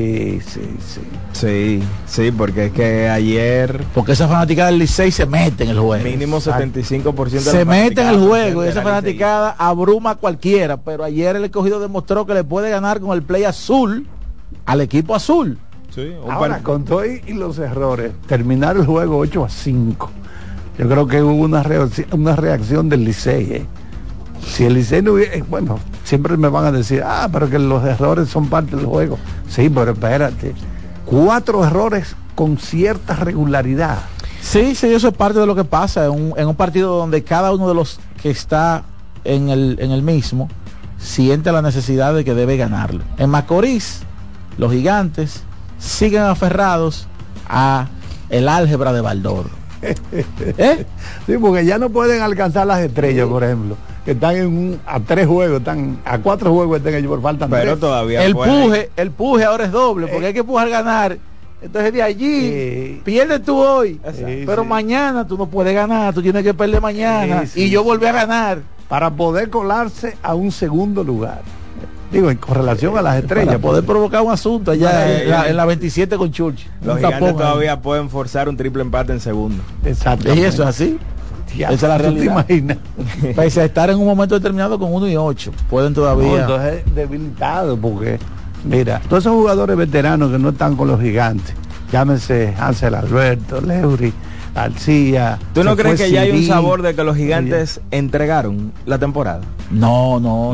Sí, porque es que ayer... Porque esa fanaticada del Licey se mete en el juego. Mínimo 75% de se mete en el juego y esa fanaticada abruma a cualquiera, pero ayer el Escogido demostró que le puede ganar con el play azul al equipo azul. Sí, ahora, con todo y los errores, terminar el juego 8-5. Yo creo que hubo una reacción del Licey. Si el Licey no hubiera, bueno, siempre me van a decir, pero que los errores son parte del juego. Sí, pero espérate, 4 errores con cierta regularidad. Sí, eso es parte de lo que pasa en un partido donde cada uno de los que está en el mismo siente la necesidad de que debe ganarlo. En Macorís, los Gigantes siguen aferrados a el álgebra de Baldor. Sí, porque ya no pueden alcanzar las estrellas, por ejemplo, que están a 3 juegos, están a 4 juegos, están ellos, faltan 3. Pero todavía el puje ahora es doble, porque hay que pujar ganar. Entonces de allí pierdes tú hoy, pero mañana tú no puedes ganar, tú tienes que perder mañana y yo volví a ganar para poder colarse a un segundo lugar. Digo, en correlación a las estrellas, para poder provocar un asunto allá en la 27 con Churchill. Los gigantes todavía pueden forzar un triple empate en segundo. Exacto. Y eso es así. Esa es la realidad. ¿Te imaginas? Pese a estar en un momento determinado con 1-8, pueden todavía. No, entonces debilitado, porque mira, todos esos jugadores veteranos que no están con los gigantes, llámense Hansel Alberto, Leury, García. ¿Tú no crees que ya hay un sabor de que los gigantes entregaron la temporada? No.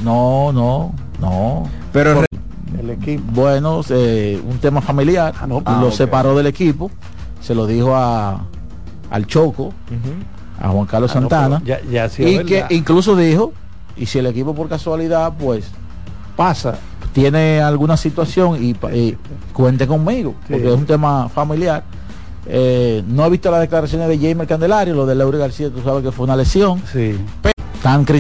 Pero el equipo, bueno, un tema familiar, lo separó del equipo, se lo dijo al Choco, a Juan Carlos Santana, ya sí, y que incluso dijo, y si el equipo por casualidad pues pasa, tiene alguna situación y cuente conmigo, porque es un tema familiar. No he visto las declaraciones de Jamer Candelario, lo de Leury García, tú sabes que fue una lesión, sí. Tan